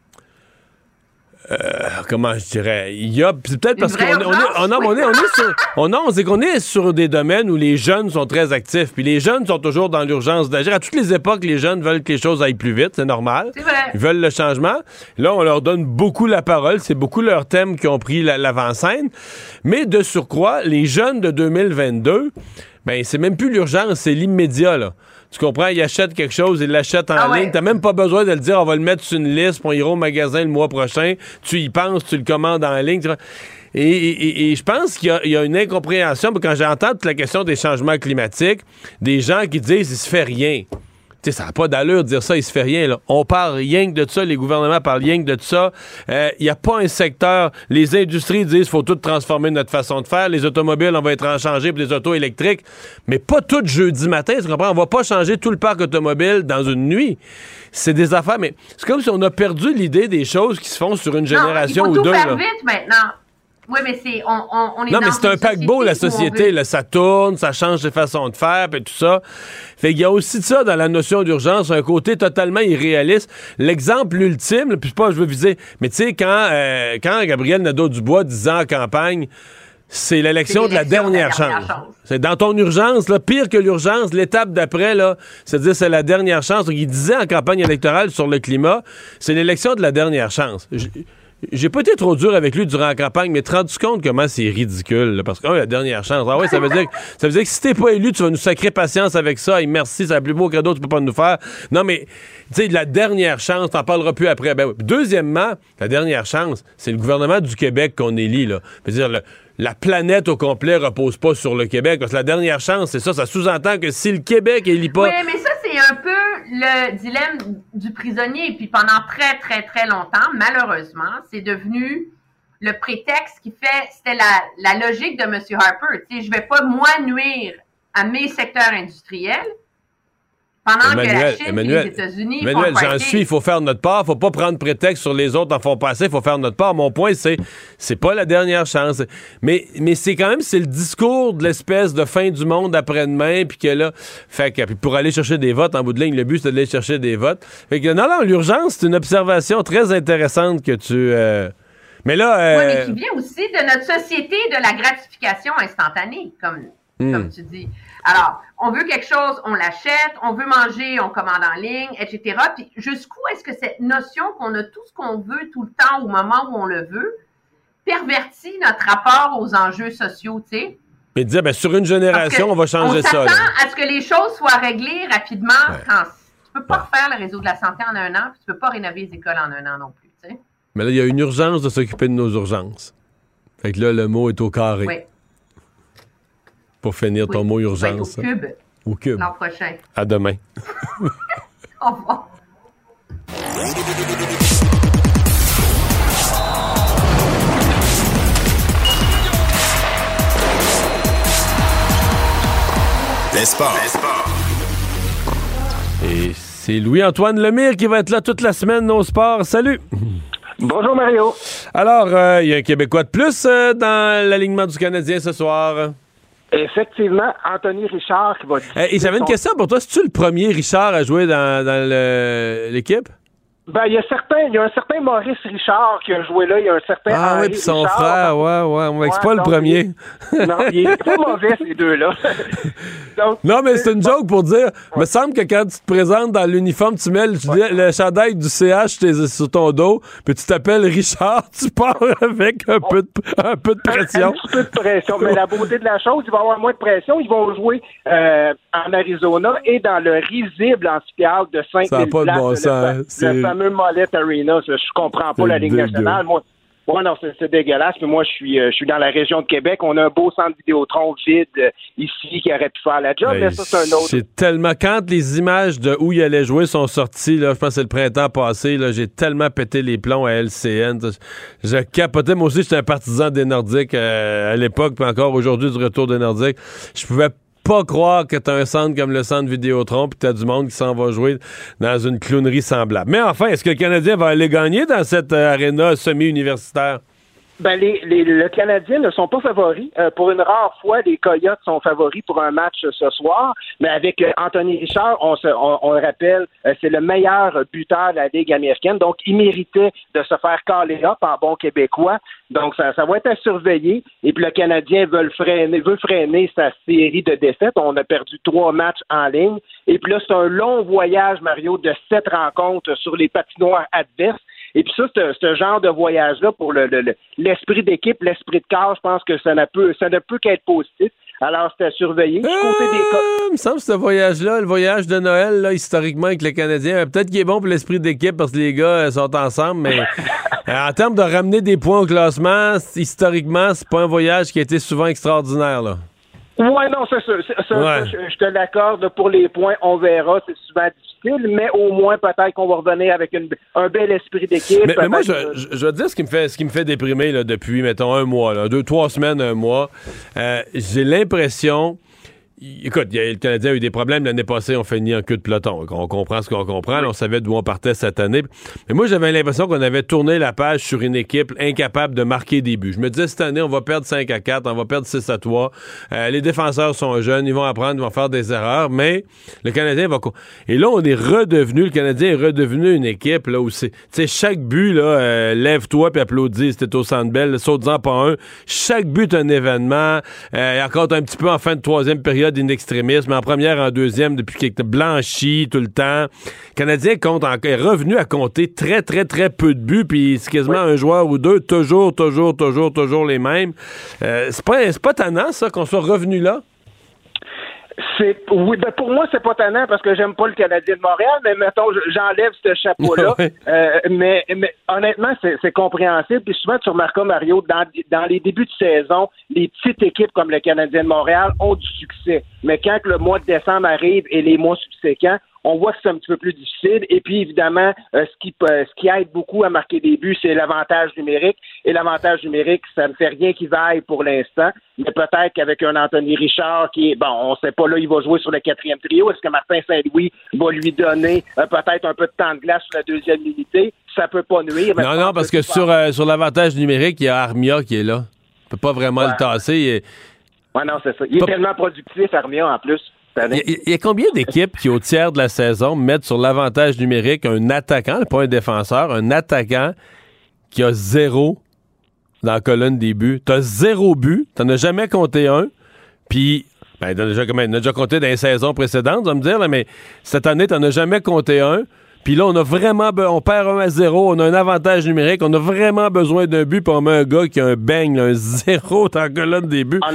Euh, comment je dirais, il y a peut-être parce qu'on est, on est, on, on est, on est sur, on, non, c'est qu'on est sur des domaines où les jeunes sont très actifs, puis les jeunes sont toujours dans l'urgence d'agir. À toutes les époques, les jeunes veulent que les choses aillent plus vite, c'est normal. C'est vrai. Ils veulent le changement. Là, on leur donne beaucoup la parole, c'est beaucoup leurs thèmes qui ont pris la, l'avant-scène. Mais de surcroît, les jeunes de deux mille vingt-deux, ben c'est même plus l'urgence, c'est l'immédiat là. Tu comprends? Ils achètent quelque chose, ils l'achètent en ah ligne. Ouais. T'as même pas besoin de le dire, on va le mettre sur une liste, puis on ira au magasin le mois prochain. Tu y penses, tu le commandes en ligne. Et, et, et je pense qu'il y a, il y a une incompréhension. Quand j'entends toute la question des changements climatiques, des gens qui disent il se fait rien. Tu sais, ça n'a pas d'allure de dire ça, il se fait rien. Là. On parle rien que de ça, les gouvernements parlent rien que de ça. Il euh, n'y a pas un secteur. Les industries disent qu'il faut tout transformer notre façon de faire. Les automobiles, on va être en changer pour des autos électriques. Mais pas tout jeudi matin, tu comprends? On va pas changer tout le parc automobile dans une nuit. C'est des affaires, mais c'est comme si on a perdu l'idée des choses qui se font sur une génération non, il faut ou deux. tout faire là. vite maintenant. Oui, mais c'est. On, on, on est non, dans mais c'est un paquebot, la société. Là, ça tourne, ça change les façons de faire, puis tout ça. Fait qu'il y a aussi de ça dans la notion d'urgence, un côté totalement irréaliste. L'exemple ultime, puis pas, je veux viser, mais tu sais, quand, euh, quand Gabriel Nadeau-Dubois disait en campagne, c'est l'élection, c'est l'élection de la dernière, de la dernière chance. chance. C'est dans ton urgence, là, pire que l'urgence, l'étape d'après, là, c'est-à-dire c'est la dernière chance. Donc, il disait en campagne électorale sur le climat, c'est l'élection de la dernière chance. Je, J'ai pas été trop dur avec lui durant la campagne, mais te rends-tu compte comment c'est ridicule, là, parce que oh, la dernière chance. Ah ouais, ça veut dire que, ça veut dire que si t'es pas élu, tu vas nous sacrer patience avec ça, et merci, c'est le plus beau cadeau que tu peux pas nous faire. Non, mais, tu sais, la dernière chance, t'en parleras plus après. Ben, deuxièmement, la dernière chance, c'est le gouvernement du Québec qu'on élit, là. Je veux dire, le, la planète au complet repose pas sur le Québec, parce que la dernière chance, c'est ça, ça sous-entend que si le Québec élit pas... Oui, mais ça, c'est un peu le dilemme du prisonnier. Et puis pendant très, très, très longtemps, malheureusement, c'est devenu le prétexte qui fait... C'était la, la logique de M. Harper. Tu sais, je vais pas, moi, nuire à mes secteurs industriels pendant Emmanuel, que la Chine Emmanuel, et les États-Unis Emmanuel, font j'en suis, il faut faire notre part. Faut pas prendre prétexte sur les autres en font passer. Il faut faire notre part. Mon point, c'est c'est pas la dernière chance. Mais, mais c'est quand même, c'est le discours de l'espèce de fin du monde après-demain, puis que là, fait que, puis pour aller chercher des votes, en bout de ligne, le but, c'est d'aller chercher des votes. Fait que, non, non, l'urgence, c'est une observation très intéressante que tu... Euh... Mais là... Euh... Oui, mais qui vient aussi de notre société de la gratification instantanée, comme, mm. comme tu dis. Alors, on veut quelque chose, on l'achète, on veut manger, on commande en ligne, et cetera. Puis jusqu'où est-ce que cette notion qu'on a tout ce qu'on veut tout le temps au moment où on le veut pervertit notre rapport aux enjeux sociaux, tu sais? Mais dire, ben, sur une génération, on va changer ça. On s'attend à ce que les choses soient réglées rapidement. Ouais. Quand tu peux pas ouais. refaire le réseau de la santé en un an, puis tu peux pas rénover les écoles en un an non plus, tu sais? Mais là, il y a une urgence de s'occuper de nos urgences. Fait que là, le mot est au carré. Oui. Pour finir Oui. ton mot urgence. Oui, au cube. Au cube. L'an prochain. À demain. Au revoir. Les sports. Et c'est Louis-Antoine Lemire qui va être là toute la semaine au sport. Salut! Bonjour Mario. Alors, il euh, y a un Québécois de plus euh, dans l'alignement du Canadien ce soir. Effectivement, Anthony Richard qui va... Et, et j'avais une question pour toi. Es-tu le premier Richard à jouer dans, dans le, l'équipe? Ben, il y a certains, il y a un certain Maurice Richard qui a joué là, il y a un certain Ah Henri oui, puis son Richard. frère, ouais, ouais, on ouais, c'est pas le donc, premier. Il, non, il est pas mauvais, ces deux-là. Donc, non, mais c'est une joke pour dire, il me semble que quand tu te présentes dans l'uniforme, tu mets le, ouais. le chandail du C H t'es, sur ton dos, puis tu t'appelles Richard, tu pars avec un, oh. peu, de, un peu de pression. Un, un petit peu de pression, mais la beauté de la chose, il va y avoir moins de pression. Ils vont jouer euh, en Arizona et dans le risible amphithéâtre de cinq mille places, bon le, sens, le, le fameux Mollet Arena. Je comprends pas la Ligue nationale. Moi, ouais, non, c'est, c'est dégueulasse. Mais moi, je suis, euh, je suis dans la région de Québec. On a un beau centre Vidéotron vide euh, ici qui aurait pu faire la job, ben, mais ça, c'est un autre. C'est tellement... Quand les images de où il allait jouer sont sorties, là, je pense que c'est le printemps passé, là, j'ai tellement pété les plombs à L C N. Je capotais. Moi aussi, j'étais un partisan des Nordiques euh, à l'époque, puis encore aujourd'hui, du retour des Nordiques. Je pouvais pas croire que t'as un centre comme le centre Vidéotron puis t'as du monde qui s'en va jouer dans une clownerie semblable. Mais enfin, est-ce que le Canadien va aller gagner dans cette euh, aréna semi-universitaire? Ben, les, les, le Canadien ne sont pas favoris. Euh, pour une rare fois, les Coyotes sont favoris pour un match euh, ce soir. Mais avec euh, Anthony Richard, on, se, on, on le rappelle, euh, c'est le meilleur buteur de la Ligue américaine. Donc, il méritait de se faire caller up en bon québécois. Donc, ça, ça va être à surveiller. Et puis, le Canadien veut freiner, veut freiner sa série de défaites. On a perdu trois matchs en ligne. Et puis là, c'est un long voyage, Mario, de sept rencontres sur les patinoires adverses. Et puis ça, ce, ce genre de voyage-là, pour le, le, l'esprit d'équipe, l'esprit de corps, je pense que ça ne peut, ça ne peut qu'être positif. Alors, c'est à surveiller. Du côté des cas... euh, il me semble que ce voyage-là, le voyage de Noël, là, historiquement, avec le Canadien, peut-être qu'il est bon pour l'esprit d'équipe parce que les gars euh, sont ensemble, mais en termes de ramener des points au classement, historiquement, c'est pas un voyage qui a été souvent extraordinaire, là. Ouais, non, c'est ça. C'est, c'est, ouais. ça je, je te l'accorde. Pour les points, on verra. C'est souvent difficile, mais au moins, peut-être qu'on va revenir avec une, un bel esprit d'équipe. Mais, mais moi, je, je, je veux dire ce qui me fait, ce qui me fait déprimer là, depuis, mettons, un mois, là, deux, trois semaines, un mois. Euh, j'ai l'impression... Écoute, y a, le Canadien a eu des problèmes. L'année passée, on finit en queue de peloton. On comprend ce qu'on comprend. Oui. Là, on savait d'où on partait cette année. Mais moi, j'avais l'impression qu'on avait tourné la page sur une équipe incapable de marquer des buts. Je me disais, cette année, on va perdre cinq à quatre, on va perdre six à trois. Euh, les défenseurs sont jeunes, ils vont apprendre, ils vont faire des erreurs, mais le Canadien va... Et là, on est redevenu, le Canadien est redevenu une équipe là où c'est... Tu sais, chaque but, là, euh, lève-toi puis applaudis, c'était au Centre Bell, saute-en pas un. Chaque but est un événement. Euh, il y a encore un petit peu en fin de troisième période d'inextrémisme, en première, en deuxième, depuis qu'il était blanchi tout le temps. Le Canadien compte en, est revenu à compter très, très, très peu de buts, puis c'est quasiment oui. un joueur ou deux, toujours, toujours, toujours, toujours les mêmes. Euh, c'est pas, c'est pas tannant, ça, qu'on soit revenu là? C'est, oui, ben pour moi, c'est pas tannant parce que j'aime pas le Canadien de Montréal, mais mettons, j'enlève ce chapeau-là. ouais. euh, mais, mais honnêtement, c'est, c'est compréhensible. Puis souvent, tu remarqueras, Mario, dans, dans les débuts de saison, les petites équipes comme le Canadien de Montréal ont du succès. Mais quand le mois de décembre arrive et les mois subséquents, on voit que c'est un petit peu plus difficile. Et puis, évidemment, euh, ce qui euh, ce qui aide beaucoup à marquer des buts, c'est l'avantage numérique. Et l'avantage numérique, ça ne fait rien qui vaille pour l'instant. Mais peut-être qu'avec un Anthony Richard qui est, bon, on ne sait pas, là, il va jouer sur le quatrième trio. Est-ce que Martin Saint-Louis va lui donner euh, peut-être un peu de temps de glace sur la deuxième unité? Ça peut pas nuire. Non, non, parce que sur, euh, sur l'avantage numérique, il y a Armia qui est là. On peut pas vraiment ouais. le tasser. Il est... Ouais, non, c'est ça. Il est pas... tellement productif, Armia, en plus. Il y, y a combien d'équipes qui, au tiers de la saison, mettent sur l'avantage numérique un attaquant, pas un défenseur, un attaquant qui a zéro dans la colonne des buts? T'as zéro but, t'en as jamais compté un, puis, ben, t'en as déjà, t'en as déjà compté dans les saisons précédentes, on va me dire, là, mais cette année, t'en as jamais compté un. Puis là, on a vraiment, be- on perd un à zéro, on a un avantage numérique, on a vraiment besoin d'un but, puis on met un gars qui a un bang, là, un zéro dans la colonne des buts. En...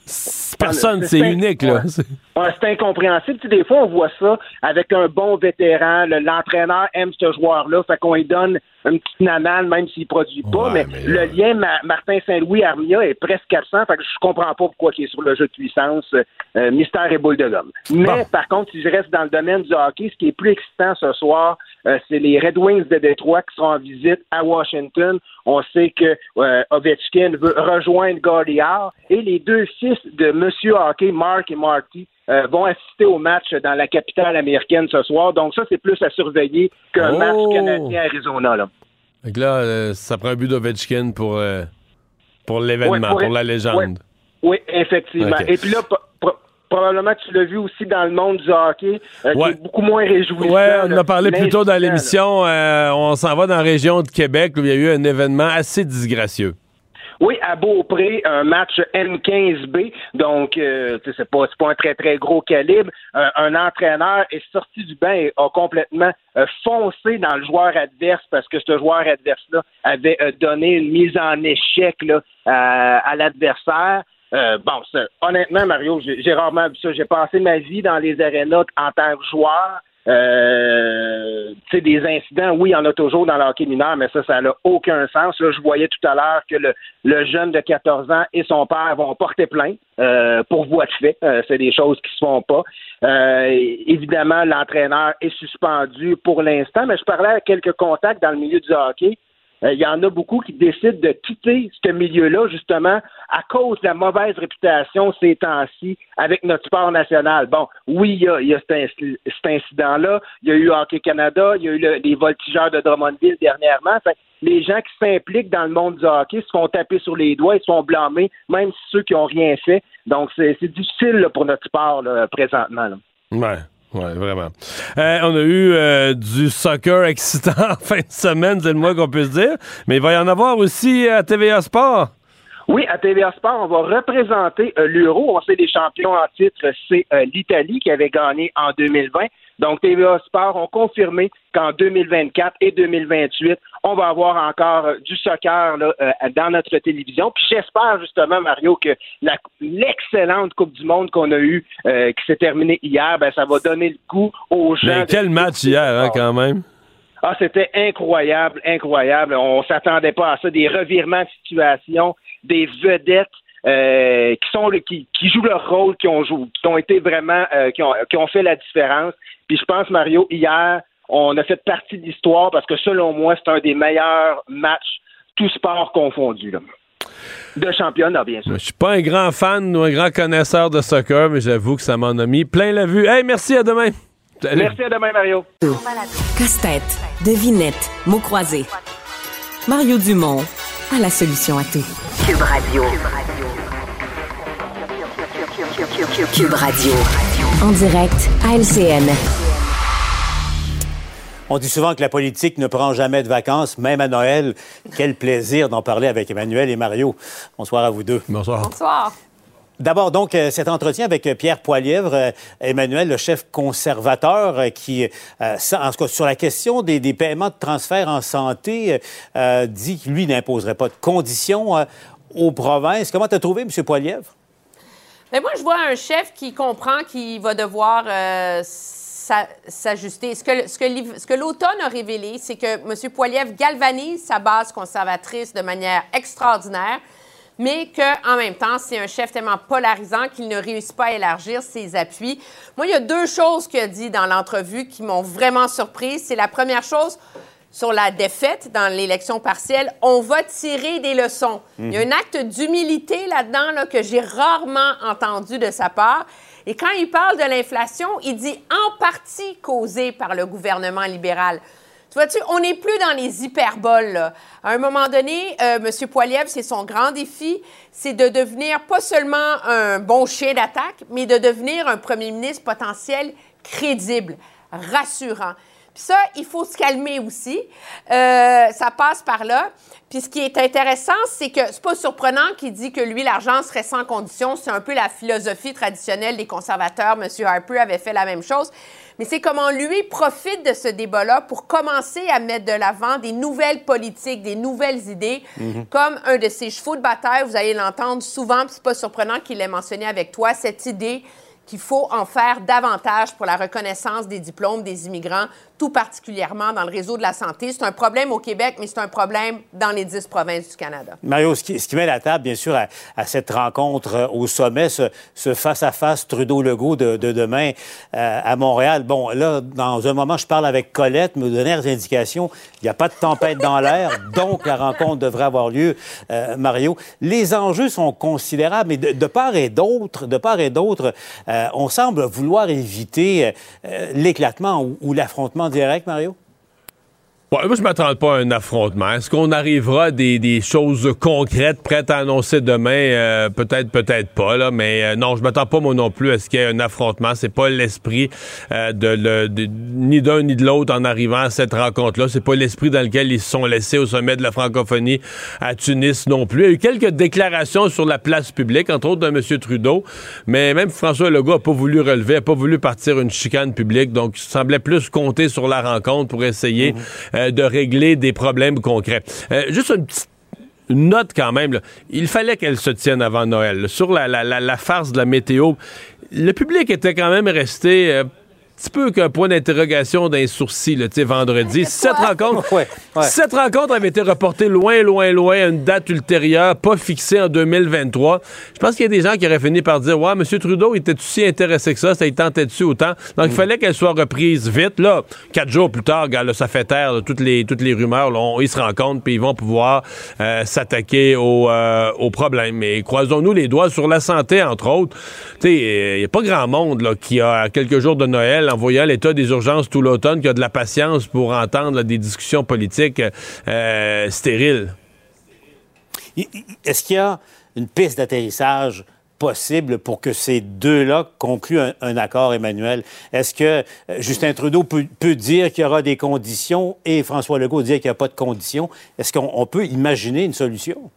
Personne, c'est, c'est unique, là. Ouais. Ouais, c'est incompréhensible. Tu sais, des fois, on voit ça avec un bon vétéran. Le, l'entraîneur aime ce joueur-là, fait qu'on lui donne une petite nanane, même s'il ne produit pas. Ouais, mais, mais le euh... lien Ma- Martin Saint-Louis-Armia est presque quatre cents, fait que je comprends pas pourquoi il est sur le jeu de puissance, euh, mystère et boule de gomme. Mais, bon. Par contre, si je reste dans le domaine du hockey, ce qui est plus excitant ce soir, euh, c'est les Red Wings de Détroit qui seront en visite à Washington. On sait que euh, Ovechkin veut rejoindre Gauliard et les deux fils de Monsieur Hockey, Mark et Marty, euh, vont assister au match dans la capitale américaine ce soir. Donc ça, c'est plus à surveiller qu'un oh. match canadien-Arizona. Là. Donc là, euh, ça prend un but d'Ovechkin pour, euh, pour l'événement, ouais, pour, pour la légende. Ouais. Oui, effectivement. Okay. Et puis là, pro- probablement que tu l'as vu aussi dans le monde du hockey, euh, ouais. qui est beaucoup moins réjouissant. Oui, on en a parlé plus tôt dans l'émission. Euh, on s'en va dans la région de Québec où il y a eu un événement assez disgracieux. Oui, à Beaupré, un match M quinze B, donc euh, c'est pas c'est pas un très très gros calibre. Euh, un entraîneur est sorti du banc et a complètement euh, foncé dans le joueur adverse parce que ce joueur adverse-là avait euh, donné une mise en échec là, à, à l'adversaire. Euh, bon, ça, honnêtement, Mario, j'ai, j'ai rarement vu ça. J'ai passé ma vie dans les arénas en tant que joueur. Euh, tu sais, des incidents, oui, il y en a toujours dans le hockey mineur, mais ça, ça n'a aucun sens. Là, je voyais tout à l'heure que le, le jeune de quatorze ans et son père vont porter plainte euh, pour voie de fait. Euh, c'est des choses qui se font pas. Euh, évidemment, l'entraîneur est suspendu pour l'instant, mais je parlais à quelques contacts dans le milieu du hockey. Il euh, y en a beaucoup qui décident de quitter ce milieu-là, justement, à cause de la mauvaise réputation ces temps-ci avec notre sport national. Bon, oui, il y a, y a cet, inc- cet incident-là. Il y a eu Hockey Canada, il y a eu le, les voltigeurs de Drummondville dernièrement. Fait, les gens qui s'impliquent dans le monde du hockey se font taper sur les doigts, ils se font blâmer, même ceux qui n'ont rien fait. Donc, c'est, c'est difficile là, pour notre sport là, présentement. Là. Ouais. Oui, vraiment. Euh, on a eu euh, du soccer excitant en fin de semaine, c'est le moins qu'on peut se dire, mais il va y en avoir aussi à T V A Sport. Oui, à T V A Sport, on va représenter euh, l'Euro. On sait les champions en titre, c'est euh, l'Italie qui avait gagné en deux mille vingt. Donc, T V A Sport ont confirmé qu'en deux mille vingt-quatre et deux mille vingt-huit, on va avoir encore euh, du soccer là, euh, dans notre télévision. Puis j'espère justement, Mario, que la, l'excellente Coupe du Monde qu'on a eue, euh, qui s'est terminée hier, ben ça va donner le goût aux gens. Mais quel match hier, hein, quand même? Ah, c'était incroyable, incroyable. On s'attendait pas à ça. Des revirements de situation, des vedettes euh, qui sont qui, qui jouent leur rôle, qui ont joué, qui ont été vraiment, euh, qui ont qui ont fait la différence. Puis je pense, Mario, hier, on a fait partie de l'histoire parce que selon moi, c'est un des meilleurs matchs, tout sport confondu, là. De championnat, bien sûr. Je suis pas un grand fan ou un grand connaisseur de soccer, mais j'avoue que ça m'en a mis plein la vue. Hey, merci, à demain. Salut. Merci, à demain, Mario. Casse-tête, devinette, mots croisés. Mario Dumont a la solution à tout. Cube Radio. Cube Radio. En direct à L C N. On dit souvent que la politique ne prend jamais de vacances, même à Noël. Quel plaisir d'en parler avec Emmanuel et Mario. Bonsoir à vous deux. Bonsoir. Bonsoir. D'abord, donc, euh, cet entretien avec euh, Pierre Poilievre, euh, Emmanuel, le chef conservateur, euh, qui, euh, en tout cas, sur la question des, des paiements de transfert en santé, euh, dit que lui n'imposerait pas de conditions euh, aux provinces. Comment t'as trouvé, M. Poilievre? Bien, moi, je vois un chef qui comprend qu'il va devoir euh, s'ajuster. Ce que, ce, que, ce que l'automne a révélé, c'est que M. Poilievre galvanise sa base conservatrice de manière extraordinaire, mais qu'en même temps, c'est un chef tellement polarisant qu'il ne réussit pas à élargir ses appuis. Moi, il y a deux choses qu'il a dit dans l'entrevue qui m'ont vraiment surprise. C'est la première chose, sur la défaite dans l'élection partielle, on va tirer des leçons. Mmh. Il y a un acte d'humilité là-dedans là, que j'ai rarement entendu de sa part. Et quand il parle de l'inflation, il dit en partie causée par le gouvernement libéral. Tu vois-tu, on n'est plus dans les hyperboles, là. À un moment donné, euh, M. Poilievre, c'est son grand défi, c'est de devenir pas seulement un bon chien d'attaque, mais de devenir un premier ministre potentiel crédible, rassurant. Puis ça, il faut se calmer aussi. Euh, ça passe par là. Puis ce qui est intéressant, c'est que c'est pas surprenant qu'il dit que lui, l'argent serait sans condition. C'est un peu la philosophie traditionnelle des conservateurs. M. Harper avait fait la même chose. mais c'est comment lui profite de ce débat-là pour commencer à mettre de l'avant des nouvelles politiques, des nouvelles idées, mm-hmm. comme un de ses chevaux de bataille, vous allez l'entendre souvent, puis c'est pas surprenant qu'il l'ait mentionné avec toi, cette idée qu'il faut en faire davantage pour la reconnaissance des diplômes des immigrants, tout particulièrement dans le réseau de la santé. C'est un problème au Québec, mais c'est un problème dans les dix provinces du Canada. Mario, ce qui, ce qui met la table, bien sûr, à, à cette rencontre euh, au sommet, ce, ce face-à-face Trudeau-Legault de, de demain euh, à Montréal. Bon, là, dans un moment, je parle avec Colette, me dernières indications, il n'y a pas de tempête dans l'air, donc la rencontre devrait avoir lieu, euh, Mario. Les enjeux sont considérables, mais de, de part et d'autre, de part et d'autre, euh, on semble vouloir éviter euh, l'éclatement ou, ou l'affrontement direct, Mario? Ouais, moi, je ne m'attends pas à un affrontement. Est-ce qu'on arrivera à des, des choses concrètes prêtes à annoncer demain? Euh, peut-être, peut-être pas, là. Mais euh, non, je m'attends pas, moi non plus, à ce qu'il y ait un affrontement. C'est pas l'esprit euh, de, de, de ni d'un ni de l'autre en arrivant à cette rencontre-là. C'est pas l'esprit dans lequel ils se sont laissés au sommet de la francophonie à Tunis non plus. Il y a eu quelques déclarations sur la place publique, entre autres d'un M. Trudeau. Mais même François Legault n'a pas voulu relever, n'a pas voulu partir une chicane publique. Donc, il semblait plus compter sur la rencontre pour essayer... Mm-hmm. de régler des problèmes concrets. Euh, juste une petite note quand même, là. Il fallait qu'elle se tienne avant Noël. Là. Sur la, la, la, la farce de la météo, le public était quand même resté... Euh, un petit peu qu'un point d'interrogation d'un sourcil, tu sais, vendredi. Cette rencontre, ouais, ouais. cette rencontre avait été reportée loin, loin, loin à une date ultérieure, pas fixée en deux mille vingt-trois. Je pense qu'il y a des gens qui auraient fini par dire « Ouais, M. Trudeau, il était-tu si intéressé que ça? Ça, il tentait dessus autant? » Donc, il mm. fallait qu'elle soit reprise vite. Là, quatre jours plus tard, regarde, là, ça fait taire là, toutes, les, toutes les rumeurs. Là, on, ils se rencontrent, puis ils vont pouvoir euh, s'attaquer au, euh, au problème. Mais croisons-nous les doigts sur la santé, entre autres. Tu sais, il n'y a pas grand monde là, qui a, à quelques jours de Noël, en voyant l'état des urgences tout l'automne, qui a de la patience pour entendre là, des discussions politiques euh, stériles. Est-ce qu'il y a une piste d'atterrissage possible pour que ces deux-là concluent un, un accord, Emmanuel? Est-ce que Justin Trudeau peut, peut dire qu'il y aura des conditions et François Legault dire qu'il n'y a pas de conditions? Est-ce qu'on on peut imaginer une solution?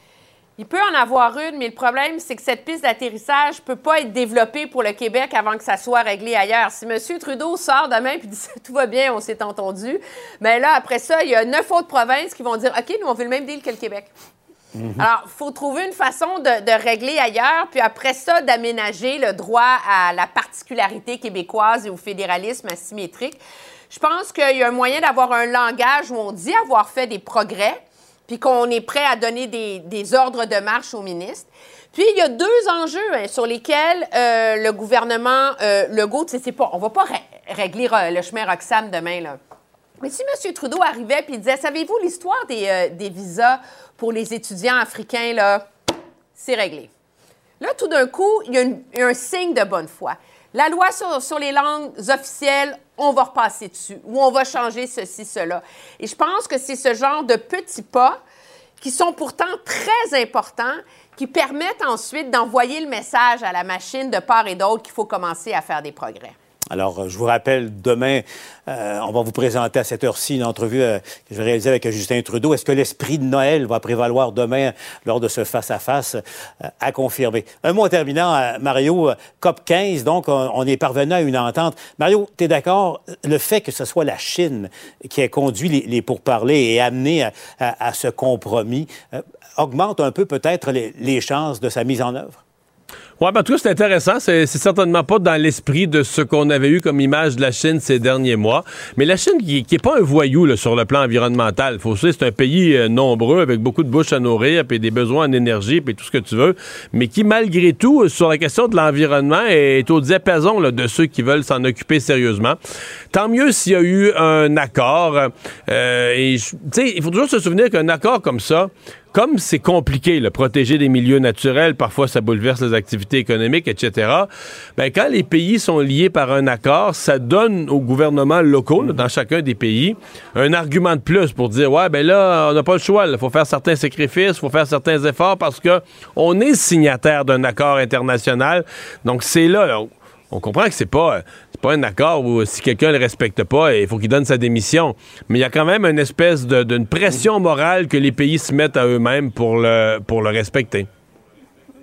Il peut en avoir une, mais le problème, c'est que cette piste d'atterrissage ne peut pas être développée pour le Québec avant que ça soit réglé ailleurs. Si M. Trudeau sort demain et dit « tout va bien, on s'est entendu », bien là, après ça, il y a neuf autres provinces qui vont dire « OK, nous, on veut le même deal que le Québec ». Mm-hmm. Alors, il faut trouver une façon de, de régler ailleurs, puis après ça, d'aménager le droit à la particularité québécoise et au fédéralisme asymétrique. Je pense qu'il y a un moyen d'avoir un langage où on dit avoir fait des progrès, puis qu'on est prêt à donner des, des ordres de marche au ministre. Puis, il y a deux enjeux hein, sur lesquels euh, le gouvernement euh, Legault, tu sais, c'est pas, on va pas ré- régler euh, le chemin Roxham demain, là. Mais si M. Trudeau arrivait et disait, savez-vous, l'histoire des, euh, des visas pour les étudiants africains, là, c'est réglé. Là, tout d'un coup, il y a, une, il y a un signe de bonne foi. La loi sur, sur les langues officielles, on va repasser dessus, ou on va changer ceci, cela. Et je pense que c'est ce genre de petits pas qui sont pourtant très importants, qui permettent ensuite d'envoyer le message à la machine de part et d'autre qu'il faut commencer à faire des progrès. Alors, je vous rappelle, demain, euh, on va vous présenter à cette heure-ci une entrevue euh, que je vais réaliser avec Justin Trudeau. Est-ce que l'esprit de Noël va prévaloir demain lors de ce face-à-face euh, à confirmer? Un mot en terminant, euh, Mario, euh, C O P quinze, donc on, on est parvenu à une entente. Mario, tu es d'accord? Le fait que ce soit la Chine qui ait conduit les, les pourparlers et amené à, à, à ce compromis euh, augmente un peu peut-être les, les chances de sa mise en œuvre? Oui, ben, en tout cas, c'est intéressant. C'est, c'est certainement pas dans l'esprit de ce qu'on avait eu comme image de la Chine ces derniers mois. Mais la Chine, qui, qui est pas un voyou là, sur le plan environnemental. Faut aussi, c'est un pays euh, nombreux, avec beaucoup de bouches à nourrir, puis des besoins en énergie, puis tout ce que tu veux, mais qui, malgré tout, sur la question de l'environnement, est au diapason là, de ceux qui veulent s'en occuper sérieusement. Tant mieux s'il y a eu un accord. Euh, et, tu sais, il faut toujours se souvenir qu'un accord comme ça, comme c'est compliqué, là, protéger les milieux naturels, parfois ça bouleverse les activités économiques, et cetera, ben, quand les pays sont liés par un accord, ça donne aux gouvernements locaux, là, dans chacun des pays, un argument de plus pour dire, ouais, ben là, on n'a pas le choix, il faut faire certains sacrifices, il faut faire certains efforts parce que on est signataire d'un accord international. Donc, c'est là, là on comprend que c'est pas, c'est pas un accord où si quelqu'un ne le respecte pas, il faut qu'il donne sa démission. Mais il y a quand même une espèce de, d'une pression morale que les pays se mettent à eux-mêmes pour le, pour le respecter.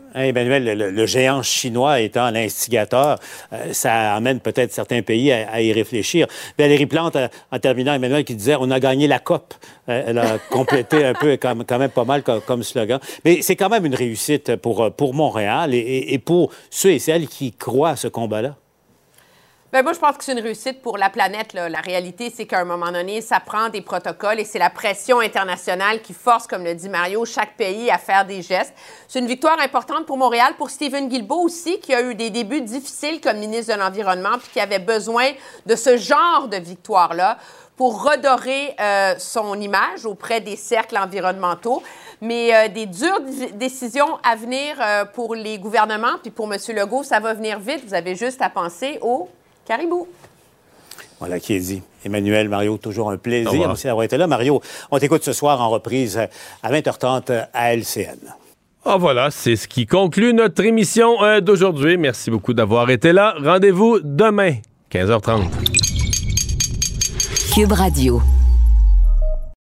Emmanuel, le, le géant chinois étant l'instigateur, euh, ça amène peut-être certains pays à, à y réfléchir. Valérie Plante, euh, en terminant, Emmanuel, qui disait « on a gagné la COP euh, ». Elle a complété un peu, quand, quand même pas mal comme, comme slogan. Mais c'est quand même une réussite pour, pour Montréal et, et, et pour ceux et celles qui croient à ce combat-là. Ben moi, je pense que c'est une réussite pour la planète, là. La réalité, c'est qu'à un moment donné, ça prend des protocoles et c'est la pression internationale qui force, comme le dit Mario, chaque pays à faire des gestes. C'est une victoire importante pour Montréal, pour Stephen Guilbeault aussi, qui a eu des débuts difficiles comme ministre de l'Environnement puis qui avait besoin de ce genre de victoire-là pour redorer euh, son image auprès des cercles environnementaux. Mais euh, des dures d- décisions à venir euh, pour les gouvernements puis pour M. Legault, ça va venir vite. Vous avez juste à penser au caribou. Voilà qui est dit. Emmanuel, Mario, toujours un plaisir aussi d'avoir été là. Mario, on t'écoute ce soir en reprise à vingt heures trente à L C N. Ah voilà, c'est ce qui conclut notre émission euh, d'aujourd'hui. Merci beaucoup d'avoir été là. Rendez-vous demain, quinze heures trente. Cube Radio.